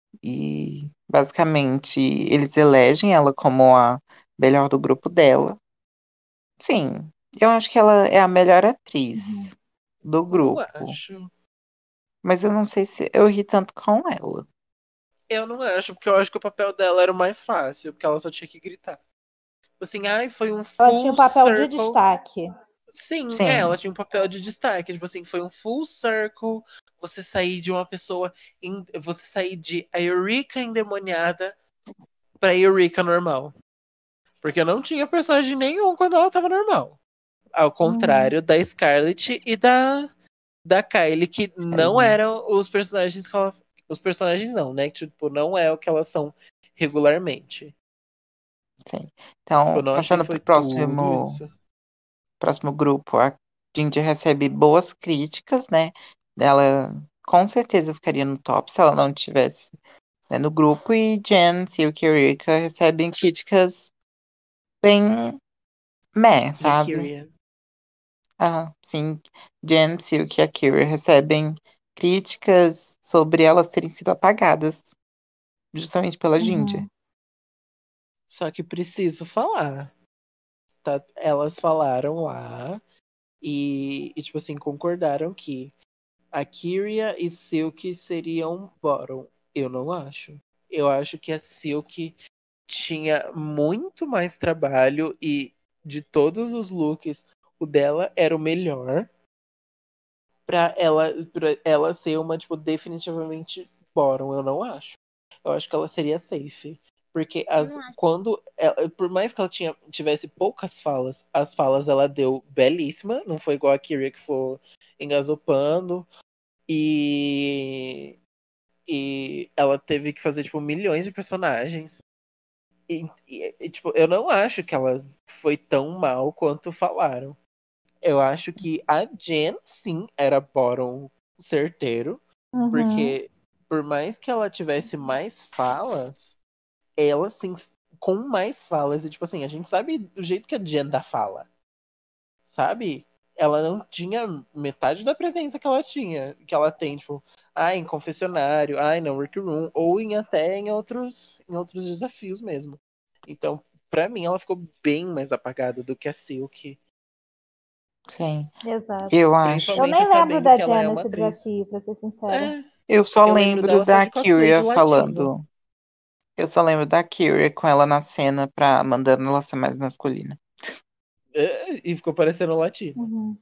e basicamente eles elegem ela como a melhor do grupo dela. Sim, eu acho que ela é a melhor atriz Uhum. do Eu grupo, acho. mas eu não sei se eu ri tanto com ela. Eu não acho, porque eu acho que o papel dela era o mais fácil, porque ela só tinha que gritar. Assim, ai, foi um Ela tinha full um papel de circle. destaque. Sim, ela Sim, tinha um papel de destaque. Tipo assim, foi um full circle. Você sair de uma pessoa. Você sair de a Eureka endemoniada pra Eureka normal. Porque não tinha personagem nenhum quando ela tava normal. Ao Uhum. contrário da Scarlett e da Kylie, que não Kylie, eram os personagens que ela. Os personagens não, né? Que, tipo, não é o que elas são regularmente. sim. Eu Então, não achei que passando foi pro tudo isso. próximo grupo, a Ginger recebe boas críticas, né? Ela com certeza ficaria no top se ela não tivesse, né, no grupo, e Jen, Silk e Eureka recebem críticas bem E a sabe? Kyria. Ah, sim, Jen, Silk e a Kyria recebem críticas sobre elas terem sido apagadas, justamente pela Ginger. Uhum. Só que preciso falar. Tá? Elas falaram lá tipo assim, concordaram que a Kyria e Silk seriam bottom. Eu não acho. Eu acho que a Silk tinha muito mais trabalho e de todos os looks, o dela era o melhor pra ela ser uma, tipo, definitivamente bottom. Eu não acho. Eu acho que ela seria safe. Porque Eu não acho. por mais que ela tivesse poucas falas, as falas ela deu belíssima. Não foi igual a Kyria que foi engasopando. E, e ela teve que fazer, tipo, milhões de personagens. Tipo, eu não acho que ela foi tão mal quanto falaram. Eu acho que a Jen, sim, era bottom certeiro. Uhum. Porque por mais que ela tivesse mais falas, ela, sim, com mais falas. E, tipo assim, a gente sabe do jeito que a Jen dá fala. Sabe? Ela não tinha metade da presença que ela tinha, que ela tem, tipo, em confessionário, no workroom, ou até em outros desafios mesmo. Então, pra mim, ela ficou bem mais apagada do que a Silk. Sim, Exato. eu acho. Eu Principalmente nem lembro sabendo da que ela Jen é uma nesse atriz. desafio, pra ser sincera. É, Eu só eu lembro lembro dela só da de cosplay Kyria de latino. falando. Eu só lembro da Kyria com ela na cena mandando ela ser mais masculina. E ficou parecendo latino. Uhum.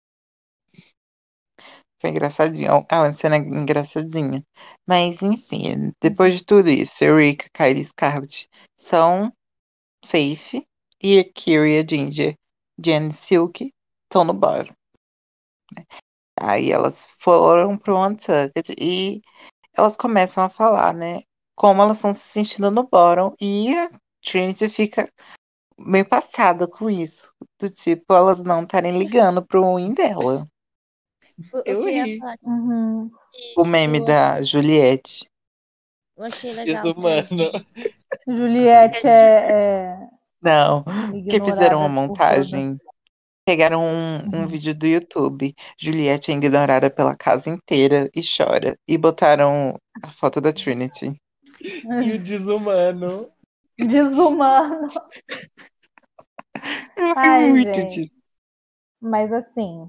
Foi engraçadinho. Uma cena engraçadinha. Mas, enfim, depois de tudo isso, Eureka, Kylie e Scarlett são safe. E a Kyria, Ginger, Jen e Silk estão no bottom. Aí elas foram pro Untucked e elas começam a falar, né? Como elas estão se sentindo no bottom. E a Trinity fica meio passada com isso. Do tipo, elas não estarem ligando pro win dela. Eu Eu queria ri. falar Uhum. que, O tipo, meme da Juliette. eu achei legal que a Desumano. Juliette é Não, que fizeram uma ignorada por toda. montagem. Pegaram um Uhum. vídeo do YouTube. Juliette é ignorada pela casa inteira e chora. E botaram a foto da Trinity. E o desumano. Desumano. Eu ri Ai, muito gente. disso. Mas assim,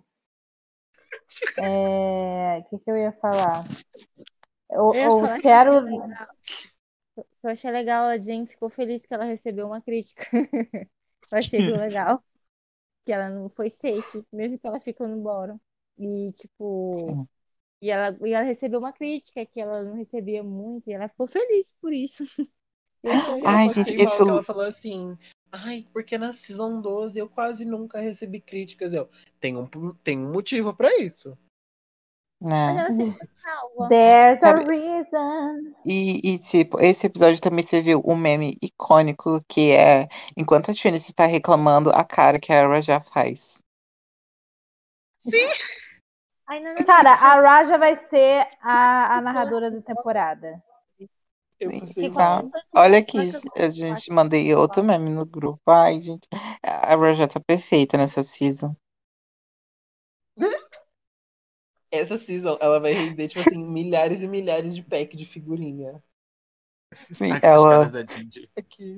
o que eu ia falar? Eu ia Eu falar quero. eu achei legal, a Jen ficou feliz que ela recebeu uma crítica. Eu achei legal. Que ela não foi safe, mesmo que ela ficou no bottom. E, tipo, Sim. e ela recebeu uma crítica que ela não recebia muito, e ela ficou feliz por isso. Eu achei Eu Ai, legal. gente, passei mal isso. que ela falou assim. Porque na Season 12 eu quase nunca recebi críticas. Tem um motivo pra isso. Mas Né? ela sempre foi salva. There's a Sabe? reason. Tipo, esse episódio também serviu um meme icônico que é enquanto a Trinity tá reclamando, a cara que a Raja faz. Sim. Ai, nada a ver, Cara, tipo, a Raja vai ser a pessoas narradora da temporada. Eu Sim, passei tá? mal. Olha aqui, quantas a gente mandei outro meme no grupo. Ai, gente, a Raja tá perfeita nessa season. Essa season, ela vai render, tipo assim, milhares e milhares de pack de figurinha. Sim, Aqui as ela. caras da Ginger. Aqui.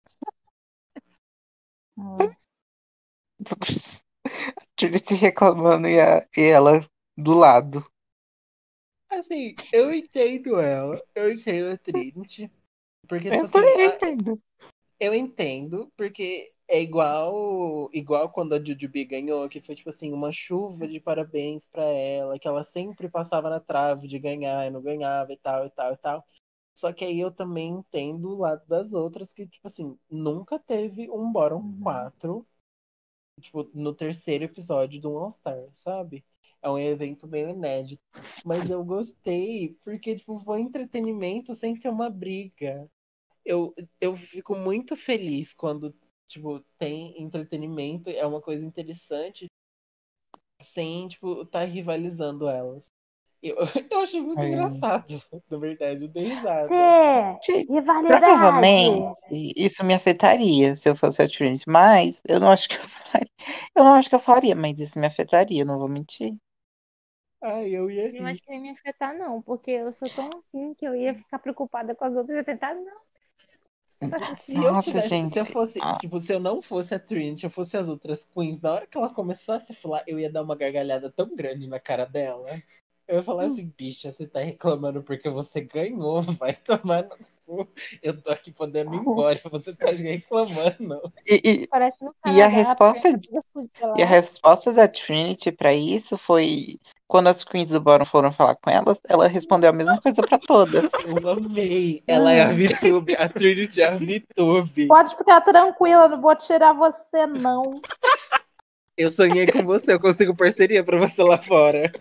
Trinity reclamando e ela do lado. Assim, eu entendo ela. Eu entendo a Trinity. Porque, tipo Eu assim, também entendo. eu entendo, porque é igual quando a Jujubee ganhou, que foi, tipo assim, uma chuva de parabéns pra ela, que ela sempre passava na trave de ganhar e não ganhava e tal, e tal, e tal. Só que aí eu também entendo o lado das outras que, tipo assim, nunca teve um Bottom 4, tipo, no terceiro episódio do All Star, sabe? É um evento meio inédito. Mas eu gostei, porque, tipo, foi entretenimento sem ser uma briga. Eu fico muito feliz quando, tipo, tem entretenimento, é uma coisa interessante, sem, tipo, tá rivalizando elas. Eu, eu achei muito É. engraçado, na verdade, eu dei risada. Ter Sim, rivalidade. provavelmente isso me afetaria se eu fosse a Trinity, mas eu não acho que eu faria. Eu não acho que eu faria, mas isso me afetaria, não vou mentir. Ai, eu ia eu rir. acho que não ia me afetar, não, porque eu sou tão assim que eu ia ficar preocupada com as outras e ia tentar, não, você vai Se eu continuar. Nossa, tivesse, se eu gente. fosse, tipo, se eu não fosse a Trinity, eu fosse as outras queens, na hora que ela começasse a falar, eu ia dar uma gargalhada tão grande na cara dela. Eu ia falar assim, bicha, você tá reclamando porque você ganhou, vai tomar no Eu tô aqui podendo ir embora, você tá reclamando. Parece no E a Canadá, resposta, porque eu fui de e a lá. resposta da Trinity pra isso foi quando as queens do Bottom foram falar com ela respondeu a mesma coisa pra todas. Eu amei. Ela é a VTube, a Trinity é a VTube. Pode ficar tranquila, não vou tirar você, não. Eu sonhei com você, eu consigo parceria pra você lá fora.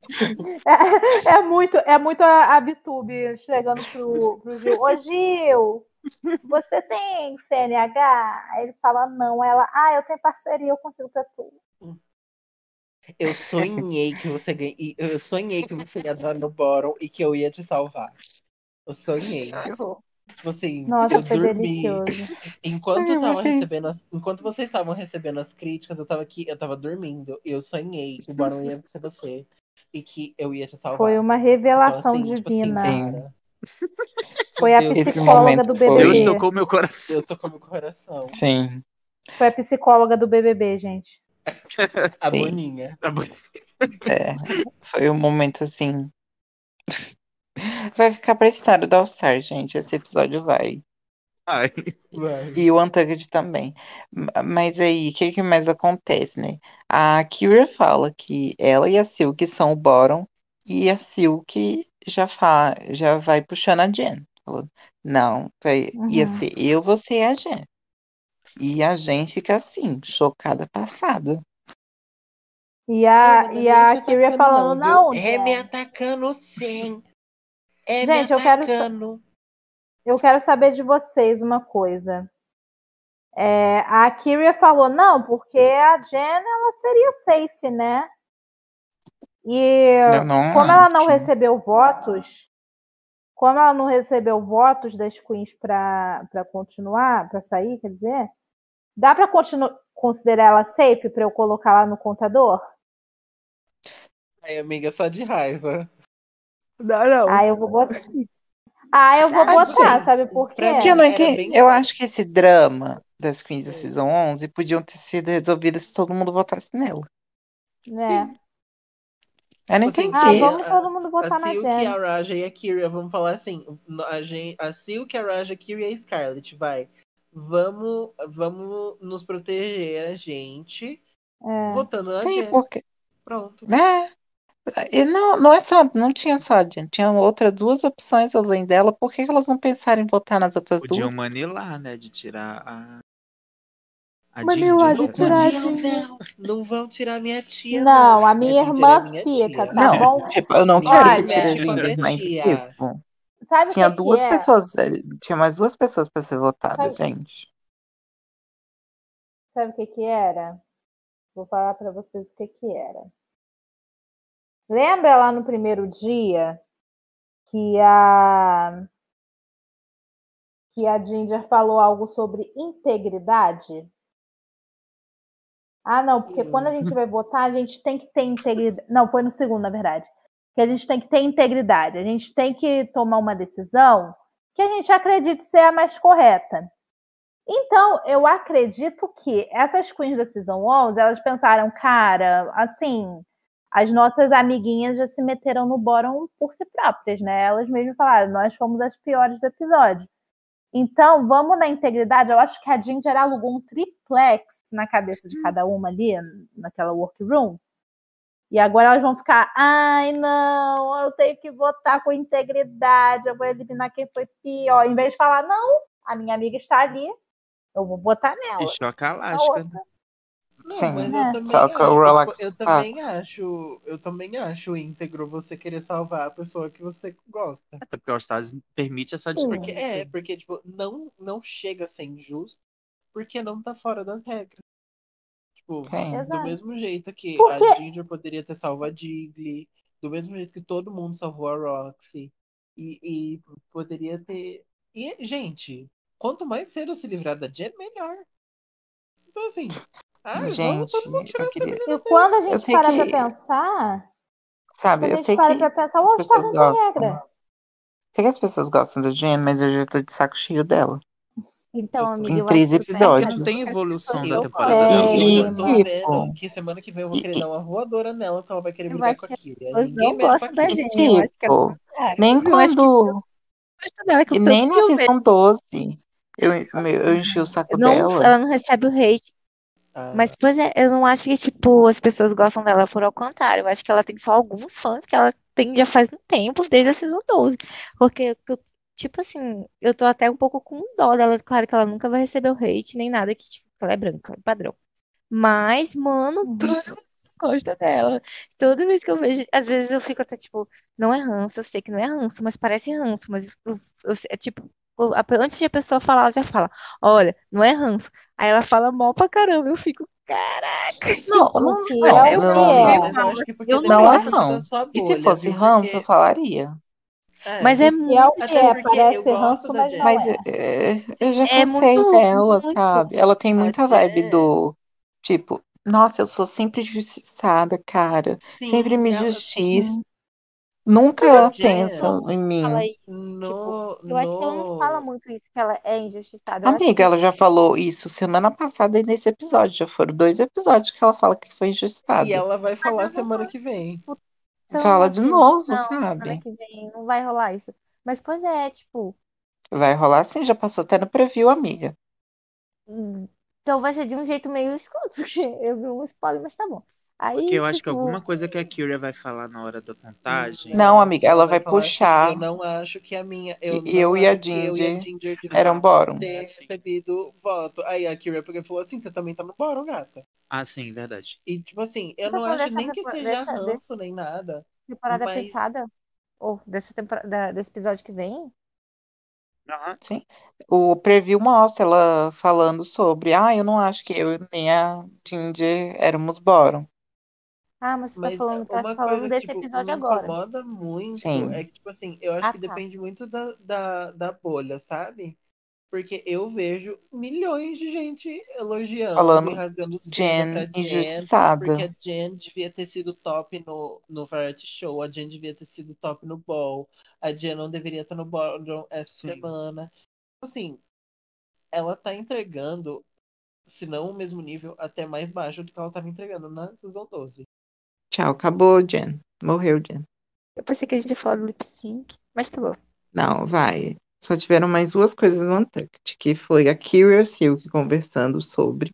É muito a Bitube chegando pro Gil. Ô, Gil, você tem CNH? Aí ele fala, não. Ela, eu tenho parceria, eu consigo pra tu. Eu sonhei que você eu sonhei que você ia dar no bottom e que eu ia te salvar. Eu sonhei. Tipo assim, Nossa, eu foi dormi. delicioso. Enquanto vocês estavam recebendo as críticas, eu tava aqui, eu tava dormindo. E eu sonhei que o bottom ia ser você. E que eu ia te salvar. Foi uma Então, revelação assim, tipo assim, divina. cara. Foi a Deus- Esse psicóloga momento do foi- Deus BBB. tocou meu coração. Deus tocou meu coração. Sim. Foi a psicóloga do BBB, gente. A Sim. Boninha. É, foi um momento assim. Vai ficar pra história do All Star, gente. Esse episódio vai. Ai. Vai. E o Untucked também. Mas aí, o que mais acontece, né? A Kyria fala que ela e a Silk são o bottom e a Silk já vai puxando a Jen. Falou, não, ia ser eu, você e a Jen. E a Jen fica assim, chocada, passada. E Ai, a, mas e não é a te Kyria atacando, falando, viu? não, É me Jen. atacando sim. É Gente, me atacando. eu quero saber de vocês uma coisa. A Kyria falou, não, porque a Jen, ela seria safe, né? E Eu não como ela não acho. recebeu votos das queens para continuar, para sair, quer dizer, dá para considerar ela safe para eu colocar lá no contador? Ai, amiga, só de raiva. Ah, eu vou botar. Ah, eu vou botar, Sim. sabe por quê? Pra Que eu mim, não era entendi. bem. Eu acho que esse drama das Queens da Season 11 podiam ter sido resolvidos se todo mundo votasse nela. Né? Eu não Tipo assim, Ah, entendi. vamos todo mundo a votar na Silk, Jen. a Raja e a Kyria, vamos falar assim, a Silk, a Raja, a Kyria e a Scarlett, vai. Vamos nos proteger a gente votando na Sim, Jen. porque. Pronto. E não é só, não tinha só a Jen, tinha outras duas opções além dela. Por que elas não pensaram em votar nas outras Podiam duas? manilar, né? De tirar a Manilar Ginger. de Não tirar a podiam, Ginger. não. Não vão tirar minha tia, não. Não, a A minha Ginger é irmã minha fica, tia. tá Não, bom? tipo, eu não quero que Olha, tire a Mexe com a Ginger, minha mas tia. tipo, sabe o tinha que duas é? pessoas, tinha mais duas pessoas pra ser votadas, Sabe- gente. Sabe o que era? Vou falar pra vocês o que era. Lembra lá no primeiro dia que a Ginger falou algo sobre integridade? Ah, não, porque quando a gente vai votar, a gente tem que ter integridade. Não, foi no segundo, na verdade. Que a gente tem que ter integridade. A gente tem que tomar uma decisão que a gente acredite ser a mais correta. Então, eu acredito que essas queens da Season 11, elas pensaram, cara, assim, as nossas amiguinhas já se meteram no bottom por si próprias, né? Elas mesmas falaram, nós fomos as piores do episódio. Então, vamos na integridade. Eu acho que a Ginger alugou um triplex na cabeça de cada uma ali, naquela workroom. E agora elas vão ficar, ai, não, eu tenho que votar com integridade, eu vou eliminar quem foi pior. Em vez de falar, não, a minha amiga está ali, eu vou botar nela. E choca a Na lasca. outra. Não, Sim, mas só que o Rolex eu também acho íntegro você querer salvar a pessoa que você gosta. Até porque o Stars permite essa Porque disputa. tipo, não chega a ser injusto, porque não tá fora das regras. Tipo, Sim. do mesmo jeito que Porque- a Ginger poderia ter salvo a Jiggly, do mesmo jeito que todo mundo salvou a Roxy, e poderia ter. E, gente, quanto mais cedo se livrar da Jen, melhor. Então, assim, vamos todo mundo Gente, tirar eu essa queria. menina. E quando a Eu gente sei para que, pra pensar, sabe, eu sei que o as All-Star pessoas não tem gostam. regra. Sei que as pessoas gostam do Jen, mas eu já tô de saco cheio dela. Então, amiga, Em eu 3 acho É porque não episódios. tem evolução da Eu, temporada eu, 20 Tem, eu quase. tô E, vendo tipo, que semana que vem eu vou querer e, dar uma voadora nela, porque ela vai querer Eu brigar acho com a que as Kyria. pessoas Ninguém não mexe com a gostam da Kyria. e, Jenny. Eu acho que é o tipo, contrário. nem Eu acho que quando. gosto dela, que E o nem tanto que na eu vejo. Season 12 eu enchi o saco Não, dela. ela não recebe o hate. Ah, Mas, pois é, eu não acho que, tipo, as pessoas gostam dela por ao contrário. Eu acho que ela tem só alguns fãs que ela tem já faz um tempo, desde a Season 12. Porque, tipo assim, eu tô até um pouco com dó dela. Claro que ela nunca vai receber o hate, nem nada que, tipo, ela é branca, é padrão. Mas, mano, todo mundo gosta dela. Toda vez que eu vejo, às vezes eu fico até, tipo, não é ranço, eu sei que não é ranço, mas parece ranço. Mas, é tipo, antes de a pessoa falar, ela já fala, olha, não é ranço. Aí ela fala mal pra caramba, eu fico, caraca. Não, O não, que não, é o Eu que não, gosto amiga, de é. mas eu falar, acho que porque eu não não é depende gosto. muito da ranço. sua E se bolha, fosse viu? ranço, eu Porque, falaria. Mas é, é O que é o muito, que até é. porque eu Parece gosto ranço, da mas não Jen. Mas é. eu já é cansei muito, dela, muito. sabe? Ela tem A muita vibe Jen, do tipo, nossa, eu sou sempre injustiçada, cara. Sempre sim, me ela, justiça. a Nunca Jen, pensam em Fala mim. isso. Tipo, no, eu acho que ela não fala no, muito isso, que ela é injustiçada. Eu acho Amiga, que ela já falou isso semana passada e nesse episódio. Já foram 2 episódios que ela fala que foi e injustiçada. ela vai mas falar eu não semana tô, que vem. tipo, tão Fala de assim, novo, não, semana sabe? que vem não vai rolar isso. Mas, pois é, tipo, Vai rolar sim, já passou até no preview, amiga. então vai ser de um jeito meio escroto, porque eu vi um spoiler, mas tá bom. Porque Aí, eu acho que tipo, alguma coisa que a Kyria vai falar na hora da contagem. Não, Não, amiga, ela ela vai vai falar assim, eu puxar. não acho que a minha, eu E não eu e a acho que eu e a Ginger Ginger eram deveríamos bottom. ter Assim. recebido voto. Aí a Kira pegou e falou assim, você também tá no bórum, gata. Ah, sim, verdade. E tipo assim, eu você tá não falando acho dessa, nem que seja dessa ranço nem nada, temporada mas passada, ou dessa temporada, desse episódio que vem? Aham. Sim. O preview mostra ela falando sobre. Ah, eu não acho que eu nem a Ginger éramos bottom. Ah, mas você Mas tá uma falando coisa que, desse tipo, episódio me agora. incomoda muito é Sim. que, tipo assim, eu acho Ah, que tá. depende muito da bolha, sabe? Porque eu vejo milhões de gente elogiando e Falando rasgando seda pra Jen Jen, porque injustiçada. a Jen devia ter sido top no Variety Show, a Jen devia ter sido top no Ball, a Jen não deveria estar no Ball essa Sim. semana. Assim, ela tá entregando, se não o mesmo nível, até mais baixo do que ela tava entregando na Season 12. Tchau, acabou, Jen. Morreu, Jen. Eu pensei que a gente ia falar do lip sync, mas tá bom. Não, vai. Só tiveram mais 2 coisas no Untucked, que foi a Kyria Silk conversando sobre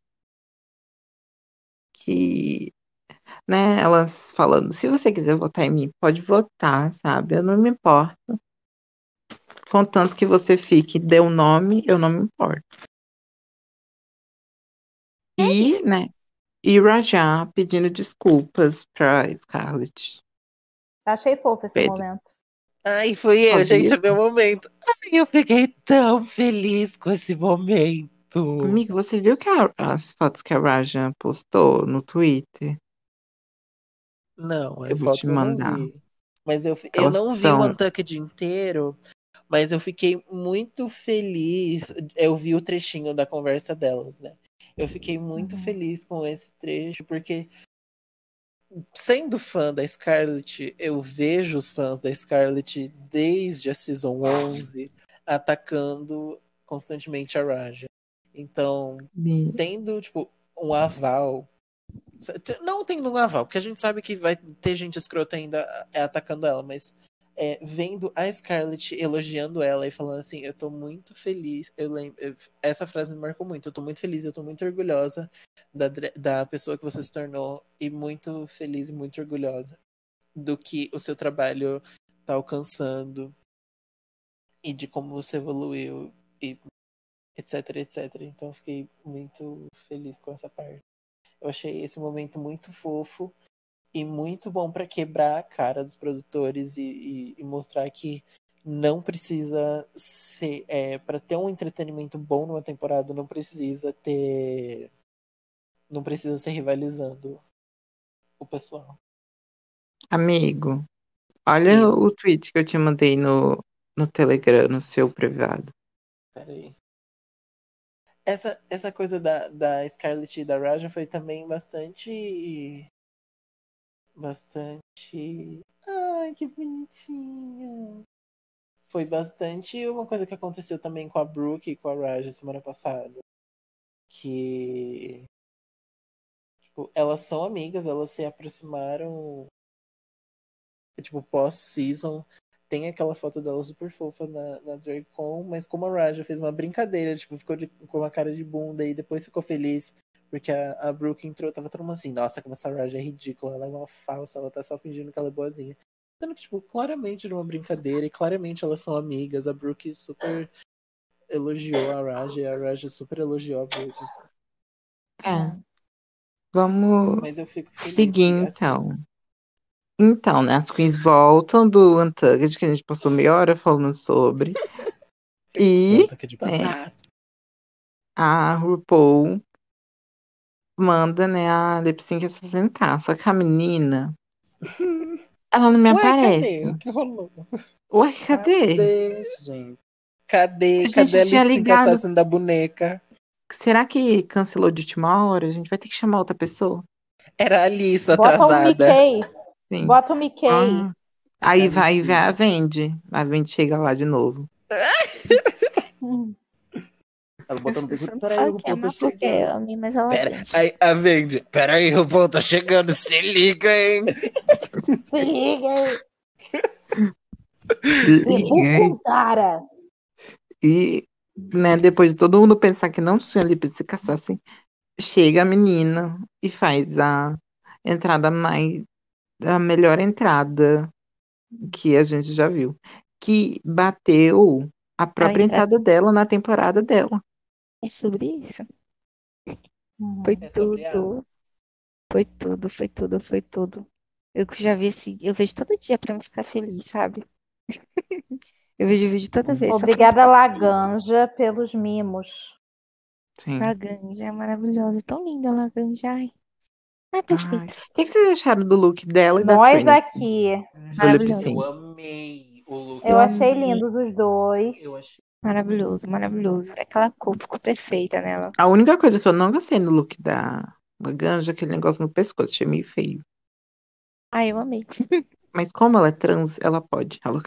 que, né, elas falando, se você quiser votar em mim, pode votar, sabe? Eu não me importo. Contanto que você fique, dê um nome, eu não me importo. É E, isso. né, e Rajá pedindo desculpas pra Scarlett. Achei fofo esse Pedro, momento. Ai, foi eu, gente, sabia? é meu momento. Ai, eu fiquei tão feliz com esse momento. Amigo, você viu que as fotos que a Raja postou no Twitter? Não, Eu as vou te fotos eu não mandar. vi. Mas eu Elas não vi o estão. Untucked inteiro, mas eu fiquei muito feliz. Eu vi o trechinho da conversa delas, né? Eu fiquei muito Uhum. feliz com esse trecho, porque sendo fã da Scarlett, eu vejo os fãs da Scarlett desde a Season 11 atacando constantemente a Raja. Então, tendo, tipo, um aval. Não tendo um aval, porque a gente sabe que vai ter gente escrota ainda atacando ela, mas vendo a Scarlett elogiando ela e falando assim, eu tô muito feliz. Eu lembro, essa frase me marcou muito. Eu tô muito feliz, eu tô muito orgulhosa da pessoa que você se tornou e muito feliz e muito orgulhosa do que o seu trabalho tá alcançando e de como você evoluiu e etc, etc. Então eu fiquei muito feliz com essa parte. Eu achei esse momento muito fofo e muito bom para quebrar a cara dos produtores e mostrar que não precisa ser para ter um entretenimento bom numa temporada não precisa ser rivalizando o pessoal. Amigo, olha Eu, o tweet que eu te mandei no Telegram, no seu privado. peraí. Essa coisa da Scarlett e da Raja foi também bastante. Ai, que bonitinha. Foi bastante uma coisa que aconteceu também com a Brooke e com a Raja semana passada. Que, tipo, elas são amigas, elas se aproximaram, tipo, pós-season. tem aquela foto dela super fofa na DragCon, mas como a Raja fez uma brincadeira, tipo, ficou com uma cara de bunda e depois ficou feliz porque a Brooke entrou, tava todo mundo assim, nossa, como essa Raja é ridícula, ela é uma falsa, ela tá só fingindo que ela é boazinha. Sendo que, tipo, claramente era uma brincadeira e claramente elas são amigas. A Brooke super elogiou a Raja e a Raja super elogiou a Brooke. É. Vamos Mas eu fico feliz seguir, que então. Então, né, as queens voltam do Untucked, que a gente passou meia hora falando sobre. E, Planta de né, batata. a RuPaul manda, né, a lip sync se apresentar. Só que a menina, ela não me Ué, aparece. cadê? O que rolou? Ué, cadê? Cadê, gente? Cadê? A Cadê gente a tinha lip sync ligado. assassin da boneca? Será que cancelou de última hora? A gente vai ter que chamar outra pessoa? Era a Alice Bota o atrasada. Mickey. Sim. Bota o Mickey. Ah, aí É vai Miss ver a Piggy. Vendi. A Vendi chega lá de novo. Hum. Ela botando Você não peraí, fala o que é RuPaul tá má porque chegando. é homem, mas ela Pera, vende. aí, a Vendi. Peraí, o RuPaul tá chegando, se liga, hein? Se liga aí. Se liga aí. Rucundara. E, né, depois de todo mundo pensar que não tinha lip sync assassin, chega a menina e faz a entrada mais, a melhor entrada que a gente já viu. Que bateu a própria entrada dela na temporada dela. É sobre isso. Uhum. Foi É sobre tudo. Foi tudo, foi tudo, foi tudo. Eu já vi esse. Eu vejo todo dia pra me ficar feliz, sabe? Eu vejo o vídeo toda vez. Só pra me Obrigada, ficar Laganja, pelos mimos. Sim. Laganja, é maravilhosa. Tão linda a Laganja. Ai, Ai, perfeita. o que vocês acharam do look dela e da Nós Trinity? aqui. Do lip Maravilhosa. sync? Eu amei o look. Eu achei amei. lindos os dois. Eu achei. Maravilhoso, maravilhoso. Aquela cor ficou perfeita nela. A única coisa que eu não gostei no look da Laganja é aquele negócio no pescoço. Achei meio feio. Ai, eu amei. Mas como ela é trans, ela pode. Ela...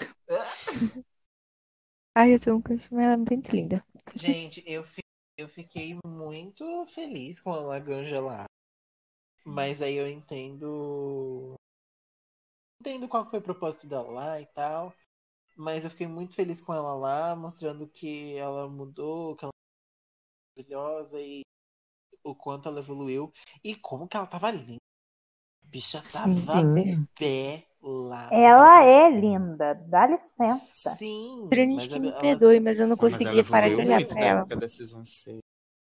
Ai, eu tô com ela é muito linda. Gente, eu fiquei muito feliz com a Laganja lá. Mas aí eu entendo. Entendo qual que foi o propósito dela lá e tal. Mas eu fiquei muito feliz com ela lá, mostrando que ela mudou, que ela é maravilhosa e o quanto ela evoluiu. E como que ela tava linda. A bicha tava Sim. bela. Ela é linda, dá licença. Sim, Trinity mas que me ela. perdoe, mas eu não Mas ela conseguia parar de evoluiu olhar muito pra da ela. época da Season 6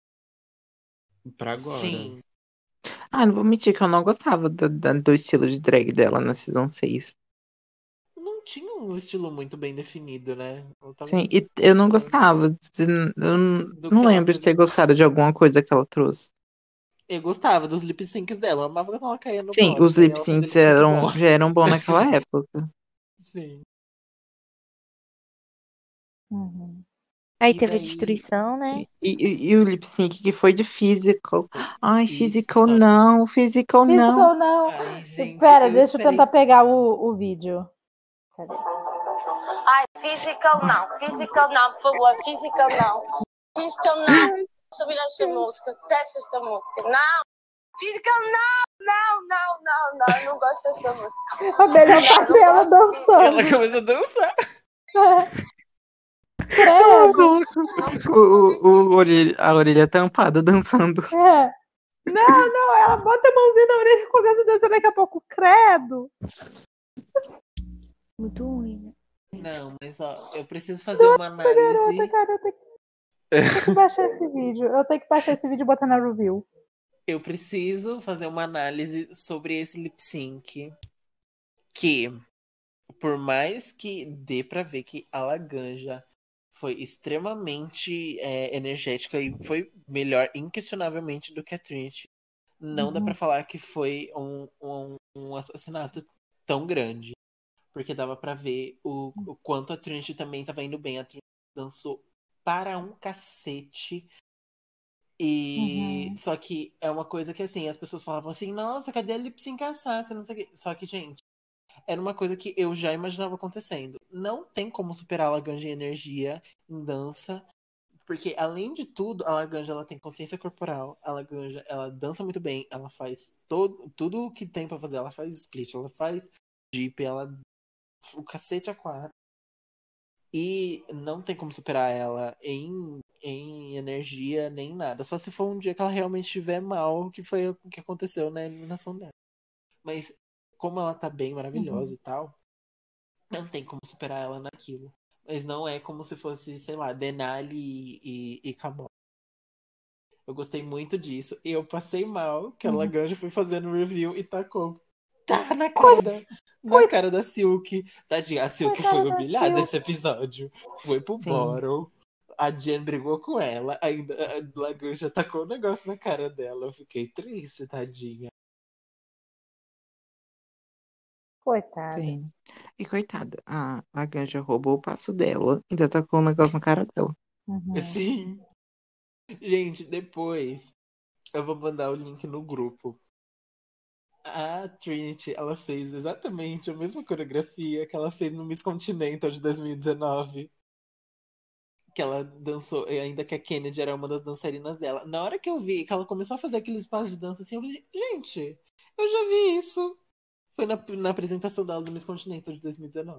pra agora. Sim. Ah, não vou mentir que eu não gostava do estilo de drag dela na Season 6. Não tinha um estilo muito bem definido, né? Ela tava Sim, e eu não estranha. gostava. Eu Do não que ela lembro de ter apresentou. gostado de alguma coisa que ela trouxe. Eu gostava dos lip syncs dela. Eu amava quando ela caía no Sim, os bórum, que aí lip ela fazia syncs lip sync bom. já eram bons naquela época. Sim. Uhum. Aí E teve a daí. destruição, né? E o lip sync que foi de physical. Ai, Isso. physical não, physical não. Physical não. Ai, gente, Pera, eu deixa eu esperei. tentar pegar o vídeo. Cadê? Ai, physical não, por favor, physical não. Physical não. Subir esta música, testa esta música. Não, physical não, não gosto desta música. A melhor parte é ela dançando. Ela começou a dançar. Credo. A orelha tampada dançando. É. Não, ela bota a mãozinha na orelha e começa a dançar daqui a pouco. Credo. Muito ruim, né? Não, mas ó, eu preciso fazer uma análise. Cara, eu tenho que baixar esse vídeo. Eu tenho que baixar esse vídeo e botar na review. Eu preciso fazer uma análise sobre esse lip sync. Que, por mais que dê pra ver que a Laganja foi extremamente energética e foi melhor, inquestionavelmente, do que a Trinity, não dá pra falar que foi um assassinato tão grande. Porque dava pra ver o quanto a Trinity também tava indo bem. A Trinity dançou para um cacete. E só que é uma coisa que assim, as pessoas falavam assim, nossa, cadê a lip sync assassin? Não sei o quê. Só que, gente, era uma coisa que eu já imaginava acontecendo. Não tem como superar a Laganja em energia, em dança. Porque, além de tudo, a Laganja ela tem consciência corporal. A Laganja, ela dança muito bem. Ela faz tudo o que tem pra fazer. Ela faz split, ela faz jeep, ela... O cacete a quatro. E não tem como superar ela em energia nem nada. Só se for um dia que ela realmente estiver mal, que foi o que aconteceu na eliminação dela. Mas como ela tá bem maravilhosa e tal, não tem como superar ela naquilo. Mas não é como se fosse, sei lá, Denali e Camila. Eu gostei muito disso. E eu passei mal, que a Laganja foi fazendo review e tacou. Tá na cara da Silk. Tadinha, a Silk Na cara foi da humilhada Silk. nesse episódio. Foi pro Sim. bottom. A Jen brigou com ela. Ainda a Laganja tacou o negócio na cara dela. Eu fiquei triste, tadinha. Coitada. Sim. E coitada, a Laganja roubou o passo dela, ainda tacou um negócio na cara dela. Uhum. Sim. Gente, depois eu vou mandar o link no grupo. A Trinity, ela fez exatamente a mesma coreografia que ela fez no Miss Continental de 2019. Que ela dançou, e ainda que a Kennedy era uma das dançarinas dela. Na hora que eu vi que ela começou a fazer aqueles passos de dança assim, eu falei, gente, eu já vi isso. Foi na apresentação dela do Miss Continental de 2019.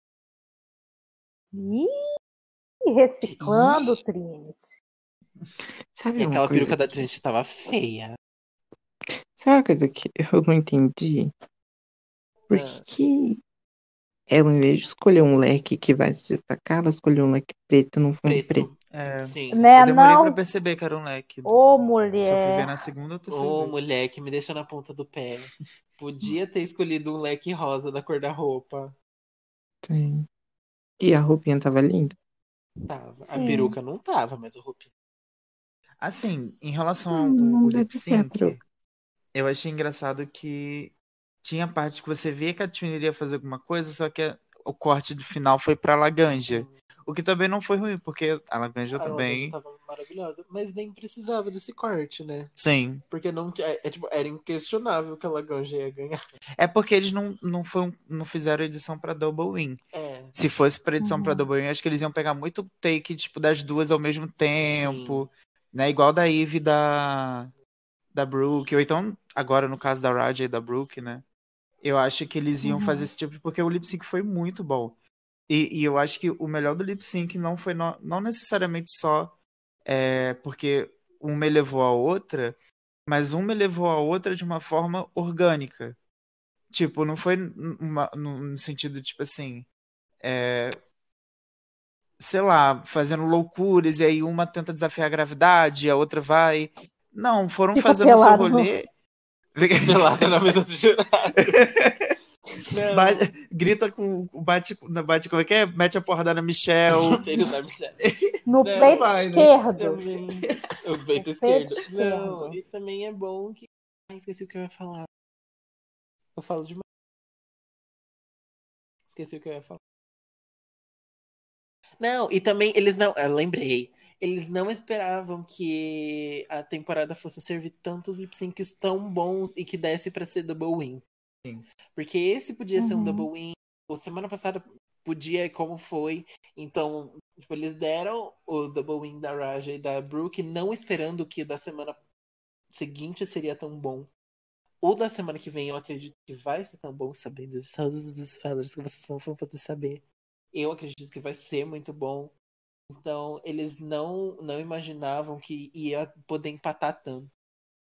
Ih, reciclando, Trinity. Sabe E uma aquela coisa peruca da que... Trinity tava feia. Sabe uma coisa que eu não entendi? Por Ah, que ela, em vez de escolher um leque que vai se destacar, ela escolheu um leque preto num fundo preto? preto. É, Sim. Né, eu demorei pra não? perceber que era um leque. Ô, Só fui ver mulher. na segunda ou terceira Ô, vez. moleque, me deixa na ponta do pé. Podia ter escolhido um leque rosa da cor da roupa. Sim. E a roupinha tava linda. Tava. A Sim. peruca não tava, mas a roupinha. Assim, em relação ao Não lip deve ser a sync, peruca. eu achei engraçado que tinha parte que você via que a Trinity ia fazer alguma coisa, só que o corte do final foi pra Laganja. Sim. O que também não foi ruim, porque a Laganja A Laganja também. tava maravilhosa. Mas nem precisava desse corte, né? Sim. Porque não tipo, era inquestionável que a Laganja ia ganhar. É porque eles não fizeram edição pra Double Win. É. Se fosse pra edição pra Uhum. Double Win, acho que eles iam pegar muito take, tipo, das duas ao mesmo tempo. Sim. Né? Igual da Eve e da Brooke. Ou então, agora no caso da Raja e da Brooke, né? Eu acho que eles iam fazer esse tipo, porque o lip sync foi muito bom. E eu acho que o melhor do lip sync não foi não necessariamente só porque uma elevou a outra, mas uma elevou a outra de uma forma orgânica. Tipo, não foi no sentido, tipo assim, sei lá, fazendo loucuras e aí uma tenta desafiar a gravidade, a outra vai. Não, foram Fica fazendo o seu pelado no... rolê. Pelada na mesa do jurado. Não. Grita com. Bate, como é que é? Mete a porrada na Michelle. No peito da Michelle. no Não, peito vai, né? esquerdo. Também. O peito O peito esquerdo. Não, esquerdo. e também é bom que. Ai, esqueci o que eu ia falar. Eu falo demais. Esqueci o que eu ia falar. Não, e também eles não. Eu lembrei. Eles não esperavam que a temporada fosse servir tantos lip syncs tão bons e que desse pra ser double win. Sim. Porque esse podia ser um double Uhum. win. Ou semana passada podia, como foi. Então, tipo, eles deram o double win da Raja e da Brooke, não esperando que o da semana seguinte seria tão bom. O da semana que vem eu acredito que vai ser tão bom, sabendo de todos os spoilers que vocês não vão poder saber. Eu acredito que vai ser muito bom. Então, eles não imaginavam que ia poder empatar tanto.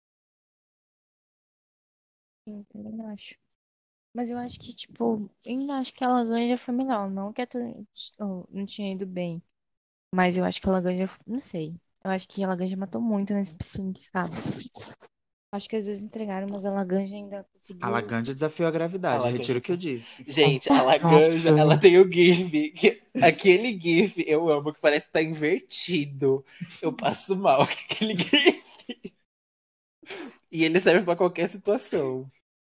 Eu também não acho. Mas eu acho que, tipo, eu ainda acho que a Laganja foi melhor. Não que a Trinity não tinha ido bem. Mas eu acho que a Laganja, não sei. Eu acho que a Laganja matou muito nesse sync, sabe? Acho que as duas entregaram, mas a Laganja ainda A conseguiu. Laganja desafiou a A gravidade. Laganja Retiro o que eu tá- disse. Gente, a Laganja, Nossa. ela tem o GIF. Aquele GIF eu amo, que parece que tá invertido. Eu passo mal com aquele GIF. E ele serve pra qualquer situação.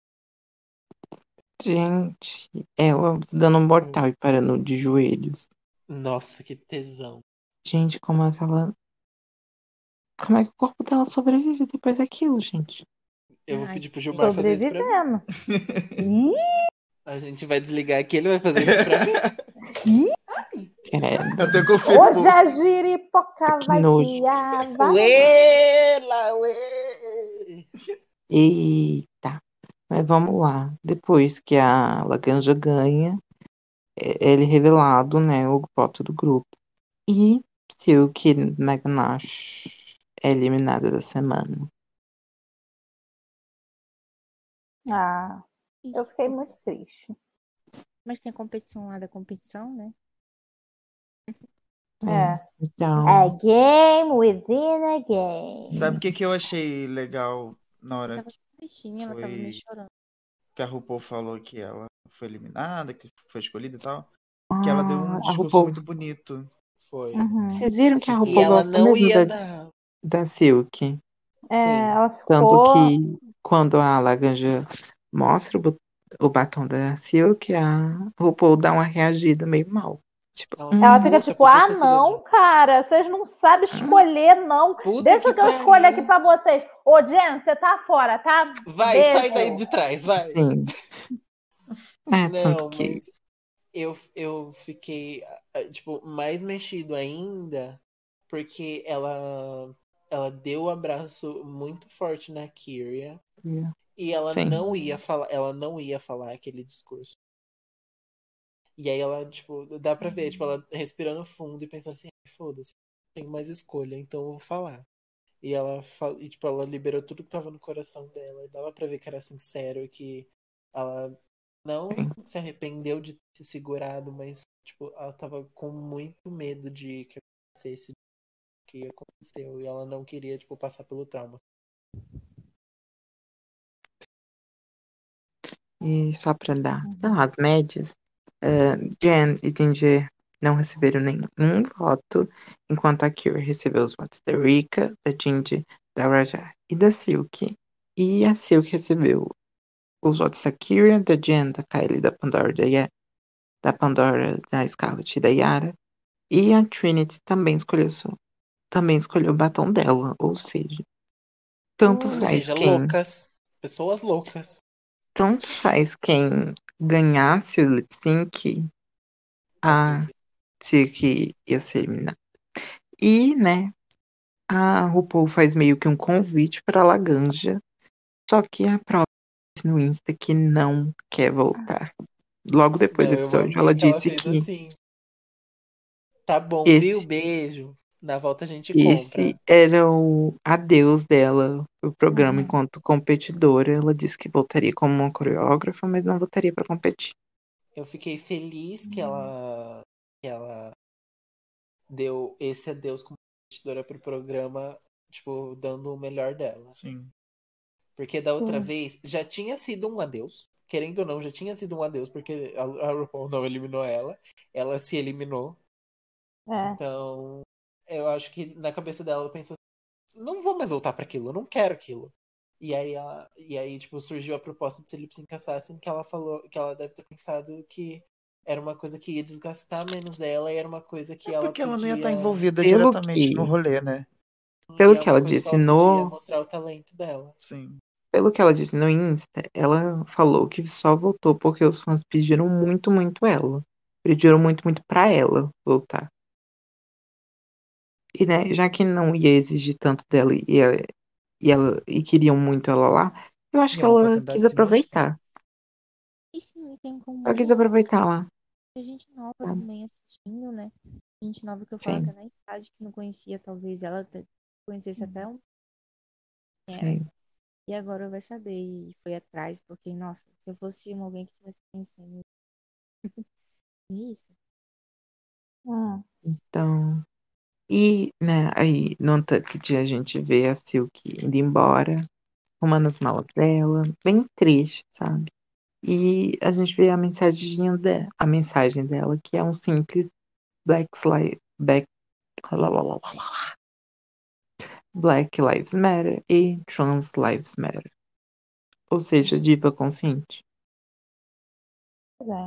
Gente, ela dando um mortal e parando de joelhos. Nossa, que tesão. Gente, como é que ela. Como é que o corpo dela sobrevive depois daquilo, gente? Eu vou Ai, pedir pro Gilmar fazer isso pra mim. Sobrevivendo. Ih, A gente vai desligar aqui, ele vai fazer isso pra mim. Credo. Até confirmou. hoje a giripoca Que vai nojo. piar. Vai. Ué! Eita. Mas vamos lá. Depois que a Laganja ganha, ele revelado, né, o voto do grupo. E Silk Magnash é eliminada da semana. Ah, eu fiquei muito triste. Mas tem a competição lá da competição, né? É. Então, A game within a game. Sabe o que eu achei legal na Ela hora tava tristinha, ela tava meio foi chorando. que a RuPaul falou que ela foi eliminada, que foi escolhida e tal? Que ela deu um a discurso RuPaul. muito bonito. Foi. Uhum. Vocês viram que a Tipo, e RuPaul ela gosta não mesmo ia dar. da Silk? É, Sim. ela Tanto ficou. que quando a Laganja mostra o batom da Silk, a RuPaul dá uma reagida meio mal. Tipo, Ela Ela ficou fica puta, tipo, podia ah, ter sido a não, cara, vocês não sabem escolher, não. Puta Deixa que que eu escolho aqui pariu. pra vocês. Ô, Jen, você tá fora, tá? Vai, sai Beijo. daí de trás, vai. sim. Tanto Não, que mas eu fiquei, tipo, mais mexido ainda porque ela deu um abraço muito forte na Kyria e sim. ela não ia falar aquele discurso. E aí ela, tipo, dá pra ver, tipo, ela respirando fundo e pensando assim, foda-se, não tenho mais escolha, então eu vou falar. E tipo, ela liberou tudo que tava no coração dela. E dava pra ver que era sincero e que ela não Sim. se arrependeu de ter se segurado, mas, tipo, ela tava com muito medo de que acontecesse o que aconteceu. E ela não queria, tipo, passar pelo trauma. E só para dar, sei lá, as médias, Jen e Ginger não receberam nenhum voto, enquanto a Kyrie recebeu os votos da Rika, da Ginger, da Raja e da Silk. E a Silk recebeu os votos da Kyrie, da Jen, da Kylie, da Pandora, da Pandora, da Scarlett e da Yara. E a Trinity também escolheu o batom dela, ou seja, tanto Ou faz seja, quem loucas. Pessoas loucas. tanto faz quem ganhasse o lip sync, A a Silk. Silk ia ser eliminada. E, né, a RuPaul faz meio que um convite para Laganja, só que a prova no Insta que não quer voltar. Logo depois do Não, eu episódio, amei ela que ela disse fez que assim. Tá bom, viu? esse, Beijo. Na volta a gente esse compra. era o adeus dela pro programa Uhum. enquanto competidora. Ela disse que voltaria como uma coreógrafa, mas não voltaria para competir. Eu fiquei feliz que ela deu esse adeus como competidora pro programa, tipo, dando o melhor dela. Sim. Porque da outra Sim. vez já tinha sido um adeus. Querendo ou não, já tinha sido um adeus, porque a RuPaul não eliminou ela. Ela se eliminou. É. Então, eu acho que na cabeça dela ela pensou assim, não vou mais voltar para aquilo, eu não quero aquilo. E aí, tipo, surgiu a proposta de ser Lip Sync Assassin, que ela falou que ela deve ter pensado que era uma coisa que ia desgastar menos ela e era uma coisa que ela Porque ela não ia estar podia. envolvida Pelo diretamente no que, rolê, né? E pelo é que uma ela coisa que disse ela podia no mostrar o talento dela. Sim. Pelo que ela disse no Insta, ela falou que só voltou porque os fãs pediram muito, muito ela. Pediram muito, muito pra ela voltar. E, né, já que não ia exigir tanto dela e queriam muito ela lá, eu acho E que é uma ela oportunidade quis de se mostrar. aproveitar. E sim, tem como Ela quis mostrar. aproveitar lá, Tem gente nova sabe? também assistindo, né? Gente nova que eu falo Sim, até na idade que não conhecia, talvez ela conhecesse até um era. sim. E agora vai saber e foi atrás, porque, nossa, se eu fosse alguém que estivesse pensando nisso, Hum. Então, e, né, aí no Untucked a gente vê a Silk indo embora, arrumando as malas dela, bem triste, sabe? E a gente vê a mensagem dela, que é um simples Black, Black Lives Matter e Trans Lives Matter. Ou seja, diva consciente. Pois é.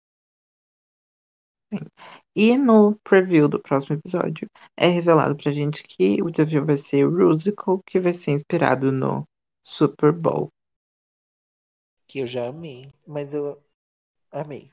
E no preview do próximo episódio, é revelado pra gente que o desafio vai ser o Rusical, que vai ser inspirado no Super Bowl. Que eu já amei. Mas eu amei.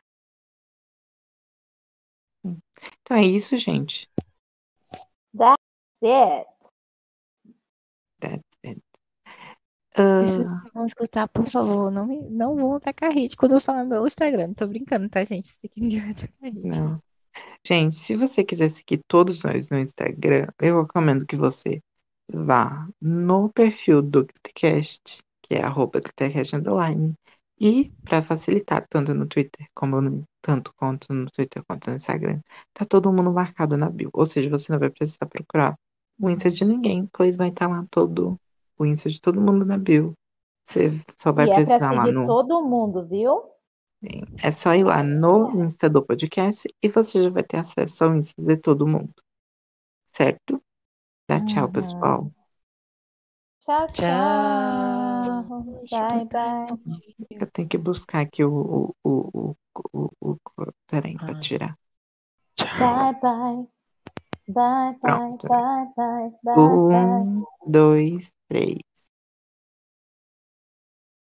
Então é isso, gente. That's it. That's it. Pessoas Ah, que vão escutar, por favor, não vão tacar hate quando eu falar meu Instagram. Tô brincando, tá, gente? Se ninguém vai tacar hate. não. Gente, se você quiser seguir todos nós no Instagram, eu recomendo que você vá no perfil do Glittercast, que é @glittercast_. E para facilitar, tanto no Twitter como tanto quanto no Twitter quanto no Instagram, tá todo mundo marcado na bio. Ou seja, você não vai precisar procurar o Insta de ninguém, pois vai estar lá todo o Insta de todo mundo na bio. Você só vai E é pra precisar lá seguir no. todo mundo, viu? É só ir lá no Insta do podcast e você já vai ter acesso ao Insta de todo mundo, certo? Dá tchau, Uhum. pessoal. Tchau, Tchau. tchau. Hoje, boa Bye, tarde, bye. bom dia. Eu tenho que buscar aqui peraí, pra Ai, tirar. Bye, bye. Bye, bye, Pronto. bye, bye, bye, bye. 1, 2, 3.